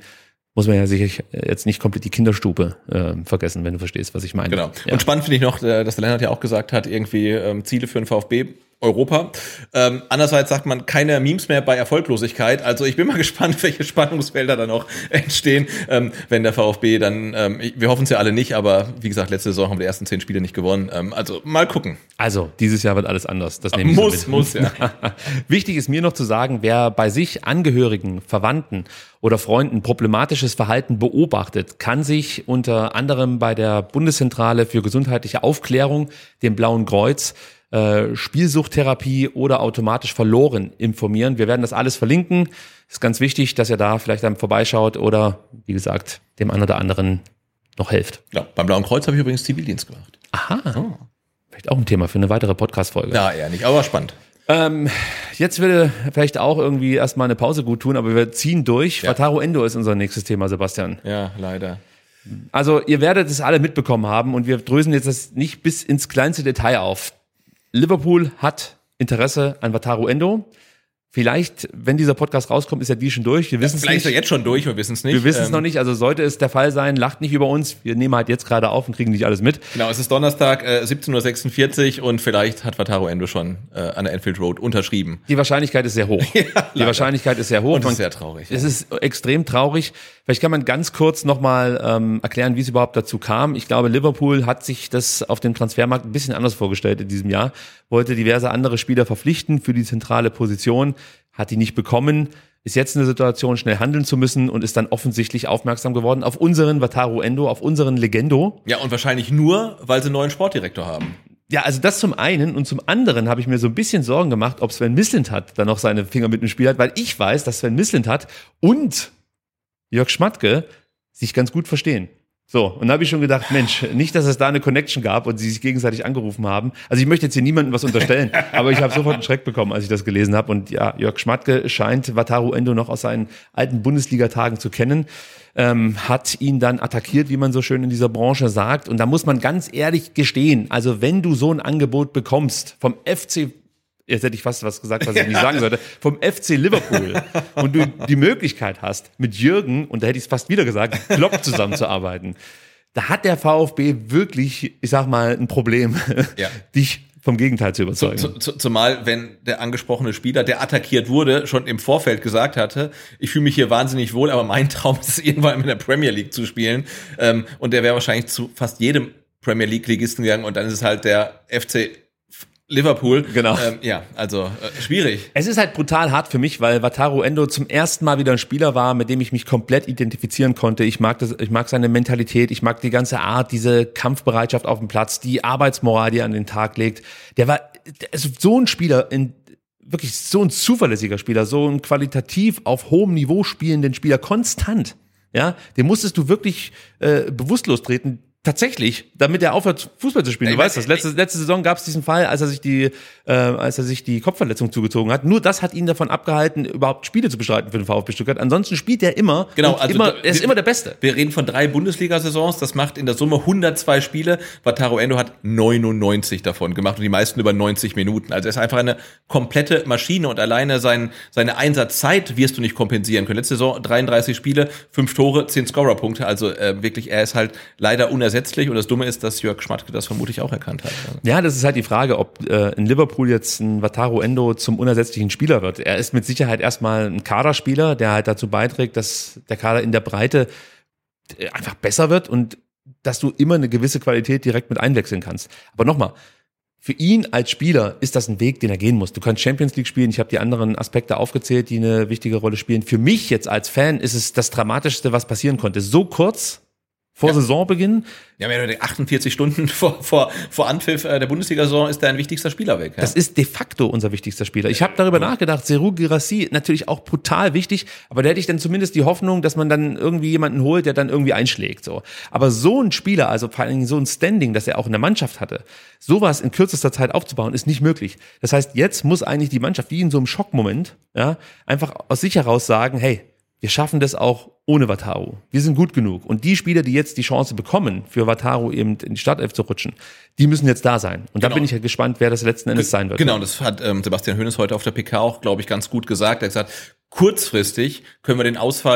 muss man ja sicher jetzt nicht komplett die Kinderstube äh, vergessen, wenn du verstehst, was ich meine. Genau. Ja. Und spannend finde ich noch, dass der Lennart ja auch gesagt hat, irgendwie ähm, Ziele für den VfB Europa. Ähm, andererseits sagt man keine Memes mehr bei Erfolglosigkeit. Also ich bin mal gespannt, welche Spannungsfelder da noch entstehen, ähm, wenn der VfB dann, ähm, wir hoffen es ja alle nicht, aber wie gesagt, letzte Saison haben wir die ersten zehn Spiele nicht gewonnen. Ähm, also mal gucken. Also dieses Jahr wird alles anders. Das nehme ich muss, so mit. muss, ja. Wichtig ist mir noch zu sagen, wer bei sich Angehörigen, Verwandten oder Freunden problematisches Verhalten beobachtet, kann sich unter anderem bei der Bundeszentrale für gesundheitliche Aufklärung, dem Blauen Kreuz, Äh, Spielsuchttherapie oder automatisch verloren informieren. Wir werden das alles verlinken. Ist ganz wichtig, dass ihr da vielleicht dann vorbeischaut oder, wie gesagt, dem einen oder anderen noch helft. Ja, beim Blauen Kreuz habe ich übrigens Zivildienst gemacht. Aha. Oh. Vielleicht auch ein Thema für eine weitere Podcast-Folge. Ja, eher nicht, aber spannend. Ähm, jetzt würde vielleicht auch irgendwie erstmal eine Pause gut tun, aber wir ziehen durch. Ja. Wataru Endo ist unser nächstes Thema, Sebastian. Ja, leider. Also ihr werdet es alle mitbekommen haben und wir drösen jetzt das nicht bis ins kleinste Detail auf. Liverpool hat Interesse an Wataru Endo. Vielleicht, wenn dieser Podcast rauskommt, ist ja die schon durch. Wir wissen es Vielleicht nicht. ist er jetzt schon durch, wir wissen es nicht. Wir wissen es ähm, noch nicht. Also sollte es der Fall sein, lacht nicht über uns. Wir nehmen halt jetzt gerade auf und kriegen nicht alles mit. Genau, es ist Donnerstag, äh, siebzehn Uhr sechsundvierzig und vielleicht hat Wataru Endo schon äh, an der Anfield Road unterschrieben. Die Wahrscheinlichkeit ist sehr hoch. Ja, die Wahrscheinlichkeit ist sehr hoch. Und das Man, ist sehr traurig. Es ist extrem traurig. Vielleicht kann man ganz kurz nochmal ähm, erklären, wie es überhaupt dazu kam. Ich glaube, Liverpool hat sich das auf dem Transfermarkt ein bisschen anders vorgestellt in diesem Jahr. Wollte diverse andere Spieler verpflichten für die zentrale Position. Hat die nicht bekommen, ist jetzt in der Situation, schnell handeln zu müssen und ist dann offensichtlich aufmerksam geworden auf unseren Wataru Endo, auf unseren Legendo. Ja, und wahrscheinlich nur, weil sie einen neuen Sportdirektor haben. Ja, also das zum einen und zum anderen habe ich mir so ein bisschen Sorgen gemacht, ob Sven Mislintat dann noch seine Finger mit dem Spiel hat, weil ich weiß, dass Sven Mislintat und Jörg Schmatke sich ganz gut verstehen. So, und da habe ich schon gedacht, Mensch, nicht, dass es da eine Connection gab und sie sich gegenseitig angerufen haben. Also ich möchte jetzt hier niemandem was unterstellen, aber ich habe sofort einen Schreck bekommen, als ich das gelesen habe. Und ja, Jörg Schmatke scheint Wataru Endo noch aus seinen alten Bundesliga-Tagen zu kennen, ähm, hat ihn dann attackiert, wie man so schön in dieser Branche sagt. Und da muss man ganz ehrlich gestehen, also wenn du so ein Angebot bekommst vom F C, jetzt hätte ich fast was gesagt, was ich nicht sagen sollte, vom F C Liverpool und du die Möglichkeit hast, mit Jürgen, und da hätte ich es fast wieder gesagt, Klopp zusammenzuarbeiten, da hat der VfB wirklich, ich sag mal, ein Problem, ja. dich vom Gegenteil zu überzeugen. Zu, zu, zumal, wenn der angesprochene Spieler, der attackiert wurde, schon im Vorfeld gesagt hatte, ich fühle mich hier wahnsinnig wohl, aber mein Traum ist es, irgendwann in der Premier League zu spielen. Ähm, und der wäre wahrscheinlich zu fast jedem Premier League-Ligisten gegangen und dann ist es halt der F C Liverpool. Genau. Ähm, ja, also äh, schwierig. Es ist halt brutal hart für mich, weil Wataru Endo zum ersten Mal wieder ein Spieler war, mit dem ich mich komplett identifizieren konnte. Ich mag das, ich mag seine Mentalität, ich mag die ganze Art, diese Kampfbereitschaft auf dem Platz, die Arbeitsmoral, die er an den Tag legt. Der war der ist so ein Spieler, in, wirklich so ein zuverlässiger Spieler, so ein qualitativ auf hohem Niveau spielenden Spieler, konstant. Ja, den musstest du wirklich äh, bewusstlos treten. Tatsächlich, damit er aufhört, Fußball zu spielen. Du weißt das. Letzte, letzte Saison gab es diesen Fall, als er sich die, äh, als er sich die Kopfverletzung zugezogen hat. Nur das hat ihn davon abgehalten, überhaupt Spiele zu bestreiten für den VfB Stuttgart. Ansonsten spielt er immer. Genau, also immer, du, er ist wir, immer der Beste. Wir reden von drei Bundesliga-Saisons. Das macht in der Summe hundertzwei Spiele. Wataru Endo hat neunundneunzig davon gemacht und die meisten über neunzig Minuten. Also er ist einfach eine komplette Maschine und alleine sein, seine Einsatzzeit wirst du nicht kompensieren können. Letzte Saison dreiunddreißig Spiele, fünf Tore, zehn Scorerpunkte. Also äh, wirklich, er ist halt leider unersetzlich und das Dumme ist, dass Jörg Schmatke das vermutlich auch erkannt hat. Ja, das ist halt die Frage, ob äh, in Liverpool jetzt ein Wataru Endo zum unersetzlichen Spieler wird. Er ist mit Sicherheit erstmal ein Kaderspieler, der halt dazu beiträgt, dass der Kader in der Breite einfach besser wird und dass du immer eine gewisse Qualität direkt mit einwechseln kannst. Aber nochmal, für ihn als Spieler ist das ein Weg, den er gehen muss. Du kannst Champions League spielen, ich habe die anderen Aspekte aufgezählt, die eine wichtige Rolle spielen. Für mich jetzt als Fan ist es das Dramatischste, was passieren konnte. So kurz vor ja. Saisonbeginn. Ja, achtundvierzig Stunden vor, vor, vor Anpfiff der Bundesliga-Saison ist dein wichtigster Spieler weg. Ja? Das ist de facto unser wichtigster Spieler. Ich habe darüber ja. nachgedacht, Serhou Guirassy natürlich auch brutal wichtig, aber da hätte ich dann zumindest die Hoffnung, dass man dann irgendwie jemanden holt, der dann irgendwie einschlägt. So. Aber so ein Spieler, also vor allen Dingen so ein Standing, das er auch in der Mannschaft hatte, sowas in kürzester Zeit aufzubauen, ist nicht möglich. Das heißt, jetzt muss eigentlich die Mannschaft, wie in so einem Schockmoment, ja, einfach aus sich heraus sagen, hey, wir schaffen das auch ohne Wataru. Wir sind gut genug. Und die Spieler, die jetzt die Chance bekommen, für Wataru eben in die Startelf zu rutschen, die müssen jetzt da sein. Und genau. da bin ich ja gespannt, wer das letzten Endes sein wird. Genau, das hat ähm, Sebastian Hoeneß heute auf der P K auch, glaube ich, ganz gut gesagt. Er hat gesagt, kurzfristig können wir den Ausfall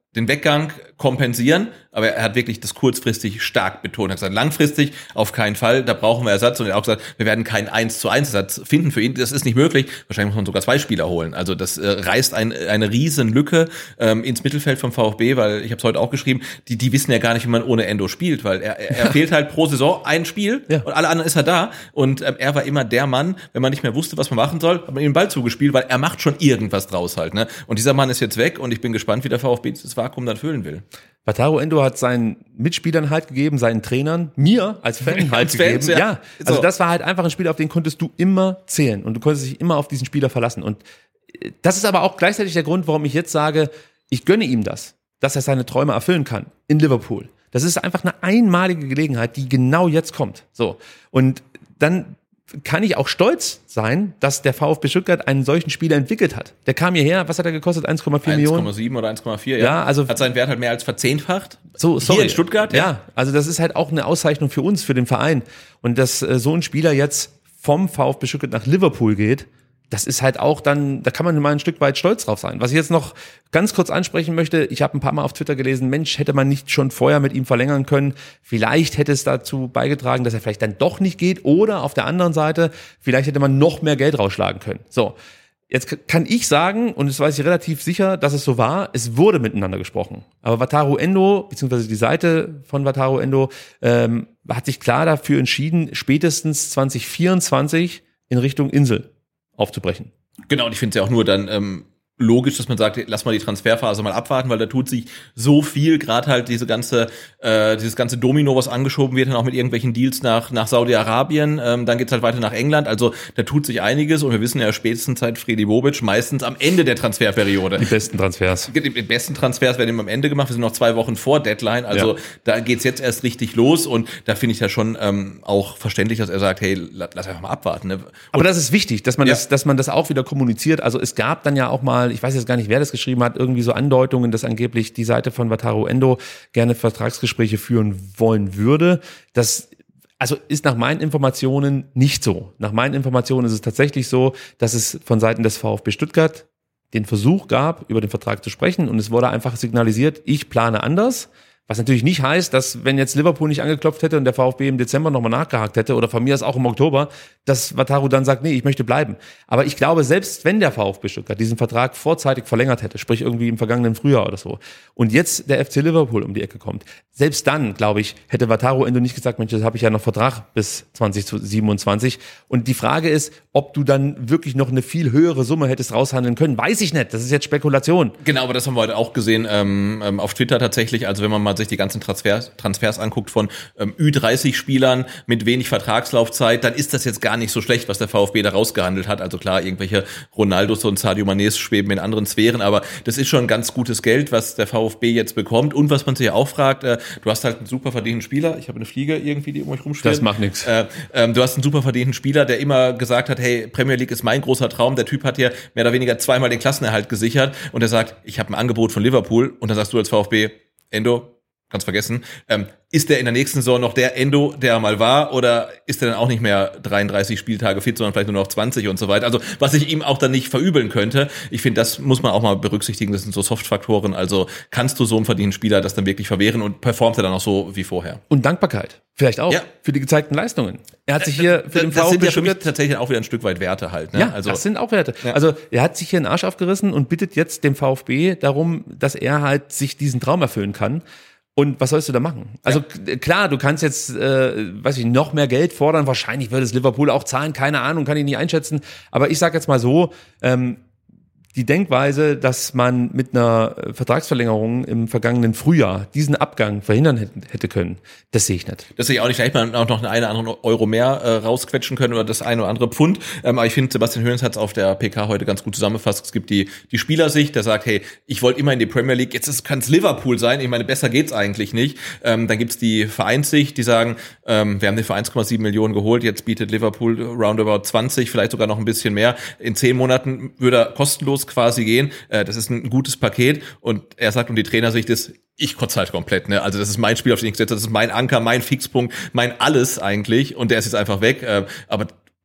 den Weggang kompensieren, aber er hat wirklich das kurzfristig stark betont. Er hat gesagt, langfristig auf keinen Fall, da brauchen wir Ersatz. Und er hat auch gesagt, wir werden keinen eins zu eins Ersatz finden für ihn. Das ist nicht möglich. Wahrscheinlich muss man sogar zwei Spieler holen. Also das äh, reißt ein, eine riesen Lücke ähm, ins Mittelfeld vom VfB, weil ich habe es heute auch geschrieben, die die wissen ja gar nicht, wie man ohne Endo spielt, weil er, er, er fehlt halt pro Saison ein Spiel ja. und alle anderen ist er da. Und ähm, er war immer der Mann, wenn man nicht mehr wusste, was man machen soll, hat man ihm den Ball zugespielt, weil er macht schon irgendwas draus halt. Ne? Und dieser Mann ist jetzt weg und ich bin gespannt, wie der VfB dieses Vakuum dann füllen will. Wataru Endo hat seinen Mitspielern halt gegeben, seinen Trainern, mir als Fan halt als gegeben. Fans, ja. ja, also so. Das war halt einfach ein Spieler, auf den konntest du immer zählen und du konntest dich immer auf diesen Spieler verlassen. Und das ist aber auch gleichzeitig der Grund, warum ich jetzt sage, ich gönne ihm das, dass er seine Träume erfüllen kann in Liverpool. Das ist einfach eine einmalige Gelegenheit, die genau jetzt kommt. So. Und dann kann ich auch stolz sein, dass der VfB Stuttgart einen solchen Spieler entwickelt hat. Der kam hierher, was hat er gekostet? eins Komma vier Millionen? eins Komma sieben oder eins Komma vier, ja. ja. Also hat seinen Wert halt mehr als verzehnfacht. So, sorry. Hier in Stuttgart? Ja. ja, also das ist halt auch eine Auszeichnung für uns, für den Verein. Und dass äh, so ein Spieler jetzt vom VfB Stuttgart nach Liverpool geht, das ist halt auch dann, da kann man mal ein Stück weit stolz drauf sein. Was ich jetzt noch ganz kurz ansprechen möchte, ich habe ein paar Mal auf Twitter gelesen, Mensch, hätte man nicht schon vorher mit ihm verlängern können. Vielleicht hätte es dazu beigetragen, dass er vielleicht dann doch nicht geht. Oder auf der anderen Seite, vielleicht hätte man noch mehr Geld rausschlagen können. So, jetzt kann ich sagen, und das weiß ich relativ sicher, dass es so war, es wurde miteinander gesprochen. Aber Wataru Endo, beziehungsweise die Seite von Wataru Endo, ähm, hat sich klar dafür entschieden, spätestens zwanzig vierundzwanzig in Richtung Insel aufzubrechen. Genau, und ich finde es ja auch nur dann ähm, logisch, dass man sagt, lass mal die Transferphase mal abwarten, weil da tut sich so viel, gerade halt diese ganze, äh, dieses ganze Domino, was angeschoben wird, dann auch mit irgendwelchen Deals nach nach Saudi-Arabien, ähm, dann geht's halt weiter nach England, also da tut sich einiges und wir wissen ja spätestens seit Fredi Bobic meistens am Ende der Transferperiode. Die besten Transfers. Die, die besten Transfers werden immer am Ende gemacht, wir sind noch zwei Wochen vor Deadline, also ja. da geht's jetzt erst richtig los und da finde ich ja schon ähm, auch verständlich, dass er sagt, hey, lass einfach mal abwarten. Ne? Aber das ist wichtig, dass man ja. das, dass man das auch wieder kommuniziert, also es gab dann ja auch mal, ich weiß jetzt gar nicht, wer das geschrieben hat, irgendwie so Andeutungen, dass angeblich die Seite von Wataru Endo gerne Vertragsgespräche führen wollen würde. Das also ist nach meinen Informationen nicht so. Nach meinen Informationen ist es tatsächlich so, dass es von Seiten des VfB Stuttgart den Versuch gab, über den Vertrag zu sprechen und es wurde einfach signalisiert, ich plane anders. Was natürlich nicht heißt, dass wenn jetzt Liverpool nicht angeklopft hätte und der VfB im Dezember nochmal nachgehakt hätte oder von mir aus auch im Oktober, dass Wataru dann sagt, nee, ich möchte bleiben. Aber ich glaube, selbst wenn der VfB Stuttgart diesen Vertrag vorzeitig verlängert hätte, sprich irgendwie im vergangenen Frühjahr oder so, und jetzt der F C Liverpool um die Ecke kommt, selbst dann, glaube ich, hätte Wataru Endo nicht gesagt, Mensch, das habe ich ja noch Vertrag bis zwanzig siebenundzwanzig. Und die Frage ist, ob du dann wirklich noch eine viel höhere Summe hättest raushandeln können, weiß ich nicht. Das ist jetzt Spekulation. Genau, aber das haben wir heute auch gesehen ähm, auf Twitter tatsächlich. Also wenn man mal sich die ganzen Transfers, Transfers anguckt von ähm, Ü dreißig Spielern mit wenig Vertragslaufzeit, dann ist das jetzt gar nicht so schlecht, was der VfB da rausgehandelt hat. Also klar, irgendwelche Ronaldos und Sadio Manés schweben in anderen Sphären, aber das ist schon ganz gutes Geld, was der VfB jetzt bekommt. Und was man sich ja auch fragt, äh, du hast halt einen super verdienten Spieler, ich habe eine Fliege irgendwie, die um euch rumschwirrt. Das macht nichts. Äh, ähm, du hast einen super verdienten Spieler, der immer gesagt hat, hey, Premier League ist mein großer Traum. Der Typ hat hier mehr oder weniger zweimal den Klassenerhalt gesichert und er sagt, ich habe ein Angebot von Liverpool und dann sagst du als VfB, Endo, kannst vergessen, ähm, ist der in der nächsten Saison noch der Endo, der er mal war, oder ist er dann auch nicht mehr dreiunddreißig Spieltage fit, sondern vielleicht nur noch zwanzig und so weiter? Also was ich ihm auch dann nicht verübeln könnte. Ich finde, das muss man auch mal berücksichtigen. Das sind so Soft-Faktoren. Also kannst du so einem verdienten Spieler das dann wirklich verwehren und performt er dann auch so wie vorher? Und Dankbarkeit. Vielleicht auch ja. für die gezeigten Leistungen. Er hat sich hier für den VfB Das sind ja für mich tatsächlich auch wieder ein Stück weit Werte halt. Ne? Ja, also, das sind auch Werte. Ja. Also er hat sich hier einen Arsch aufgerissen und bittet jetzt dem VfB darum, dass er halt sich diesen Traum erfüllen kann. Und was sollst du da machen? Also ja. klar, du kannst jetzt, äh, weiß ich, noch mehr Geld fordern. Wahrscheinlich würde es Liverpool auch zahlen. Keine Ahnung, kann ich nicht einschätzen. Aber ich sage jetzt mal so, ähm, die Denkweise, dass man mit einer Vertragsverlängerung im vergangenen Frühjahr diesen Abgang verhindern hätte können, das sehe ich nicht. Das sehe ich auch nicht. Vielleicht man auch noch einen oder anderen Euro mehr äh, rausquetschen können oder das eine oder andere Pfund. Ähm, aber ich finde, Sebastian Hoeneß hat es auf der P K heute ganz gut zusammengefasst. Es gibt die die Spielersicht, der sagt, hey, ich wollte immer in die Premier League, jetzt kann es Liverpool sein. Ich meine, besser geht's eigentlich nicht. Ähm, dann gibt's die Vereinssicht, die sagen, ähm, wir haben den für eins Komma sieben Millionen geholt, jetzt bietet Liverpool roundabout zwanzig, vielleicht sogar noch ein bisschen mehr. In zehn Monaten würde er kostenlos quasi gehen. Äh, das ist ein gutes Paket und er sagt, und die Trainersicht ist, ich kotze halt komplett, ne? Also das ist mein Spiel, auf den ich gesetzt habe, das ist mein Anker, mein Fixpunkt, mein alles eigentlich und der ist jetzt einfach weg. Äh, aber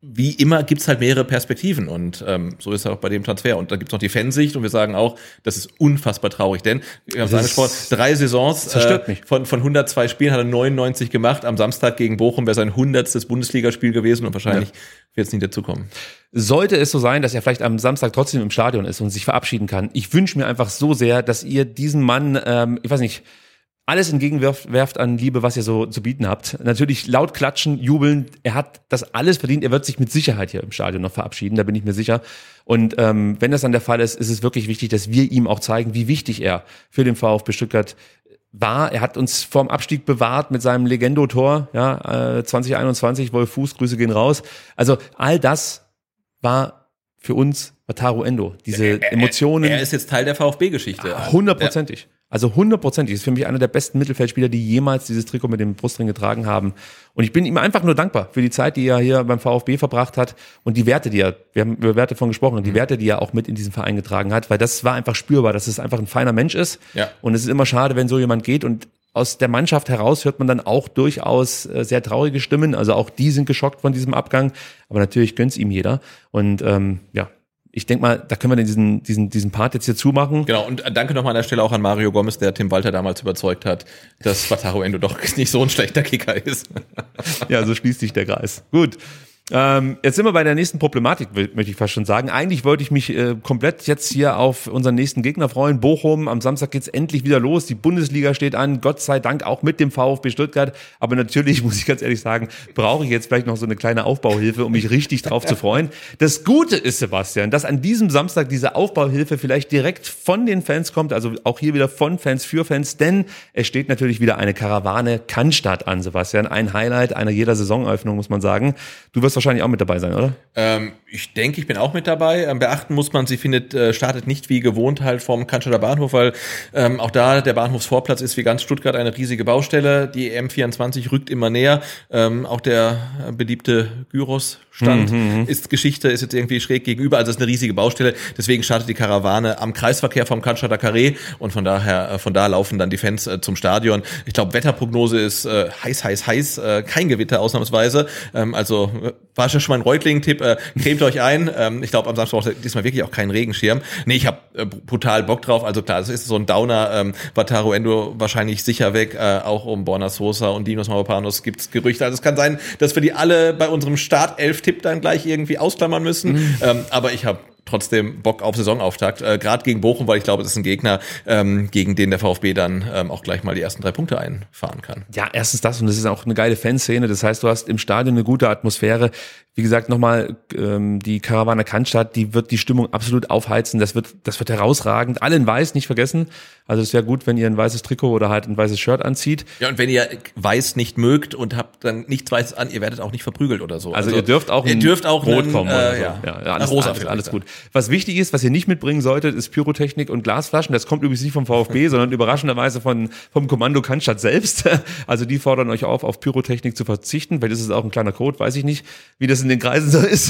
wie immer gibt's halt mehrere Perspektiven und ähm, so ist es auch bei dem Transfer. Und dann gibt's noch die Fansicht und wir sagen auch, das ist unfassbar traurig, denn wir haben es angesprochen, drei Saisons zerstört äh, mich. von von hundertzwei Spielen hat er neunundneunzig gemacht. Am Samstag gegen Bochum wäre sein hundertstes Bundesligaspiel gewesen und wahrscheinlich ja. wird es nie dazukommen. Sollte es so sein, dass er vielleicht am Samstag trotzdem im Stadion ist und sich verabschieden kann, ich wünsche mir einfach so sehr, dass ihr diesen Mann, ähm, ich weiß nicht, alles entgegenwerft an Liebe, was ihr so zu bieten habt. Natürlich laut klatschen, jubeln. Er hat das alles verdient. Er wird sich mit Sicherheit hier im Stadion noch verabschieden, da bin ich mir sicher. Und ähm, wenn das dann der Fall ist, ist es wirklich wichtig, dass wir ihm auch zeigen, wie wichtig er für den VfB Stuttgart war. Er hat uns vorm Abstieg bewahrt mit seinem Legendo-Tor, ja, äh, zwanzig einundzwanzig, Wolf Fuß, Grüße gehen raus. Also all das war für uns Wataru Endo. Diese er, er, Emotionen. Er ist jetzt Teil der VfB-Geschichte. Hundertprozentig. Also hundertprozentig. Ist für mich einer der besten Mittelfeldspieler, die jemals dieses Trikot mit dem Brustring getragen haben. Und ich bin ihm einfach nur dankbar für die Zeit, die er hier beim VfB verbracht hat und die Werte, die er, wir haben über Werte von gesprochen, und die Werte, die er auch mit in diesen Verein getragen hat, weil das war einfach spürbar, dass es einfach ein feiner Mensch ist. Ja. Und es ist immer schade, wenn so jemand geht, und aus der Mannschaft heraus hört man dann auch durchaus sehr traurige Stimmen. Also auch die sind geschockt von diesem Abgang. Aber natürlich gönnt's ihm jeder. Und ähm, ja, ich denke mal, da können wir diesen, diesen, diesen Part jetzt hier zumachen. Genau, und danke nochmal an der Stelle auch an Mario Gomez, der Tim Walter damals überzeugt hat, dass Wataru Endo doch nicht so ein schlechter Kicker ist. Ja, so schließt sich der Kreis. Gut. Ähm, jetzt sind wir bei der nächsten Problematik, möchte ich fast schon sagen. Eigentlich wollte ich mich äh, komplett jetzt hier auf unseren nächsten Gegner freuen. Bochum, am Samstag geht's endlich wieder los. Die Bundesliga steht an, Gott sei Dank auch mit dem VfB Stuttgart. Aber natürlich, muss ich ganz ehrlich sagen, brauche ich jetzt vielleicht noch so eine kleine Aufbauhilfe, um mich richtig drauf zu freuen. Das Gute ist, Sebastian, dass an diesem Samstag diese Aufbauhilfe vielleicht direkt von den Fans kommt, also auch hier wieder von Fans für Fans, denn es steht natürlich wieder eine Karawane Cannstatt an, Sebastian. Ein Highlight einer jeder Saisoneröffnung, muss man sagen. Du wirst wahrscheinlich auch mit dabei sein, oder? Ähm, ich denke, ich bin auch mit dabei. Ähm, beachten muss man, sie findet, äh, startet nicht wie gewohnt halt vom Cannstatter Bahnhof, weil ähm, auch da der Bahnhofsvorplatz ist wie ganz Stuttgart eine riesige Baustelle. Die M vierundzwanzig rückt immer näher. Ähm, auch der äh, beliebte Gyros-Stand mhm. ist Geschichte, ist jetzt irgendwie schräg gegenüber. Also es ist eine riesige Baustelle. Deswegen startet die Karawane am Kreisverkehr vom Cannstatter Carré und von daher, äh, von da laufen dann die Fans äh, zum Stadion. Ich glaube, Wetterprognose ist äh, heiß, heiß, heiß. Äh, kein Gewitter ausnahmsweise. Ähm, also äh, war schon mal ein Reutling-Tipp. Äh, cremt euch ein. Ähm, ich glaube, am Samstag braucht diesmal wirklich auch keinen Regenschirm. Nee, ich habe äh, brutal Bock drauf. Also klar, das ist so ein Downer. Ähm, Wataru Endo wahrscheinlich sicher weg. Äh, auch um Borna Sosa und Dinos Mavropanos gibt's Gerüchte. Also es kann sein, dass wir die alle bei unserem Startelf-Tipp dann gleich irgendwie ausklammern müssen. Mhm. Ähm, aber ich habe trotzdem Bock auf Saisonauftakt, äh, gerade gegen Bochum, weil ich glaube, das ist ein Gegner, ähm, gegen den der VfB dann ähm, auch gleich mal die ersten drei Punkte einfahren kann. Ja, erstens das, und das ist auch eine geile Fanszene, das heißt, du hast im Stadion eine gute Atmosphäre. Wie gesagt, nochmal, ähm, die Karawane Cannstatt, die wird die Stimmung absolut aufheizen, das wird das wird herausragend. Alle in weiß, nicht vergessen, also es wäre gut, wenn ihr ein weißes Trikot oder halt ein weißes Shirt anzieht. Ja, und wenn ihr weiß nicht mögt und habt dann nichts Weißes an, ihr werdet auch nicht verprügelt oder so. Also, also ihr dürft auch ihr dürft auch rot einen, kommen äh, oder so. Ja, ja, ja alles, rosa alles, alles gut. Was wichtig ist, was ihr nicht mitbringen solltet, ist Pyrotechnik und Glasflaschen. Das kommt übrigens nicht vom VfB, sondern überraschenderweise von, vom Kommando Cannstatt selbst. Also die fordern euch auf, auf Pyrotechnik zu verzichten, weil das ist auch ein kleiner Code, weiß ich nicht, wie das in den Kreisen so ist.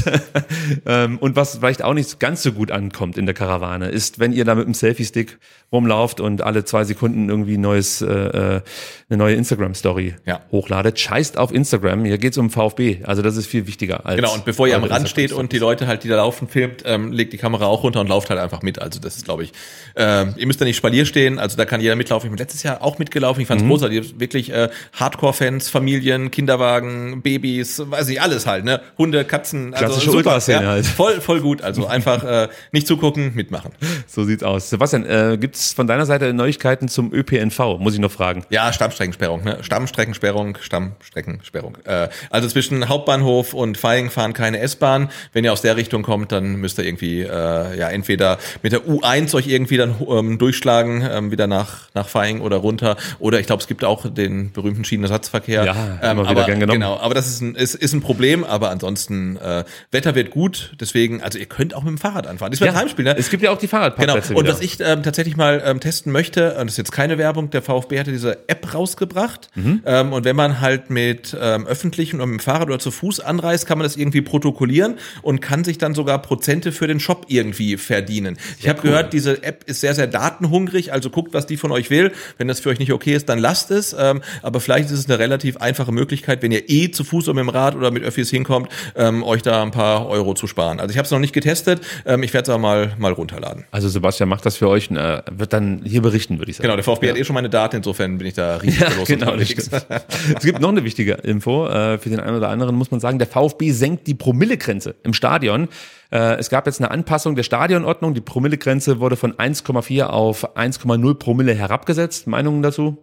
Und was vielleicht auch nicht ganz so gut ankommt in der Karawane, ist, wenn ihr da mit einem Selfie-Stick rumlauft und alle zwei Sekunden irgendwie neues, äh, eine neue Instagram-Story ja. hochladet. Scheißt auf Instagram, hier geht's um VfB. Also das ist viel wichtiger als... Genau, und bevor ihr am Rand steht und die Leute halt, die da laufen, filmt, ähm, legt die Kamera auch runter und lauft halt einfach mit. Also das ist, glaube ich, äh, ihr müsst da nicht Spalier stehen, also da kann jeder mitlaufen. Ich bin letztes Jahr auch mitgelaufen, ich fand's mhm. großartig. Wirklich äh, Hardcore-Fans, Familien, Kinderwagen, Babys, weiß ich, alles halt, ne? Hunde, Katzen, also klassische super, Ultraszene ja, halt. Voll, voll gut. Also einfach äh, nicht zugucken, mitmachen. So sieht's aus. Sebastian, äh, gibt's von deiner Seite Neuigkeiten zum Ö P N V? Muss ich noch fragen. Ja, Stammstreckensperrung, ne? Stammstreckensperrung, Stammstreckensperrung. Äh, also zwischen Hauptbahnhof und Vaihing fahren keine S-Bahn. Wenn ihr aus der Richtung kommt, dann müsst ihr irgendwie äh, ja entweder mit der U eins euch irgendwie dann ähm, durchschlagen, ähm, wieder nach nach Vaihing oder runter. Oder ich glaube, es gibt auch den berühmten Schienenersatzverkehr. Ja, ähm, immer wieder aber, gern genommen. Genau, aber das ist ein, ist, ist ein Problem. Aber ansonsten äh, Wetter wird gut, deswegen, also ihr könnt auch mit dem Fahrrad anfahren. Das wird ja, ein Heimspiel, ne? Es gibt ja auch die Fahrradparkplätze. Genau. Und wieder. was ich ähm, tatsächlich mal ähm, testen testen möchte, und das ist jetzt keine Werbung, der VfB hatte diese App rausgebracht. Mhm. Ähm, und wenn man halt mit ähm, öffentlichen oder mit dem Fahrrad oder zu Fuß anreist, kann man das irgendwie protokollieren und kann sich dann sogar Prozente für den Shop irgendwie verdienen. Sehr ich habe cool. gehört, diese App ist sehr, sehr datenhungrig, also guckt, was die von euch will. Wenn das für euch nicht okay ist, dann lasst es. Ähm, aber vielleicht ist es eine relativ einfache Möglichkeit, wenn ihr eh zu Fuß oder mit dem Rad oder mit Öffis hinkommt, ähm, euch da ein paar Euro zu sparen. Also ich habe es noch nicht getestet, ähm, ich werde es aber mal, mal runterladen. Also Sebastian macht das für euch, äh, wird dann hier berichten, würde ich sagen. Genau, der VfB ja. hat eh schon meine Daten, insofern bin ich da risikolos ja, genau, unterwegs. Es gibt noch eine wichtige Info, äh, für den einen oder anderen muss man sagen, der VfB senkt die Promillegrenze im Stadion. Äh, es gab jetzt eine Anpassung der Stadionordnung, die Promillegrenze wurde von eins Komma vier auf eins Komma null Promille herabgesetzt. Meinungen dazu?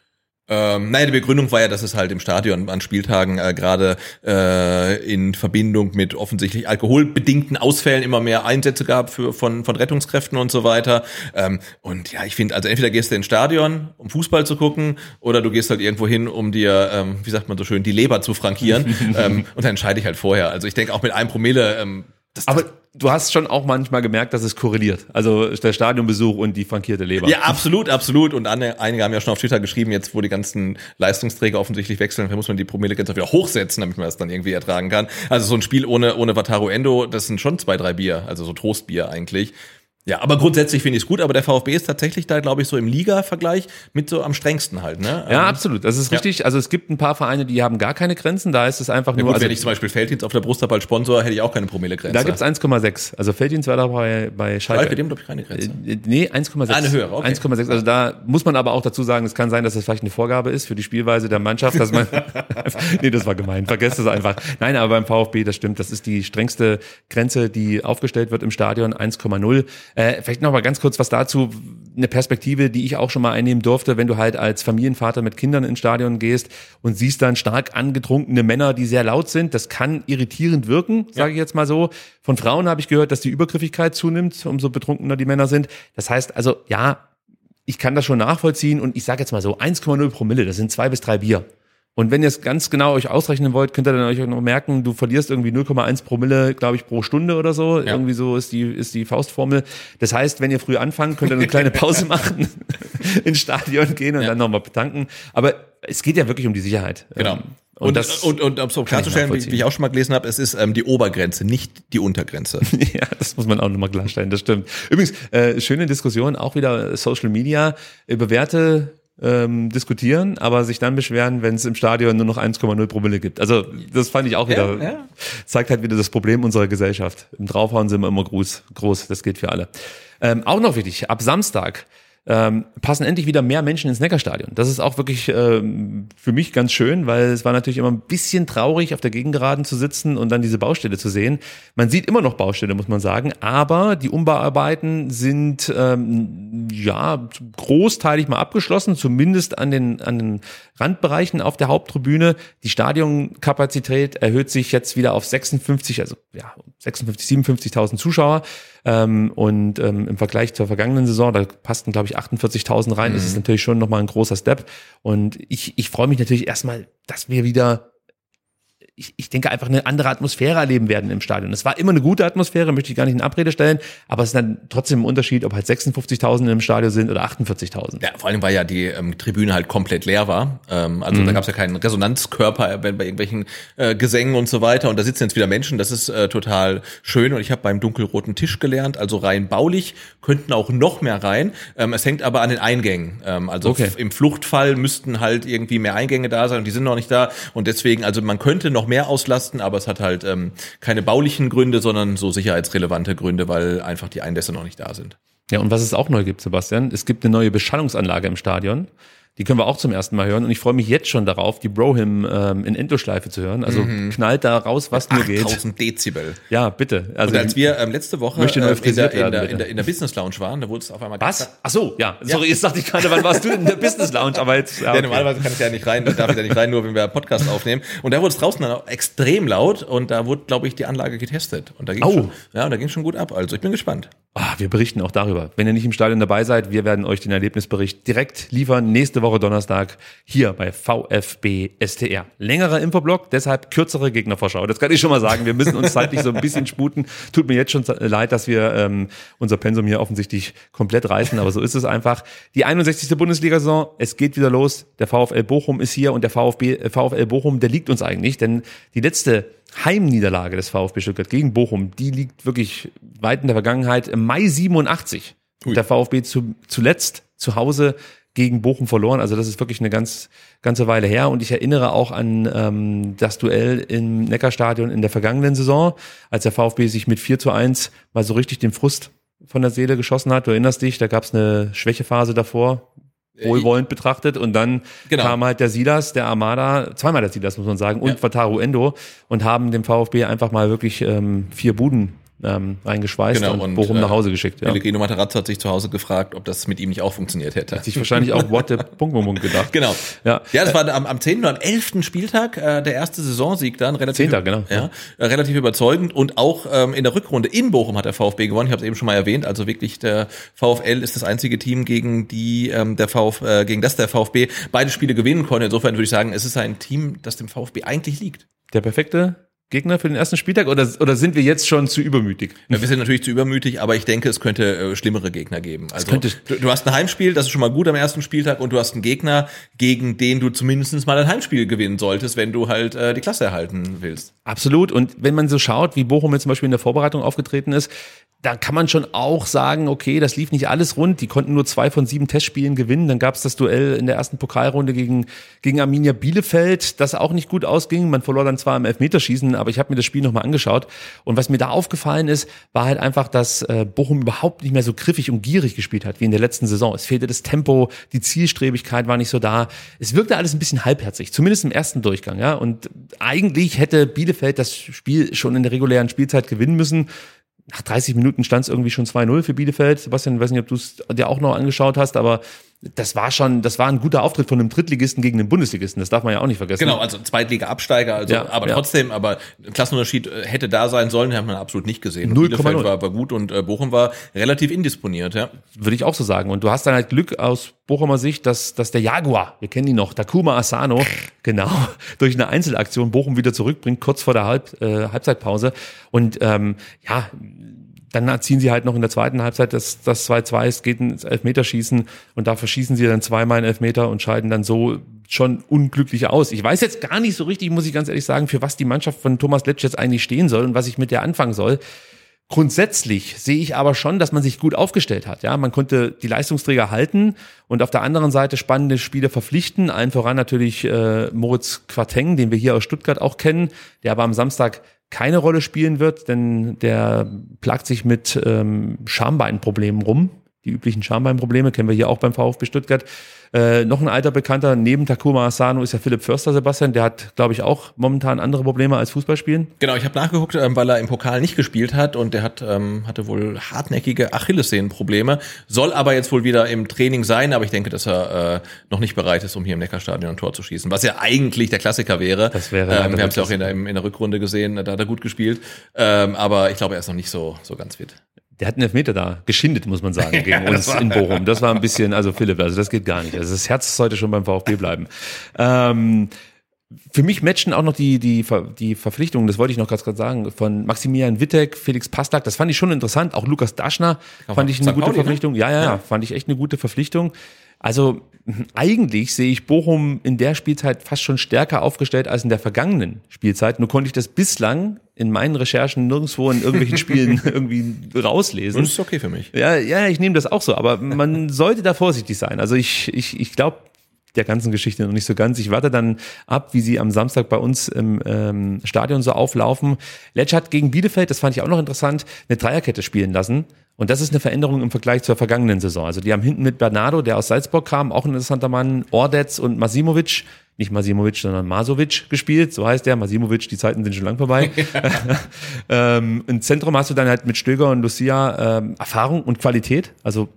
Ähm, naja, die Begründung war ja, dass es halt im Stadion an Spieltagen äh, gerade äh, in Verbindung mit offensichtlich alkoholbedingten Ausfällen immer mehr Einsätze gab für von von Rettungskräften und so weiter. Ähm, und ja, ich finde, also entweder gehst du ins Stadion, um Fußball zu gucken, oder du gehst halt irgendwo hin, um dir, ähm, wie sagt man so schön, die Leber zu frankieren. ähm, und dann entscheide ich halt vorher. Also ich denke auch mit einem Promille. Ähm, das, Aber du hast schon auch manchmal gemerkt, dass es korreliert. Also der Stadionbesuch und die frankierte Leber. Ja, absolut, absolut. Und einige haben ja schon auf Twitter geschrieben, jetzt wo die ganzen Leistungsträger offensichtlich wechseln, da muss man die Promillegrenze wieder hochsetzen, damit man das dann irgendwie ertragen kann. Also so ein Spiel ohne ohne Wataru Endo, das sind schon zwei, drei Bier, also so Trostbier eigentlich. Ja, aber grundsätzlich finde ich es gut, aber der VfB ist tatsächlich da, glaube ich, so im Liga-Vergleich mit so am strengsten halt, ne? Ja, absolut, das ist richtig. Ja. Also es gibt ein paar Vereine, die haben gar keine Grenzen, da ist es einfach ja, nur... Gut, also wenn ich zum Beispiel Felddienst auf der Brust habe als Sponsor, hätte ich auch keine Promillegrenze. Da gibt's eins Komma sechs, also Felddienst war da bei, bei Schalke. Schalke, dem glaube ich keine Grenze. Äh, nee, eins Komma sechs. Eine höhere, okay. eins Komma sechs, also da muss man aber auch dazu sagen, es kann sein, dass das vielleicht eine Vorgabe ist für die Spielweise der Mannschaft, dass man... nee, das war gemein, vergesst es einfach. Nein, aber beim VfB, das stimmt, das ist die strengste Grenze, die aufgestellt wird im Stadion, eins Komma null. Äh, vielleicht noch mal ganz kurz was dazu, eine Perspektive, die ich auch schon mal einnehmen durfte, wenn du halt als Familienvater mit Kindern ins Stadion gehst und siehst dann stark angetrunkene Männer, die sehr laut sind. Das kann irritierend wirken, sage ich jetzt mal so. Von Frauen habe ich gehört, dass die Übergriffigkeit zunimmt, umso betrunkener die Männer sind. Das heißt also, ja, ich kann das schon nachvollziehen und ich sage jetzt mal so, eins Komma null Promille, das sind zwei bis drei Bier. Und wenn ihr es ganz genau euch ausrechnen wollt, könnt ihr dann euch auch noch merken, du verlierst irgendwie null Komma eins Promille, glaube ich, pro Stunde oder so. Ja. Irgendwie so ist die ist die Faustformel. Das heißt, wenn ihr früh anfangt, könnt ihr eine kleine Pause machen, ins Stadion gehen und ja. dann nochmal betanken. Aber es geht ja wirklich um die Sicherheit. Genau. Und, und, das und, und, um es klarzustellen, wie, wie ich auch schon mal gelesen habe, es ist ähm, die Obergrenze, nicht die Untergrenze. Ja, das muss man auch nochmal klarstellen, das stimmt. Übrigens, äh, schöne Diskussion, auch wieder Social Media, über Werte ähm, diskutieren, aber sich dann beschweren, wenn es im Stadion nur noch eins Komma null Promille gibt. Also das fand ich auch wieder, ja, ja. zeigt halt wieder das Problem unserer Gesellschaft. Im Draufhauen sind wir immer groß, groß, das geht für alle. Ähm, auch noch wichtig, ab Samstag Ähm, passen endlich wieder mehr Menschen ins Neckarstadion. Das ist auch wirklich ähm, für mich ganz schön, weil es war natürlich immer ein bisschen traurig, auf der Gegengeraden zu sitzen und dann diese Baustelle zu sehen. Man sieht immer noch Baustelle, muss man sagen, aber die Umbauarbeiten sind ähm, ja großteilig mal abgeschlossen, zumindest an den an den Randbereichen auf der Haupttribüne. Die Stadionkapazität erhöht sich jetzt wieder auf sechsundfünfzig, also ja sechsundfünfzig, siebenundfünfzigtausend Zuschauer. Ähm, und ähm, im Vergleich zur vergangenen Saison, da passten, glaube ich, achtundvierzigtausend rein. Mhm. Das ist natürlich schon nochmal ein großer Step. Und ich, ich freue mich natürlich erstmal, dass wir wieder, ich, ich denke, einfach eine andere Atmosphäre erleben werden im Stadion. Es war immer eine gute Atmosphäre, möchte ich gar nicht in Abrede stellen, aber es ist dann trotzdem ein Unterschied, ob halt sechsundfünfzigtausend im Stadion sind oder achtundvierzigtausend. Ja, vor allem, weil ja die ähm, Tribüne halt komplett leer war. Ähm, also mhm. da gab es ja keinen Resonanzkörper bei, bei irgendwelchen äh, Gesängen und so weiter. Und da sitzen jetzt wieder Menschen, das ist äh, total schön. Und ich habe beim dunkelroten Tisch gelernt, also rein baulich könnten auch noch mehr rein. Ähm, es hängt aber an den Eingängen. Ähm, also okay. f- im Fluchtfall müssten halt irgendwie mehr Eingänge da sein und die sind noch nicht da. Und deswegen, also man könnte noch mehr auslasten, aber es hat halt ähm, keine baulichen Gründe, sondern so sicherheitsrelevante Gründe, weil einfach die Einlässe noch nicht da sind. Ja, und was es auch neu gibt, Sebastian, es gibt eine neue Beschallungsanlage im Stadion. Die können wir auch zum ersten Mal hören und ich freue mich jetzt schon darauf, die Brohim ähm, in Endlosschleife zu hören. Also mhm. knallt da raus, was nur geht. achttausend Dezibel. Ja, bitte. Also und als wir ähm, letzte Woche möchte neu äh, in, der, werden, in, der, in, der, in der Business Lounge waren, da wurde es auf einmal... Was? Ach so, ja. Sorry, ja. Jetzt dachte ich gerade, wann warst du denn in der Business Lounge? Aber jetzt, ja, okay. Ja, normalerweise kann ich ja nicht rein, darf ich ja nicht rein, nur wenn wir Podcast aufnehmen. Und da wurde es draußen dann auch extrem laut und da wurde, glaube ich, die Anlage getestet. Und da ging oh. schon, ja, und da ging schon gut ab. Also ich bin gespannt. Ah, wir berichten auch darüber. Wenn ihr nicht im Stadion dabei seid, wir werden euch den Erlebnisbericht direkt liefern. Nächste Woche Donnerstag hier bei VfB S T R. Längerer Infoblock, deshalb kürzere Gegnervorschau. Das kann ich schon mal sagen. Wir müssen uns zeitlich so ein bisschen sputen. Tut mir jetzt schon leid, dass wir ähm, unser Pensum hier offensichtlich komplett reißen, aber so ist es einfach. Die einundsechzigste Bundesliga-Saison, es geht wieder los. Der VfL Bochum ist hier und der VfB, äh, VfL Bochum, der liegt uns eigentlich, denn die letzte Heimniederlage des VfB Stuttgart gegen Bochum, die liegt wirklich weit in der Vergangenheit. Im Mai siebenundachtzig. Ui. Der VfB zu, zuletzt zu Hause gegen Bochum verloren. Also das ist wirklich eine ganz ganze Weile her. Und ich erinnere auch an ähm, das Duell im Neckarstadion in der vergangenen Saison, als der VfB sich mit vier zu eins mal so richtig den Frust von der Seele geschossen hat. Du erinnerst dich, da gab es eine Schwächephase davor, wohlwollend betrachtet, und dann genau. kam halt der Silas, der Armada, zweimal der Silas muss man sagen, und ja. Wataru Endo, und haben dem VfB einfach mal wirklich ähm, vier Buden ähm, reingeschweißt genau, und, und Bochum äh, nach Hause geschickt. Ja. Pellegrino Matarazzo hat sich zu Hause gefragt, ob das mit ihm nicht auch funktioniert hätte. Hat sich wahrscheinlich auch what the Punkt, Punkt, Punkt gedacht. Genau. Ja, ja, das war am, am zehnten oder am elften Spieltag äh, der erste Saisonsieg dann. Relativ, Zehnter, genau. Ja, äh, relativ überzeugend, und auch ähm, in der Rückrunde in Bochum hat der VfB gewonnen. Ich habe es eben schon mal erwähnt. Also wirklich, der VfL ist das einzige Team, gegen die ähm, der VfB, äh, gegen das der VfB beide Spiele gewinnen konnte. Insofern würde ich sagen, es ist ein Team, das dem VfB eigentlich liegt. Der perfekte Gegner für den ersten Spieltag, oder, oder sind wir jetzt schon zu übermütig? Ja, wir sind natürlich zu übermütig, aber ich denke, es könnte äh, schlimmere Gegner geben. Also könnte, du, du hast ein Heimspiel, das ist schon mal gut am ersten Spieltag, und du hast einen Gegner, gegen den du zumindest mal ein Heimspiel gewinnen solltest, wenn du halt äh, die Klasse erhalten willst. Absolut. Und wenn man so schaut, wie Bochum jetzt zum Beispiel in der Vorbereitung aufgetreten ist, da kann man schon auch sagen, okay, das lief nicht alles rund. Die konnten nur zwei von sieben Testspielen gewinnen. Dann gab es das Duell in der ersten Pokalrunde gegen gegen Arminia Bielefeld, das auch nicht gut ausging. Man verlor dann zwar im Elfmeterschießen, aber ich habe mir das Spiel nochmal angeschaut. Und was mir da aufgefallen ist, war halt einfach, dass äh, Bochum überhaupt nicht mehr so griffig und gierig gespielt hat wie in der letzten Saison. Es fehlte das Tempo, die Zielstrebigkeit war nicht so da. Es wirkte alles ein bisschen halbherzig, zumindest im ersten Durchgang. Ja. Und eigentlich hätte Bielefeld das Spiel schon in der regulären Spielzeit gewinnen müssen. Nach dreißig Minuten stand es irgendwie schon zwei null für Bielefeld. Sebastian, ich weiß nicht, ob du es dir auch noch angeschaut hast, aber das war schon, das war ein guter Auftritt von einem Drittligisten gegen einen Bundesligisten. Das darf man ja auch nicht vergessen. Genau, also Zweitliga-Absteiger, also, ja, aber ja. trotzdem, aber Klassenunterschied hätte da sein sollen, den hat man absolut nicht gesehen. null Bielefeld war, war gut, und äh, Bochum war relativ indisponiert, ja. Würde ich auch so sagen. Und du hast dann halt Glück aus Bochumer Sicht, dass, dass der Jaguar, wir kennen ihn noch, Takuma Asano, genau, durch eine Einzelaktion Bochum wieder zurückbringt, kurz vor der Halb, äh, Halbzeitpause. Und ähm, ja, dann erzielen sie halt noch in der zweiten Halbzeit das, das zwei zwei, es geht ins Elfmeterschießen, und da verschießen sie dann zweimal einen Elfmeter und scheiden dann so schon unglücklich aus. Ich weiß jetzt gar nicht so richtig, muss ich ganz ehrlich sagen, für was die Mannschaft von Thomas Letsch jetzt eigentlich stehen soll und was ich mit der anfangen soll. Grundsätzlich sehe ich aber schon, dass man sich gut aufgestellt hat. Ja, man konnte die Leistungsträger halten und auf der anderen Seite spannende Spieler verpflichten. Allen voran natürlich äh, Moritz Quarteng, den wir hier aus Stuttgart auch kennen, der aber am Samstag keine Rolle spielen wird, denn der plagt sich mit ähm, Schambeinproblemen rum. Die üblichen Schambeinprobleme kennen wir hier auch beim VfB Stuttgart. Äh, noch ein alter Bekannter neben Takuma Asano ist ja Philipp Förster, Sebastian. Der hat, glaube ich, auch momentan andere Probleme als Fußballspielen. Genau, ich habe nachgeguckt, ähm, weil er im Pokal nicht gespielt hat, und der hat ähm, hatte wohl hartnäckige Achillessehnenprobleme. Soll aber jetzt wohl wieder im Training sein, aber ich denke, dass er äh, noch nicht bereit ist, um hier im Neckarstadion ein Tor zu schießen. Was ja eigentlich der Klassiker wäre. Das wäre ähm, wir haben es ja auch in der, in der Rückrunde gesehen, da hat er gut gespielt. Ähm, aber ich glaube, er ist noch nicht so so ganz fit. Der hat einen Elfmeter da geschindet, muss man sagen, gegen ja, uns in Bochum. Das war ein bisschen, also Philipp, also das geht gar nicht. Also das Herz sollte schon beim VfB bleiben. Ähm, für mich matchen auch noch die die die Verpflichtungen, das wollte ich noch gerade sagen, von Maximilian Wittek, Felix Passlack, das fand ich schon interessant. Auch Lukas Daschner fand ich eine Sankt gute Pauli, Verpflichtung. Ne? Ja, ja, ja, fand ich echt eine gute Verpflichtung. Also eigentlich sehe ich Bochum in der Spielzeit fast schon stärker aufgestellt als in der vergangenen Spielzeit. Nur konnte ich das bislang in meinen Recherchen nirgendwo in irgendwelchen Spielen irgendwie rauslesen. Das ist okay für mich. Ja, ja, ich nehme das auch so. Aber man sollte da vorsichtig sein. Also ich, ich, ich glaube der ganzen Geschichte noch nicht so ganz. Ich warte dann ab, wie sie am Samstag bei uns im ähm, Stadion so auflaufen. Letsch hat gegen Bielefeld, das fand ich auch noch interessant, eine Dreierkette spielen lassen. Und das ist eine Veränderung im Vergleich zur vergangenen Saison. Also die haben hinten mit Bernardo, der aus Salzburg kam, auch ein interessanter Mann, Ordetz und Masimovic, nicht Masimovic, sondern Masovic gespielt, so heißt der. Masimovic, die Zeiten sind schon lang vorbei. ähm, Im Zentrum hast du dann halt mit Stöger und Lucia ähm, Erfahrung und Qualität. Also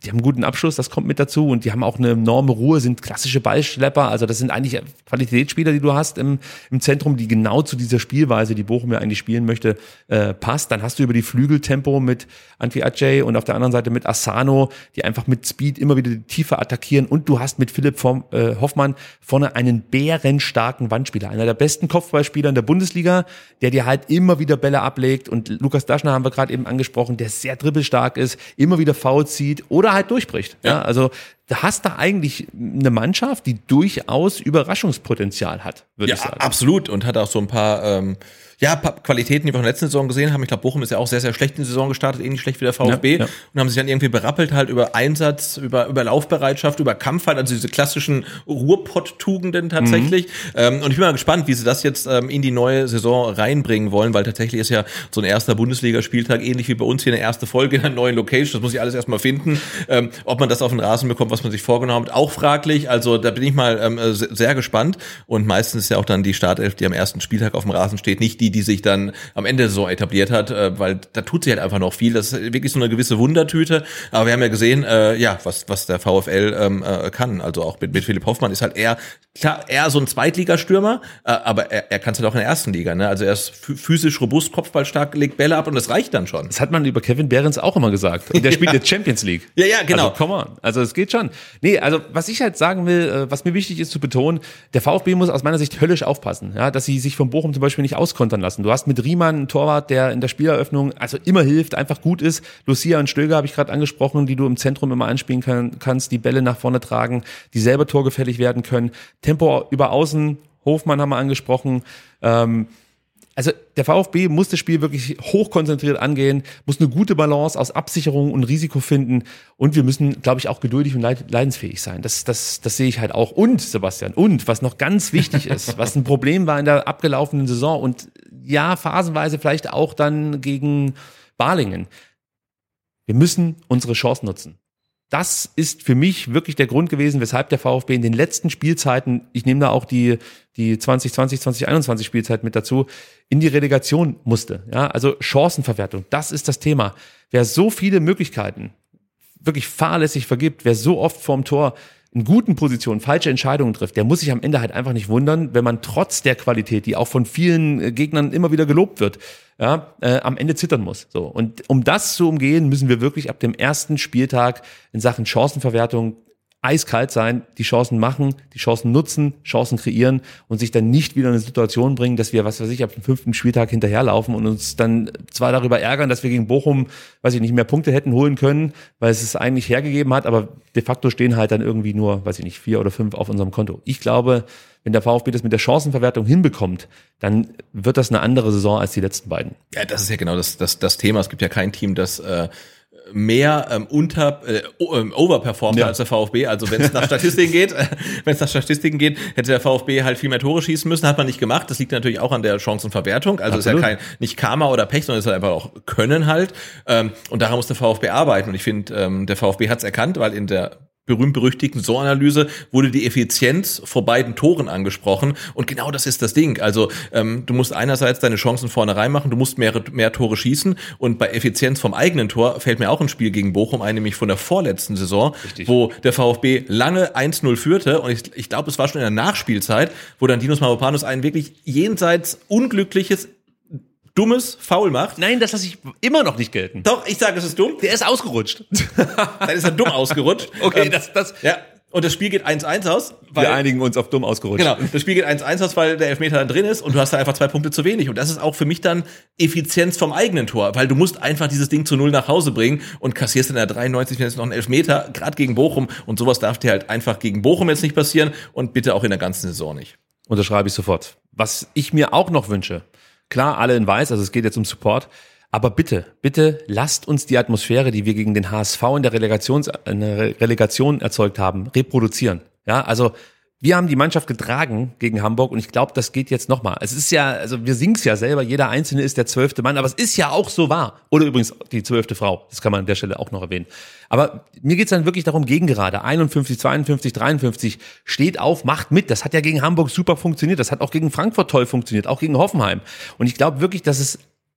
die haben einen guten Abschluss, das kommt mit dazu und die haben auch eine enorme Ruhe, sind klassische Ballschlepper, also das sind eigentlich Qualitätsspieler, die du hast im, im Zentrum, die genau zu dieser Spielweise, die Bochum ja eigentlich spielen möchte, äh, passt. Dann hast du über die Flügel Tempo mit Antwi Ajay und auf der anderen Seite mit Asano, die einfach mit Speed immer wieder die Tiefe attackieren und du hast mit Philipp vom, äh, Hoffmann vorne einen bärenstarken Wandspieler, einer der besten Kopfballspieler in der Bundesliga, der dir halt immer wieder Bälle ablegt und Lukas Daschner haben wir gerade eben angesprochen, der sehr dribbelstark ist, immer wieder Foul zieht oder halt durchbricht. Ja. Ja, also da hast du eigentlich eine Mannschaft, die durchaus Überraschungspotenzial hat, würde ja, ich sagen. Absolut und hat auch so ein paar ähm, ja, paar Qualitäten, die wir in der letzten Saison gesehen haben. Ich glaube, Bochum ist ja auch sehr, sehr schlecht in die Saison gestartet, ähnlich schlecht wie der VfB. Ja, ja. Und haben sich dann irgendwie berappelt halt über Einsatz, über, über Laufbereitschaft, über Kampf halt, also diese klassischen Ruhrpott-Tugenden tatsächlich. Mhm. Ähm, und ich bin mal gespannt, wie sie das jetzt ähm, in die neue Saison reinbringen wollen, weil tatsächlich ist ja so ein erster Bundesligaspieltag ähnlich wie bei uns hier eine erste Folge in einer neuen Location. Das muss ich alles erstmal finden. Ähm, ob man das auf den Rasen bekommt, was man sich vorgenommen hat, auch fraglich. Also da bin ich mal ähm, sehr gespannt. Und meistens ist ja auch dann die Startelf, die am ersten Spieltag auf dem Rasen steht, nicht die, die sich dann am Ende der Saison etabliert hat, äh, weil da tut sich halt einfach noch viel. Das ist wirklich so eine gewisse Wundertüte. Aber wir haben ja gesehen, äh, ja, was was der VfL ähm, äh, kann. Also auch mit, mit Philipp Hoffmann ist halt eher, klar, eher so ein Zweitligastürmer, äh, aber er, er kann es halt auch in der ersten Liga. Ne? Also er ist physisch robust, kopfballstark, legt Bälle ab und das reicht dann schon. Das hat man über Kevin Behrens auch immer gesagt. Und der spielt ja. jetzt Champions League. Ja, ja, genau. Also, come on. Also es geht schon. Nee, also was ich halt sagen will, was mir wichtig ist zu betonen, der VfB muss aus meiner Sicht höllisch aufpassen, ja, dass sie sich von Bochum zum Beispiel nicht auskontern lassen. Du hast mit Riemann einen Torwart, der in der Spieleröffnung also immer hilft, einfach gut ist. Lucia und Stöger habe ich gerade angesprochen, die du im Zentrum immer anspielen kann, kannst, die Bälle nach vorne tragen, die selber torgefällig werden können. Tempo über Außen, Hofmann haben wir angesprochen. Ähm, also der VfB muss das Spiel wirklich hochkonzentriert angehen, muss eine gute Balance aus Absicherung und Risiko finden und wir müssen, glaube ich, auch geduldig und leidensfähig sein. Das, das, das sehe ich halt auch. Und, Sebastian, und, was noch ganz wichtig ist, was ein Problem war in der abgelaufenen Saison und ja, phasenweise vielleicht auch dann gegen Balingen. Wir müssen unsere Chance nutzen. Das ist für mich wirklich der Grund gewesen, weshalb der VfB in den letzten Spielzeiten, ich nehme da auch die, die zwanzig zwanzig, zwanzig einundzwanzig Spielzeit mit dazu, in die Relegation musste. Ja, also Chancenverwertung, das ist das Thema. Wer so viele Möglichkeiten wirklich fahrlässig vergibt, wer so oft vorm Tor in guten Positionen falsche Entscheidungen trifft, der muss sich am Ende halt einfach nicht wundern, wenn man trotz der Qualität, die auch von vielen Gegnern immer wieder gelobt wird, ja, äh, am Ende zittern muss. So. Und um das zu umgehen, müssen wir wirklich ab dem ersten Spieltag in Sachen Chancenverwertung eiskalt sein, die Chancen machen, die Chancen nutzen, Chancen kreieren und sich dann nicht wieder in eine Situation bringen, dass wir, was weiß ich, ab dem fünften Spieltag hinterherlaufen und uns dann zwar darüber ärgern, dass wir gegen Bochum, weiß ich nicht, mehr Punkte hätten holen können, weil es es eigentlich hergegeben hat, aber de facto stehen halt dann irgendwie nur, weiß ich nicht, vier oder fünf auf unserem Konto. Ich glaube, wenn der VfB das mit der Chancenverwertung hinbekommt, dann wird das eine andere Saison als die letzten beiden. Ja, das ist ja genau das, das, das Thema. Es gibt ja kein Team, das äh mehr ähm, unter äh, overperformt ja. als der VfB. Also wenn es nach Statistiken geht, äh, wenn es nach Statistiken geht, hätte der VfB halt viel mehr Tore schießen müssen. Hat man nicht gemacht. Das liegt natürlich auch an der Chancenverwertung. Also Absolut. Ist ja kein nicht Karma oder Pech, sondern ist halt einfach auch Können halt. Ähm, und daran muss der VfB arbeiten. Und ich finde, ähm, der VfB hat es erkannt, weil in der berühmt-berüchtigten Saisonanalyse wurde die Effizienz vor beiden Toren angesprochen und genau das ist das Ding. Also ähm, du musst einerseits deine Chancen vorne reinmachen, du musst mehr, mehr Tore schießen und bei Effizienz vom eigenen Tor fällt mir auch ein Spiel gegen Bochum ein, nämlich von der vorletzten Saison, Richtig. Wo der VfB lange eins null führte und ich, ich glaube, es war schon in der Nachspielzeit, wo dann Dinos Mavropanos ein wirklich jenseits unglückliches dummes Foul macht. Nein, das lasse ich immer noch nicht gelten. Doch, ich sage, es ist dumm. Der ist ausgerutscht. Dann ist er dumm ausgerutscht. Okay, ähm, das, das. Ja. Und das Spiel geht eins eins aus. Weil, wir einigen uns auf dumm ausgerutscht. Genau, das Spiel geht eins eins aus, weil der Elfmeter dann drin ist und du hast da einfach zwei Punkte zu wenig. Und das ist auch für mich dann Effizienz vom eigenen Tor, weil du musst einfach dieses Ding zu null nach Hause bringen und kassierst in der dreiundneunzig Minuten noch einen Elfmeter, gerade gegen Bochum. Und sowas darf dir halt einfach gegen Bochum jetzt nicht passieren und bitte auch in der ganzen Saison nicht. Unterschreibe ich sofort. Was ich mir auch noch wünsche, klar, alle in weiß, also es geht jetzt um Support, aber bitte, bitte lasst uns die Atmosphäre, die wir gegen den H S V in der Relegation, in der Relegation erzeugt haben, reproduzieren. Ja, also wir haben die Mannschaft getragen gegen Hamburg und ich glaube, das geht jetzt nochmal. Es ist ja, also wir singen es ja selber, jeder Einzelne ist der zwölfte Mann, aber es ist ja auch so wahr. Oder übrigens die zwölfte Frau, das kann man an der Stelle auch noch erwähnen. Aber mir geht's dann wirklich darum, Gegengerade, einundfünfzig, zweiundfünfzig, dreiundfünfzig, steht auf, macht mit. Das hat ja gegen Hamburg super funktioniert, das hat auch gegen Frankfurt toll funktioniert, auch gegen Hoffenheim. Und ich glaube wirklich, dass es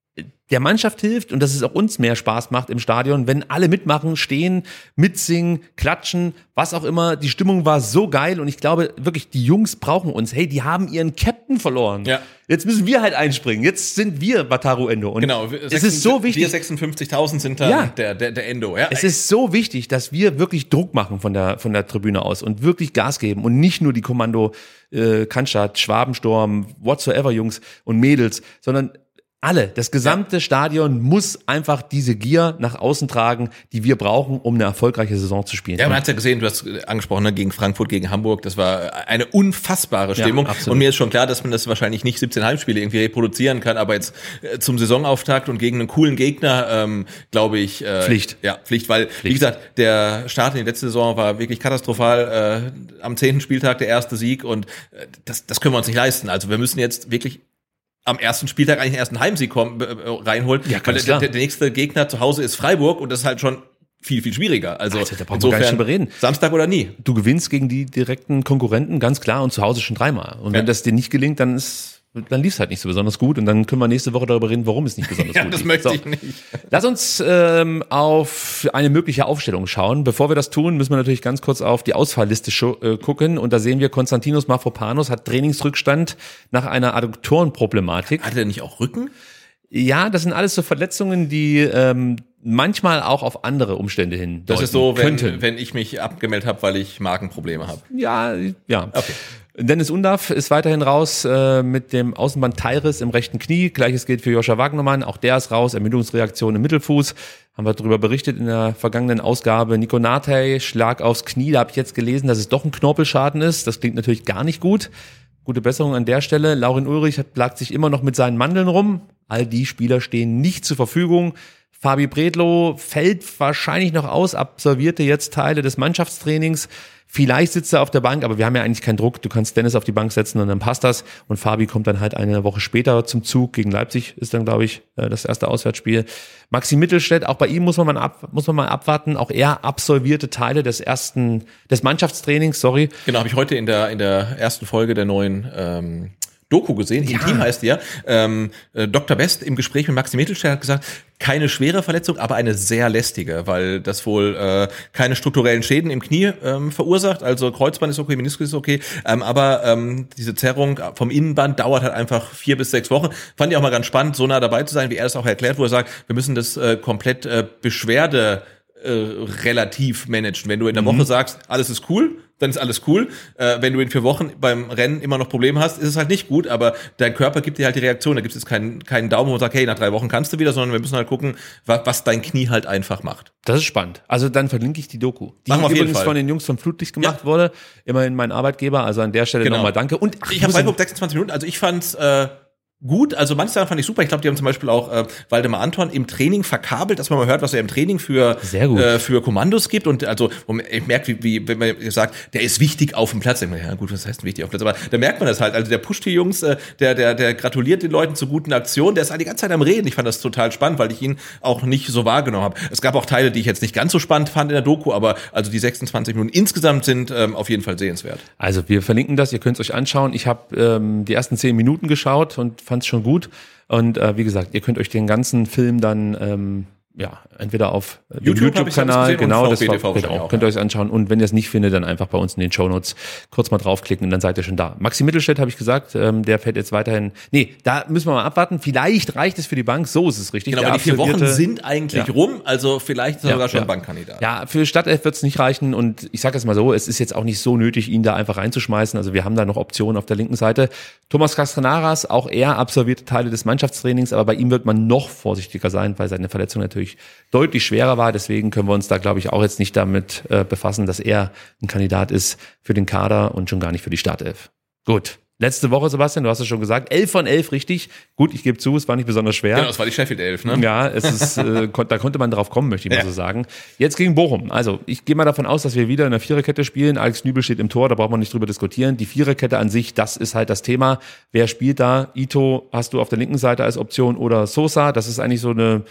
der Mannschaft hilft und dass es auch uns mehr Spaß macht im Stadion, wenn alle mitmachen, stehen, mitsingen, klatschen, was auch immer. Die Stimmung war so geil und ich glaube wirklich, die Jungs brauchen uns. Hey, die haben ihren Captain verloren. Ja. Jetzt müssen wir halt einspringen. Jetzt sind wir Wataru Endo. Und genau, es ist so wichtig. Wir sechsundfünfzigtausend sind dann ja. der, der, der Endo. Ja. Es ist so wichtig, dass wir wirklich Druck machen von der, von der Tribüne aus und wirklich Gas geben und nicht nur die Kommando äh, Cannstatt, Schwabensturm, whatsoever Jungs und Mädels, sondern alle, das gesamte ja. Stadion muss einfach diese Gier nach außen tragen, die wir brauchen, um eine erfolgreiche Saison zu spielen. Ja, man hat ja gesehen, du hast angesprochen, ne, gegen Frankfurt, gegen Hamburg, das war eine unfassbare Stimmung. Ja, und mir ist schon klar, dass man das wahrscheinlich nicht siebzehn Heimspiele irgendwie reproduzieren kann, aber jetzt äh, zum Saisonauftakt und gegen einen coolen Gegner, ähm, glaube ich, äh, Pflicht. Ja, Pflicht, weil, Pflicht. Wie gesagt, der Start in die letzte Saison war wirklich katastrophal. Äh, am zehnten Spieltag der erste Sieg und äh, das, das können wir uns nicht leisten. Also wir müssen jetzt wirklich am ersten Spieltag eigentlich den ersten Heimsieg kommen, äh, reinholen, ja, weil der, der, der nächste Gegner zu Hause ist Freiburg und das ist halt schon viel, viel schwieriger. Also Alter, da brauchen wir gar nicht drüber reden. Samstag oder nie. Du gewinnst gegen die direkten Konkurrenten, ganz klar, und zu Hause schon dreimal. Und ja. wenn das dir nicht gelingt, dann ist dann lief es halt nicht so besonders gut und dann können wir nächste Woche darüber reden, warum es nicht besonders ja, gut das lief. möchte so. ich nicht. Lass uns ähm, auf eine mögliche Aufstellung schauen. Bevor wir das tun, müssen wir natürlich ganz kurz auf die Ausfallliste scho- äh, gucken und da sehen wir, Konstantinos Mafropanos hat Trainingsrückstand nach einer Adduktorenproblematik. Hat er nicht auch Rücken? Ja, das sind alles so Verletzungen, die ähm, manchmal auch auf andere Umstände hin Das ist so, wenn, könnten. wenn ich mich abgemeldet habe, weil ich Magenprobleme habe. Ja, ja. Okay. Dennis Undav ist weiterhin raus äh, mit dem Außenband-Teilriss im rechten Knie. Gleiches gilt für Joscha Wagnermann. Auch der ist raus. Ermüdungsreaktion im Mittelfuß. Haben wir darüber berichtet in der vergangenen Ausgabe. Nico Natey, Schlag aufs Knie. Da habe ich jetzt gelesen, dass es doch ein Knorpelschaden ist. Das klingt natürlich gar nicht gut. Gute Besserung an der Stelle. Laurin Ulrich hat, plagt sich immer noch mit seinen Mandeln rum. All die Spieler stehen nicht zur Verfügung. Fabi Bredlow fällt wahrscheinlich noch aus, absolvierte jetzt Teile des Mannschaftstrainings. Vielleicht sitzt er auf der Bank, aber wir haben ja eigentlich keinen Druck. Du kannst Dennis auf die Bank setzen und dann passt das. Und Fabi kommt dann halt eine Woche später zum Zug. Gegen Leipzig ist dann, glaube ich, das erste Auswärtsspiel. Maxi Mittelstädt, auch bei ihm muss man mal ab, muss man mal abwarten. Auch er absolvierte Teile des ersten, des Mannschaftstrainings, sorry. Genau, habe ich heute in der in der ersten Folge der neuen ähm Doku gesehen, ja. Intim heißt die ja. Ähm, äh, Doktor Best im Gespräch mit Maxi Mittelstädt hat gesagt, keine schwere Verletzung, aber eine sehr lästige, weil das wohl äh, keine strukturellen Schäden im Knie ähm, verursacht. Also Kreuzband ist okay, Meniskus ist okay, ähm, aber ähm, diese Zerrung vom Innenband dauert halt einfach vier bis sechs Wochen. Fand ich auch mal ganz spannend, so nah dabei zu sein, wie er es auch erklärt, wo er sagt, wir müssen das äh, komplett äh, Beschwerde äh, relativ managen. Wenn du in der Mhm. Woche sagst, alles ist cool, dann ist alles cool. Äh, wenn du in vier Wochen beim Rennen immer noch Probleme hast, ist es halt nicht gut, aber dein Körper gibt dir halt die Reaktion. Da gibt es jetzt keinen, keinen Daumen, wo man sagt, hey, nach drei Wochen kannst du wieder, sondern wir müssen halt gucken, was, was dein Knie halt einfach macht. Das ist spannend. Also dann verlinke ich die Doku, die Machen wir auf jeden übrigens Fall. von den Jungs von Flutlicht gemacht Ja. wurde. Immerhin mein Arbeitgeber, also an der Stelle Genau. nochmal danke. Und ach, Ich habe muss- Freiburg sechsundzwanzig Minuten, also ich fand's äh, gut, also manche Sachen fand ich super. Ich glaube, die haben zum Beispiel auch äh, Waldemar Anton im Training verkabelt, dass man mal hört, was er im Training für Sehr gut. Äh, für Kommandos gibt. Und also wo man, ich merke, wie, wie wenn man sagt, der ist wichtig auf dem Platz. Ich meine, ja gut, was heißt wichtig auf dem Platz? Aber da merkt man das halt. Also der pusht die Jungs, äh, der der der gratuliert den Leuten zu guten Aktionen. Der ist halt die ganze Zeit am Reden. Ich fand das total spannend, weil ich ihn auch nicht so wahrgenommen habe. Es gab auch Teile, die ich jetzt nicht ganz so spannend fand in der Doku, aber also die sechsundzwanzig Minuten insgesamt sind ähm, auf jeden Fall sehenswert. Also wir verlinken das, ihr könnt es euch anschauen. Ich habe ähm, die ersten zehn Minuten geschaut und fand es schon gut. Und äh, wie gesagt, ihr könnt euch den ganzen Film dann ähm, ja entweder auf dem YouTube hab ich alles YouTube-Kanal, gesehen und genau, das V P T V war, wahrscheinlich genau auch, könnt ja. ihr euch anschauen. Und wenn ihr es nicht findet, dann einfach bei uns in den Shownotes kurz mal draufklicken und dann seid ihr schon da. Maxi Mittelstädt habe ich gesagt, ähm, der fährt jetzt weiterhin. Nee, da müssen wir mal abwarten. Vielleicht reicht es für die Bank, so ist es richtig. Genau, Der aber die vier Wochen absolvierte- sind eigentlich Ja. rum, also vielleicht ist er Ja, sogar schon ja. Bankkandidat. Ja, für Stadtelf wird es nicht reichen und ich sage es mal so, es ist jetzt auch nicht so nötig, ihn da einfach reinzuschmeißen. Also wir haben da noch Optionen auf der linken Seite. Thomas Castenaras, auch er absolvierte Teile des Mannschaftstrainings, aber bei ihm wird man noch vorsichtiger sein, weil seine Verletzung natürlich deutlich schwerer war. Deswegen können wir uns da, glaube ich, auch jetzt nicht damit äh, befassen, dass er ein Kandidat ist für den Kader und schon gar nicht für die Startelf. Gut. Letzte Woche, Sebastian, du hast es schon gesagt, elf von elf richtig. Gut, ich gebe zu, es war nicht besonders schwer. Genau, das war die Sheffield elf, ne? Ja, es ist, äh, kon- da konnte man drauf kommen, möchte ich mal Ja. so sagen. Jetzt gegen Bochum. Also, ich gehe mal davon aus, dass wir wieder in der Viererkette spielen. Alex Nübel steht im Tor, da braucht man nicht drüber diskutieren. Die Viererkette an sich, das ist halt das Thema. Wer spielt da? Ito hast du auf der linken Seite als Option oder Sosa. Das ist eigentlich so eine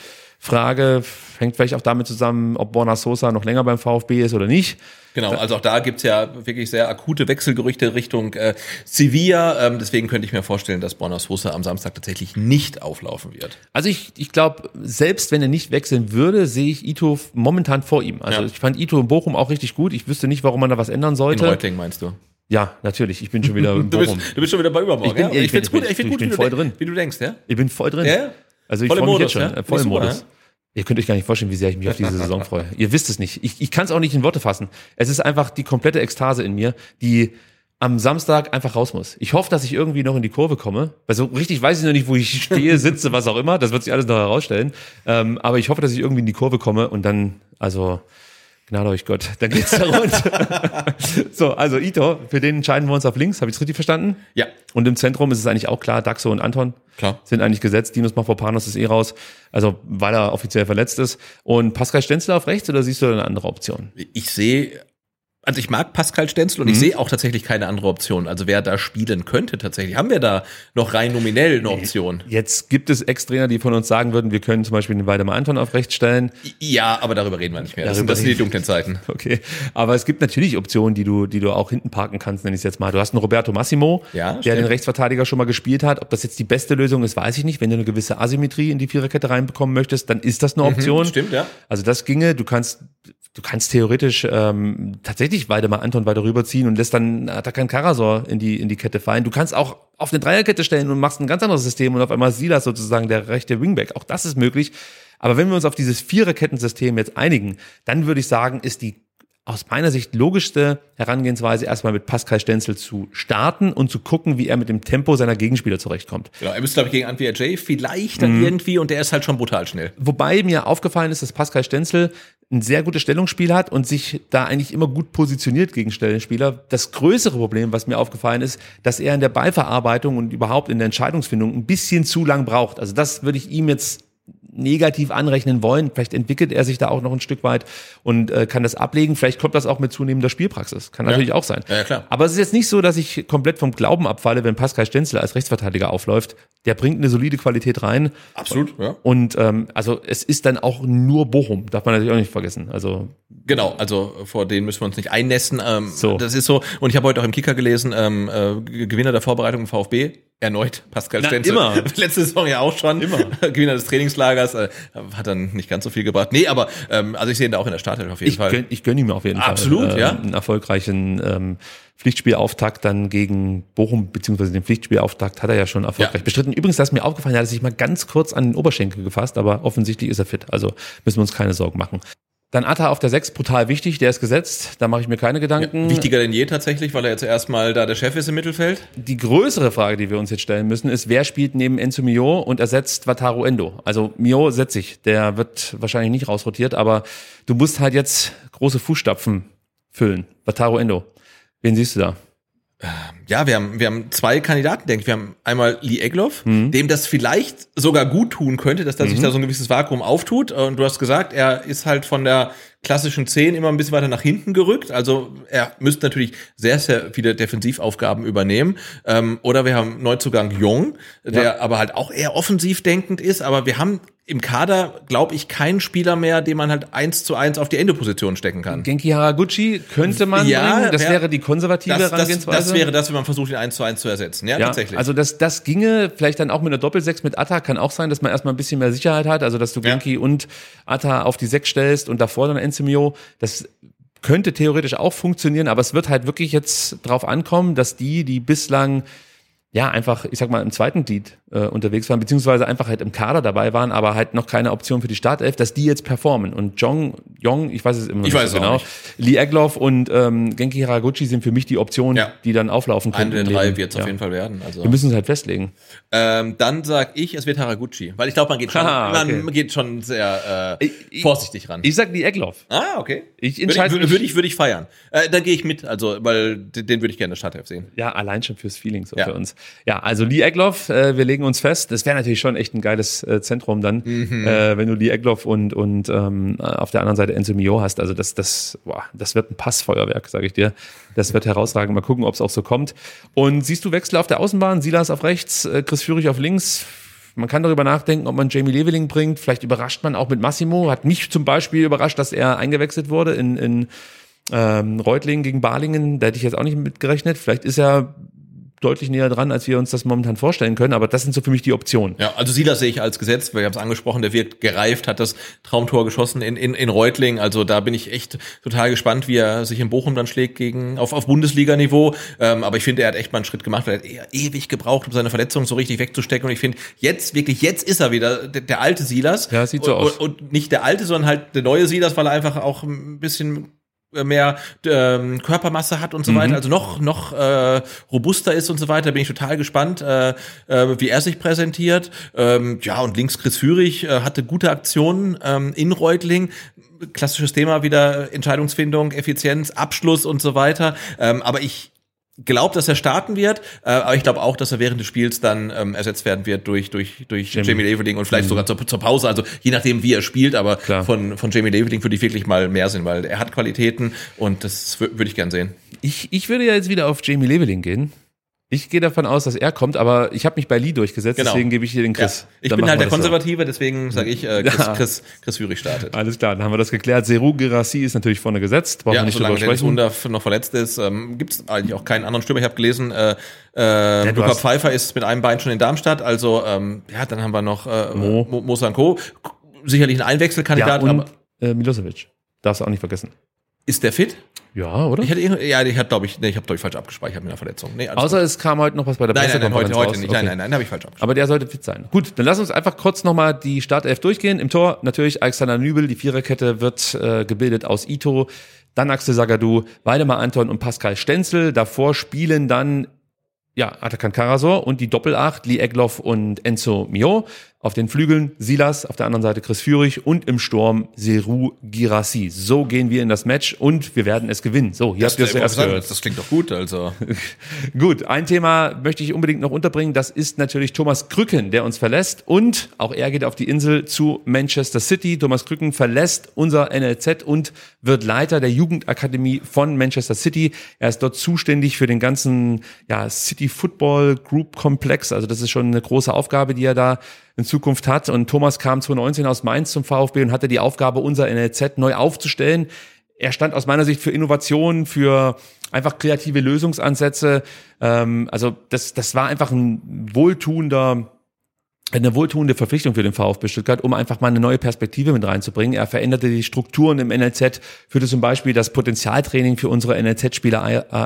Frage hängt vielleicht auch damit zusammen, ob Borna Sosa noch länger beim VfB ist oder nicht. Genau, also auch da gibt's ja wirklich sehr akute Wechselgerüchte Richtung äh, Sevilla. Ähm, deswegen könnte ich mir vorstellen, dass Borna Sosa am Samstag tatsächlich nicht auflaufen wird. Also ich, ich glaube, selbst wenn er nicht wechseln würde, sehe ich Ito momentan vor ihm. Also ja. ich fand Ito in Bochum auch richtig gut. Ich wüsste nicht, warum man da was ändern sollte. In Reutlingen meinst du? Ja, natürlich. Ich bin schon wieder in Bochum. Du bist, du bist schon wieder bei Übermorgen. Ich bin, ja? ich ich finde es gut, ich bin, gut ich bin wie, voll du, drin. wie du denkst, ja? Ich bin voll drin. Ja? Also ich voll freue mich Modus, jetzt schon. Ja? Voll im super, Modus. Ja? Ihr könnt euch gar nicht vorstellen, wie sehr ich mich auf diese Saison freue. Ihr wisst es nicht. Ich, ich kann es auch nicht in Worte fassen. Es ist einfach die komplette Ekstase in mir, die am Samstag einfach raus muss. Ich hoffe, dass ich irgendwie noch in die Kurve komme. Weil so richtig weiß ich noch nicht, wo ich stehe, sitze, was auch immer. Das wird sich alles noch herausstellen. Ähm, aber ich hoffe, dass ich irgendwie in die Kurve komme und dann, also, Gnade euch Gott, dann geht's da rund. So, also Ito, für den entscheiden wir uns auf links. Habe ich es richtig verstanden? Ja. Und im Zentrum ist es eigentlich auch klar, Daxo und Anton klar. sind eigentlich gesetzt. Dinos Mavropanos ist eh raus, also weil er offiziell verletzt ist. Und Pascal Stenzel auf rechts oder siehst du eine andere Option? Ich sehe... Also ich mag Pascal Stenzel und mhm. ich sehe auch tatsächlich keine andere Option. Also wer da spielen könnte tatsächlich. Haben wir da noch rein nominell eine Option? Jetzt gibt es Ex-Trainer, die von uns sagen würden, wir können zum Beispiel den Waldemar Anton auf rechts stellen. Ja, aber darüber reden wir nicht mehr. Das sind, das sind die dunklen Zeiten. Okay, aber es gibt natürlich Optionen, die du die du auch hinten parken kannst, nenne ich es jetzt mal. Du hast einen Roberto Massimo, ja, der stimmt. den Rechtsverteidiger schon mal gespielt hat. Ob das jetzt die beste Lösung ist, weiß ich nicht. Wenn du eine gewisse Asymmetrie in die Viererkette reinbekommen möchtest, dann ist das eine Option. Mhm, stimmt, ja. Also das ginge. Du kannst Du kannst theoretisch ähm, tatsächlich Waldemar Anton weiter rüberziehen und lässt dann Atakan Karasor in die in die Kette fallen. Du kannst auch auf eine Dreierkette stellen und machst ein ganz anderes System und auf einmal Silas sozusagen der rechte Wingback. Auch das ist möglich. Aber wenn wir uns auf dieses Viererkettensystem jetzt einigen, dann würde ich sagen, ist die aus meiner Sicht logischste Herangehensweise erstmal mit Pascal Stenzel zu starten und zu gucken, wie er mit dem Tempo seiner Gegenspieler zurechtkommt. Genau, er müsste, glaube ich, gegen Antwi Ajay vielleicht dann mhm. irgendwie und der ist halt schon brutal schnell. Wobei mir aufgefallen ist, dass Pascal Stenzel ein sehr gutes Stellungsspiel hat und sich da eigentlich immer gut positioniert gegen Stellenspieler. Das größere Problem, was mir aufgefallen ist, dass er in der Ballverarbeitung und überhaupt in der Entscheidungsfindung ein bisschen zu lang braucht. Also das würde ich ihm jetzt negativ anrechnen wollen. Vielleicht entwickelt er sich da auch noch ein Stück weit und äh, kann das ablegen. Vielleicht kommt das auch mit zunehmender Spielpraxis. Kann ja. natürlich auch sein. Ja, klar. Aber es ist jetzt nicht so, dass ich komplett vom Glauben abfalle, wenn Pascal Stenzel als Rechtsverteidiger aufläuft. Der bringt eine solide Qualität rein. Absolut, ja. Und ähm, also es ist dann auch nur Bochum. Darf man natürlich auch nicht vergessen. Also genau, also vor denen müssen wir uns nicht einnässen. Ähm, so. Das ist so. Und ich habe heute auch im Kicker gelesen, ähm, äh, Gewinner der Vorbereitung im VfB. Erneut Pascal Na, Stenzel. Immer. Letzte Saison ja auch schon. Immer. Gewinner des Trainingslagers. Äh, hat dann nicht ganz so viel gebracht. Nee, aber ähm, also ich sehe ihn da auch in der Startelf auf jeden ich Fall. Gönn, ich gönne ihm auf jeden Absolut, Fall. Absolut, ja. Ähm, einen erfolgreichen ähm, Pflichtspielauftakt dann gegen Bochum, beziehungsweise den Pflichtspielauftakt hat er ja schon erfolgreich ja. bestritten. Übrigens, das ist mir aufgefallen, er hat sich mal ganz kurz an den Oberschenkel gefasst, aber offensichtlich ist er fit. Also müssen wir uns keine Sorgen machen. Dann Atta auf der sechs, brutal wichtig, der ist gesetzt, da mache ich mir keine Gedanken. Ja, wichtiger denn je tatsächlich, weil er jetzt erstmal da der Chef ist im Mittelfeld. Die größere Frage, die wir uns jetzt stellen müssen, ist, wer spielt neben Enzo Mio und ersetzt Wataru Endo? Also Mio setzt sich, der wird wahrscheinlich nicht rausrotiert, aber du musst halt jetzt große Fußstapfen füllen. Wataru Endo, wen siehst du da? Ja, wir haben, wir haben zwei Kandidaten, denke ich. Wir haben einmal Lee Egloff, mhm. dem das vielleicht sogar gut tun könnte, dass da mhm. sich da so ein gewisses Vakuum auftut. Und du hast gesagt, er ist halt von der klassischen zehn immer ein bisschen weiter nach hinten gerückt. Also er müsste natürlich sehr, sehr viele Defensivaufgaben übernehmen. Ähm, oder wir haben Neuzugang Jung, der ja. aber halt auch eher offensiv denkend ist. Aber wir haben im Kader, glaube ich, keinen Spieler mehr, den man halt eins zu eins auf die Ende-Position stecken kann. Genki Haraguchi könnte man ja, bringen. Das wär, wäre die konservative das, Herangehensweise. Das, das wäre das, wenn man versucht, ihn eins zu eins zu ersetzen. Ja, ja tatsächlich. Also das, das ginge vielleicht dann auch mit einer Doppelsechs mit Atta. Kann auch sein, dass man erstmal ein bisschen mehr Sicherheit hat. Also dass du Genki ja. und Atta auf die sechs stellst und davor dann Enzo Mio. Das könnte theoretisch auch funktionieren, aber es wird halt wirklich jetzt drauf ankommen, dass die, die bislang ja einfach, ich sag mal, im zweiten Glied äh, unterwegs waren, beziehungsweise einfach halt im Kader dabei waren, aber halt noch keine Option für die Startelf, dass die jetzt performen. Und Jong, Jong, ich weiß es immer noch ich nicht weiß so genau, nicht. Lee Egloff und ähm, Genki Haraguchi sind für mich die Optionen, ja. die dann auflaufen können. Eine der drei wird es ja. auf jeden Fall werden. Also. Wir müssen es halt festlegen. Ähm, dann sag ich, es wird Haraguchi, weil ich glaube, man geht schon, Aha, okay. man geht schon sehr äh, ich, vorsichtig ran. Ich sag Lee Egloff. Ah, okay. Ich entscheide würde, würde ich, würde ich feiern. Äh, da gehe ich mit, also, weil den, den würde ich gerne in der Startelf sehen. Ja, allein schon fürs Feeling so ja. für uns. Ja, also Lee Egloff, äh, wir legen uns fest. Das wäre natürlich schon echt ein geiles äh, Zentrum dann, mhm. äh, wenn du Lee Egloff und und ähm, auf der anderen Seite Enzo Mio hast. Also das das boah, das wird ein Passfeuerwerk, sage ich dir. Das wird herausragend. Mal gucken, ob es auch so kommt. Und siehst du Wechsel auf der Außenbahn? Silas auf rechts, äh, Chris Führig auf links. man kann darüber nachdenken, ob man Jamie Leveling bringt. Vielleicht überrascht man auch mit Massimo. Hat mich zum Beispiel überrascht, dass er eingewechselt wurde in, in ähm, Reutlingen gegen Balingen. Da hätte ich jetzt auch nicht mit gerechnet. Vielleicht ist er deutlich näher dran, als wir uns das momentan vorstellen können. Aber das sind so für mich die Optionen. Ja, also Silas sehe ich als gesetzt. Wir haben es angesprochen, der wirkt gereift, hat das Traumtor geschossen in, in, in Reutlingen. Also da bin ich echt total gespannt, wie er sich in Bochum dann schlägt gegen auf, auf Bundesliga-Niveau. Ähm, aber ich finde, er hat echt mal einen Schritt gemacht, weil er hat eher ewig gebraucht, um seine Verletzung so richtig wegzustecken. Und ich finde, jetzt, wirklich, jetzt ist er wieder der, der alte Silas. Ja, sieht so und, aus. Und, und nicht der alte, sondern halt der neue Silas, weil er einfach auch ein bisschen mehr ähm, Körpermasse hat und so mhm. weiter, also noch noch äh, robuster ist und so weiter, bin ich total gespannt, äh, äh, wie er sich präsentiert. Ähm, ja, und links Chris Führig äh, hatte gute Aktionen ähm, in Reutling. Klassisches Thema wieder, Entscheidungsfindung, Effizienz, Abschluss und so weiter. Ähm, aber ich glaube, dass er starten wird, äh, aber ich glaube auch, dass er während des Spiels dann ähm, ersetzt werden wird durch durch durch Jamie, Jamie Leveling und vielleicht mhm. sogar zur, zur Pause, also je nachdem, wie er spielt, aber Klar. von von Jamie Leveling würde ich wirklich mal mehr sehen, weil er hat Qualitäten und das w- würde ich gern sehen. Ich ich würde ja jetzt wieder auf Jamie Leveling gehen. Ich gehe davon aus, dass er kommt, aber ich habe mich bei Lee durchgesetzt, genau. deswegen gebe ich hier den Chris. Ja. Ich dann bin halt der Konservative, so. deswegen sage ich, äh, Chris, ja. Chris, Chris Führig startet. Alles klar, dann haben wir das geklärt. Serhou Guirassy ist natürlich vorne gesetzt, brauchen ja, wir nicht solange drüber sprechen. Dennis Undaff noch verletzt ist, ähm, gibt es eigentlich auch keinen anderen Stürmer. Ich habe gelesen, äh, äh, Luca hast... Pfeiffer ist mit einem Bein schon in Darmstadt, also ähm, ja, dann haben wir noch äh, Mo, Mo, Mo Sanko. Sicherlich ein Einwechselkandidat, ja, und, aber äh, Milosevic, darfst du auch nicht vergessen. Ist der fit? Ja, oder? Ich hatte ja, ich hatte glaube ich, nee, ich habe glaube ich falsch abgespeichert mit einer Verletzung. Nee, Außer gut. Es kam heute noch was bei der Pressekonferenz Nein, nein, nein, heute, heute raus. nicht. Okay. Nein, nein, nein, habe ich falsch abgespeichert. Aber der sollte fit sein. Gut, dann lass uns einfach kurz nochmal die Startelf durchgehen. Im Tor natürlich Alexander Nübel. Die Viererkette wird äh, gebildet aus Ito, dann Axel Zagadou, Waldemar Anton und Pascal Stenzel. Davor spielen dann ja Atakan Karasor und die Doppelacht Lee Egloff und Enzo Mio. Auf den Flügeln Silas, auf der anderen Seite Chris Führig und im Sturm Serhou Guirassy. So gehen wir in das Match und wir werden es gewinnen. So, hier das, habt ihr es zuerst gehört. Das klingt doch gut, also. Gut, ein Thema möchte ich unbedingt noch unterbringen. Das ist natürlich Thomas Krücken, der uns verlässt. Und auch er geht auf die Insel zu Manchester City. Thomas Krücken verlässt unser N L Z und wird Leiter der Jugendakademie von Manchester City. Er ist dort zuständig für den ganzen ja, City Football Group Komplex. Also das ist schon eine große Aufgabe, die er da in Zukunft hat. Und Thomas kam zwanzig neunzehn aus Mainz zum VfB und hatte die Aufgabe, unser N L Z neu aufzustellen. Er stand aus meiner Sicht für Innovationen, für einfach kreative Lösungsansätze. Ähm, also das, das war einfach ein wohltuender, eine wohltuende Verpflichtung für den VfB Stuttgart, um einfach mal eine neue Perspektive mit reinzubringen. Er veränderte die Strukturen im N L Z, führte zum Beispiel das Potenzialtraining für unsere N L Z-Spieler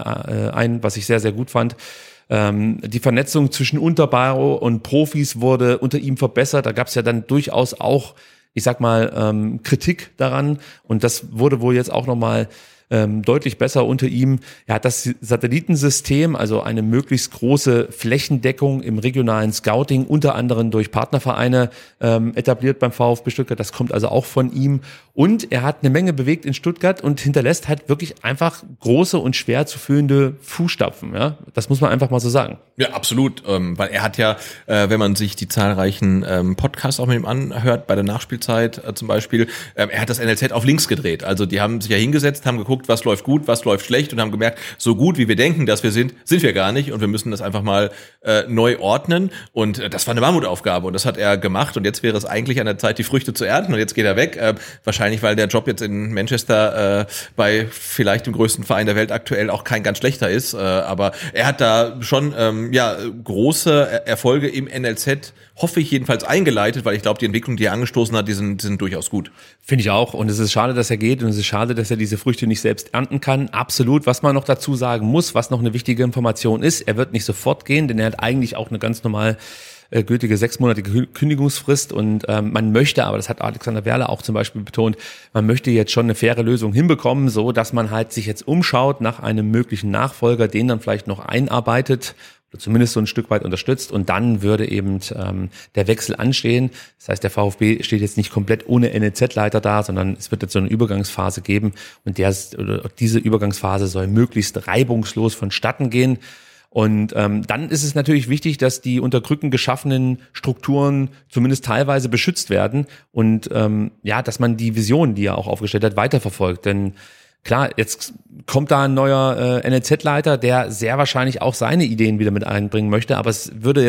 ein, was ich sehr, sehr gut fand. Ähm, die Vernetzung zwischen Unterbau und Profis wurde unter ihm verbessert. Da gab es ja dann durchaus auch, ich sag mal, ähm, Kritik daran. Und das wurde wohl jetzt auch nochmal ähm, deutlich besser unter ihm. Er hat das Satellitensystem, also eine möglichst große Flächendeckung im regionalen Scouting, unter anderem durch Partnervereine ähm, etabliert beim VfB Stuttgart. Das kommt also auch von ihm. Und er hat eine Menge bewegt in Stuttgart und hinterlässt halt wirklich einfach große und schwer zu füllende Fußstapfen. Ja, das muss man einfach mal so sagen. Ja, absolut, ähm, weil er hat ja, äh, wenn man sich die zahlreichen ähm, Podcasts auch mit ihm anhört, bei der Nachspielzeit äh, zum Beispiel, äh, er hat das N L Z auf links gedreht. Also die haben sich ja hingesetzt, haben geguckt, was läuft gut, was läuft schlecht und haben gemerkt, so gut wie wir denken, dass wir sind, sind wir gar nicht und wir müssen das einfach mal äh, neu ordnen. Und äh, das war eine Mammutaufgabe und das hat er gemacht und jetzt wäre es eigentlich an der Zeit, die Früchte zu ernten und jetzt geht er weg. Äh, wahrscheinlich weil der Job jetzt in Manchester äh, bei vielleicht dem größten Verein der Welt aktuell auch kein ganz schlechter ist. Äh, aber er hat da schon ähm, ja große Erfolge im N L Z, hoffe ich jedenfalls, eingeleitet, weil ich glaube, die Entwicklung, die er angestoßen hat, die sind, die sind durchaus gut. Finde ich auch. Und es ist schade, dass er geht und es ist schade, dass er diese Früchte nicht selbst ernten kann. Absolut. Was man noch dazu sagen muss, was noch eine wichtige Information ist, er wird nicht sofort gehen, denn er hat eigentlich auch eine ganz normal äh, gültige sechsmonatige Kündigungsfrist und ähm, man möchte, aber das hat Alexander Werle auch zum Beispiel betont, man möchte jetzt schon eine faire Lösung hinbekommen, so dass man halt sich jetzt umschaut nach einem möglichen Nachfolger, den dann vielleicht noch einarbeitet oder zumindest so ein Stück weit unterstützt und dann würde eben ähm, der Wechsel anstehen. Das heißt, der VfB steht jetzt nicht komplett ohne N L Z-Leiter da, sondern es wird jetzt so eine Übergangsphase geben und der, oder diese Übergangsphase soll möglichst reibungslos vonstatten gehen. Und ähm, dann ist es natürlich wichtig, dass die unter Krücken geschaffenen Strukturen zumindest teilweise beschützt werden und ähm, ja, dass man die Vision, die er auch aufgestellt hat, weiterverfolgt. Denn klar, jetzt kommt da ein neuer äh, N L Z-Leiter, der sehr wahrscheinlich auch seine Ideen wieder mit einbringen möchte, aber es würde jetzt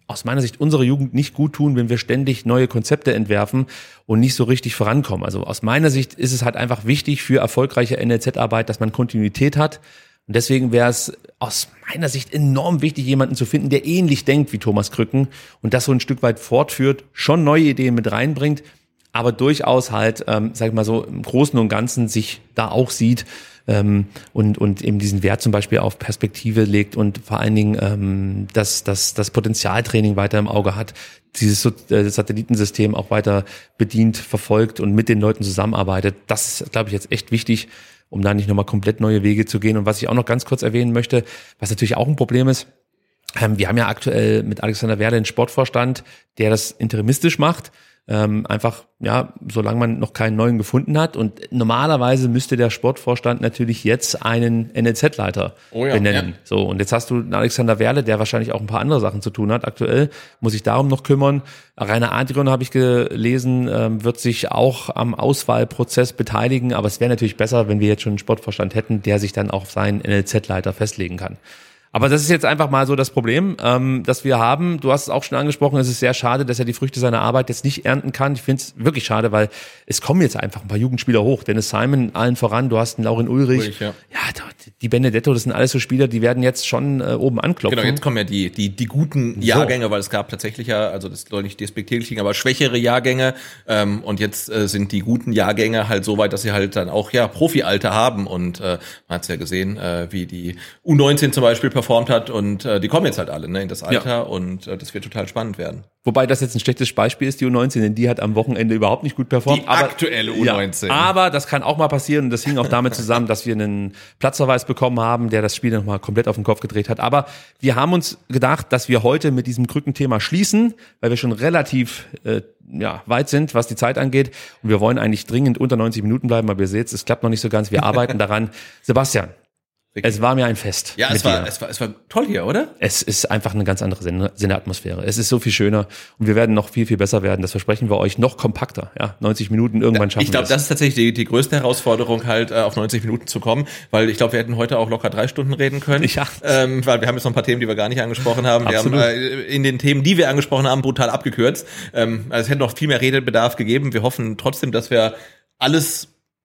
aus meiner Sicht unserer Jugend nicht gut tun, wenn wir ständig neue Konzepte entwerfen und nicht so richtig vorankommen. Also aus meiner Sicht ist es halt einfach wichtig für erfolgreiche N L Z-Arbeit, dass man Kontinuität hat. Und deswegen wäre es aus meiner Sicht enorm wichtig, jemanden zu finden, der ähnlich denkt wie Thomas Krücken und das so ein Stück weit fortführt, schon neue Ideen mit reinbringt, aber durchaus halt, ähm, sag ich mal so, im Großen und Ganzen sich da auch sieht ähm, und und eben diesen Wert zum Beispiel auf Perspektive legt und vor allen Dingen ähm, das, das, das Potenzialtraining weiter im Auge hat, dieses äh, Satellitensystem auch weiter bedient, verfolgt und mit den Leuten zusammenarbeitet. Das ist, glaube ich, jetzt echt wichtig, um da nicht nochmal komplett neue Wege zu gehen. Und was ich auch noch ganz kurz erwähnen möchte, was natürlich auch ein Problem ist, ähm, wir haben ja aktuell mit Alexander Werle einen Sportvorstand, der das interimistisch macht, ähm, einfach, ja, solange man noch keinen neuen gefunden hat. Und normalerweise müsste der Sportvorstand natürlich jetzt einen N L Z-Leiter oh ja, benennen. Ja. So, und jetzt hast du einen Alexander Werle, der wahrscheinlich auch ein paar andere Sachen zu tun hat. Aktuell muss sich darum noch kümmern. Rainer Adrian, habe ich gelesen, ähm, wird sich auch am Auswahlprozess beteiligen. Aber es wäre natürlich besser, wenn wir jetzt schon einen Sportvorstand hätten, der sich dann auch auf seinen N L Z-Leiter festlegen kann. Aber das ist jetzt einfach mal so das Problem, ähm, das wir haben. Du hast es auch schon angesprochen, es ist sehr schade, dass er die Früchte seiner Arbeit jetzt nicht ernten kann. Ich finde es wirklich schade, weil es kommen jetzt einfach ein paar Jugendspieler hoch. Dennis Simon allen voran, du hast einen Laurin Ulrich. Ulrich ja. ja, die Benedetto, das sind alles so Spieler, die werden jetzt schon äh, oben anklopfen. Genau, jetzt kommen ja die die die guten Jahrgänge, so. Weil es gab tatsächlich ja, also das soll nicht despektierlich klingen, aber schwächere Jahrgänge. Ähm, und jetzt äh, sind die guten Jahrgänge halt so weit, dass sie halt dann auch ja Profi-Alter haben. Und äh, man hat es ja gesehen, äh, wie die U neunzehn zum Beispiel performt hat und äh, die kommen jetzt halt alle ne, in das Alter ja. und äh, das wird total spannend werden. Wobei das jetzt ein schlechtes Beispiel ist, die U neunzehn, denn die hat am Wochenende überhaupt nicht gut performt. Die aber, aktuelle U neunzehn. Ja, aber das kann auch mal passieren und das hing auch damit zusammen, dass wir einen Platzverweis bekommen haben, der das Spiel nochmal komplett auf den Kopf gedreht hat. Aber wir haben uns gedacht, dass wir heute mit diesem Krückenthema schließen, weil wir schon relativ äh, ja, weit sind, was die Zeit angeht. Und wir wollen eigentlich dringend unter neunzig Minuten bleiben, aber ihr seht, es klappt noch nicht so ganz. Wir arbeiten daran. Sebastian, Wirklich? Es war mir ein Fest. Ja, es war, es war, es war toll hier, oder? Es ist einfach eine ganz andere Sendeatmosphäre. Es ist so viel schöner und wir werden noch viel, viel besser werden. Das versprechen wir euch, noch kompakter. Ja, neunzig Minuten irgendwann schaffen wir. Ich glaube, das ist tatsächlich die, die größte Herausforderung, halt auf neunzig Minuten zu kommen, weil ich glaube, wir hätten heute auch locker drei Stunden reden können. Ja. Ähm, weil wir haben jetzt noch ein paar Themen, die wir gar nicht angesprochen haben. Absolut. Wir haben äh, in den Themen, die wir angesprochen haben, brutal abgekürzt. Ähm, also es hätte noch viel mehr Redebedarf gegeben. Wir hoffen trotzdem, dass wir alles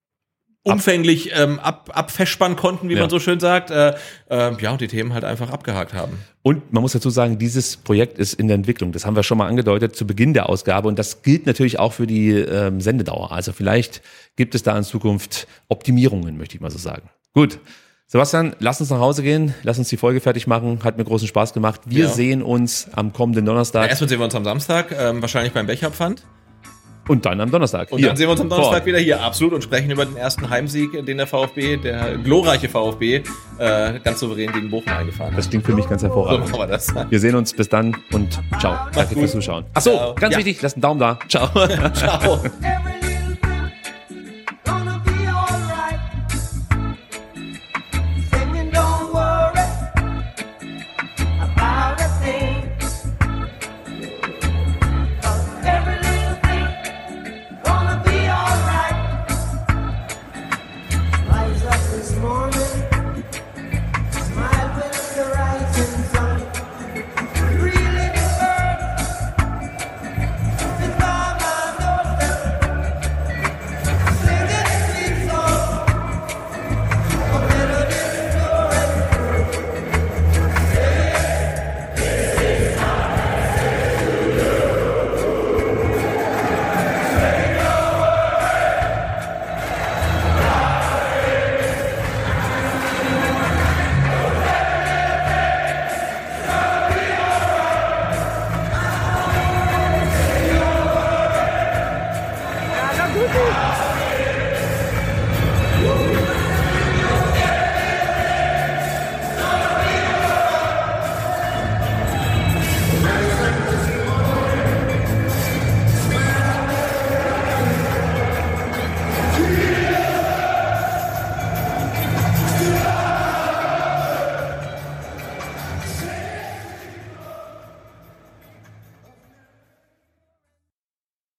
umfänglich ähm, ab, abfestspannen konnten, wie ja. man so schön sagt. Äh, äh, ja, und die Themen halt einfach abgehakt haben. Und man muss dazu sagen, dieses Projekt ist in der Entwicklung. Das haben wir schon mal angedeutet zu Beginn der Ausgabe. Und das gilt natürlich auch für die ähm, Sendedauer. Also vielleicht gibt es da in Zukunft Optimierungen, möchte ich mal so sagen. Gut. Sebastian, lass uns nach Hause gehen, lass uns die Folge fertig machen, hat mir großen Spaß gemacht. Wir ja. sehen uns am kommenden Donnerstag. Ja, erstmal sehen wir uns am Samstag, ähm, wahrscheinlich beim Becherpfand. Und dann am Donnerstag. Und hier. Dann sehen wir uns am Donnerstag Vor. wieder hier, absolut, und sprechen über den ersten Heimsieg, den der VfB, der glorreiche VfB, äh, ganz souverän gegen Bochum eingefahren hat. Das klingt für mich ganz hervorragend. So machen wir das. Wir sehen uns, bis dann und ciao. Danke fürs Zuschauen. Achso, ganz ciao. wichtig, lasst einen Daumen da. Ciao. Ciao.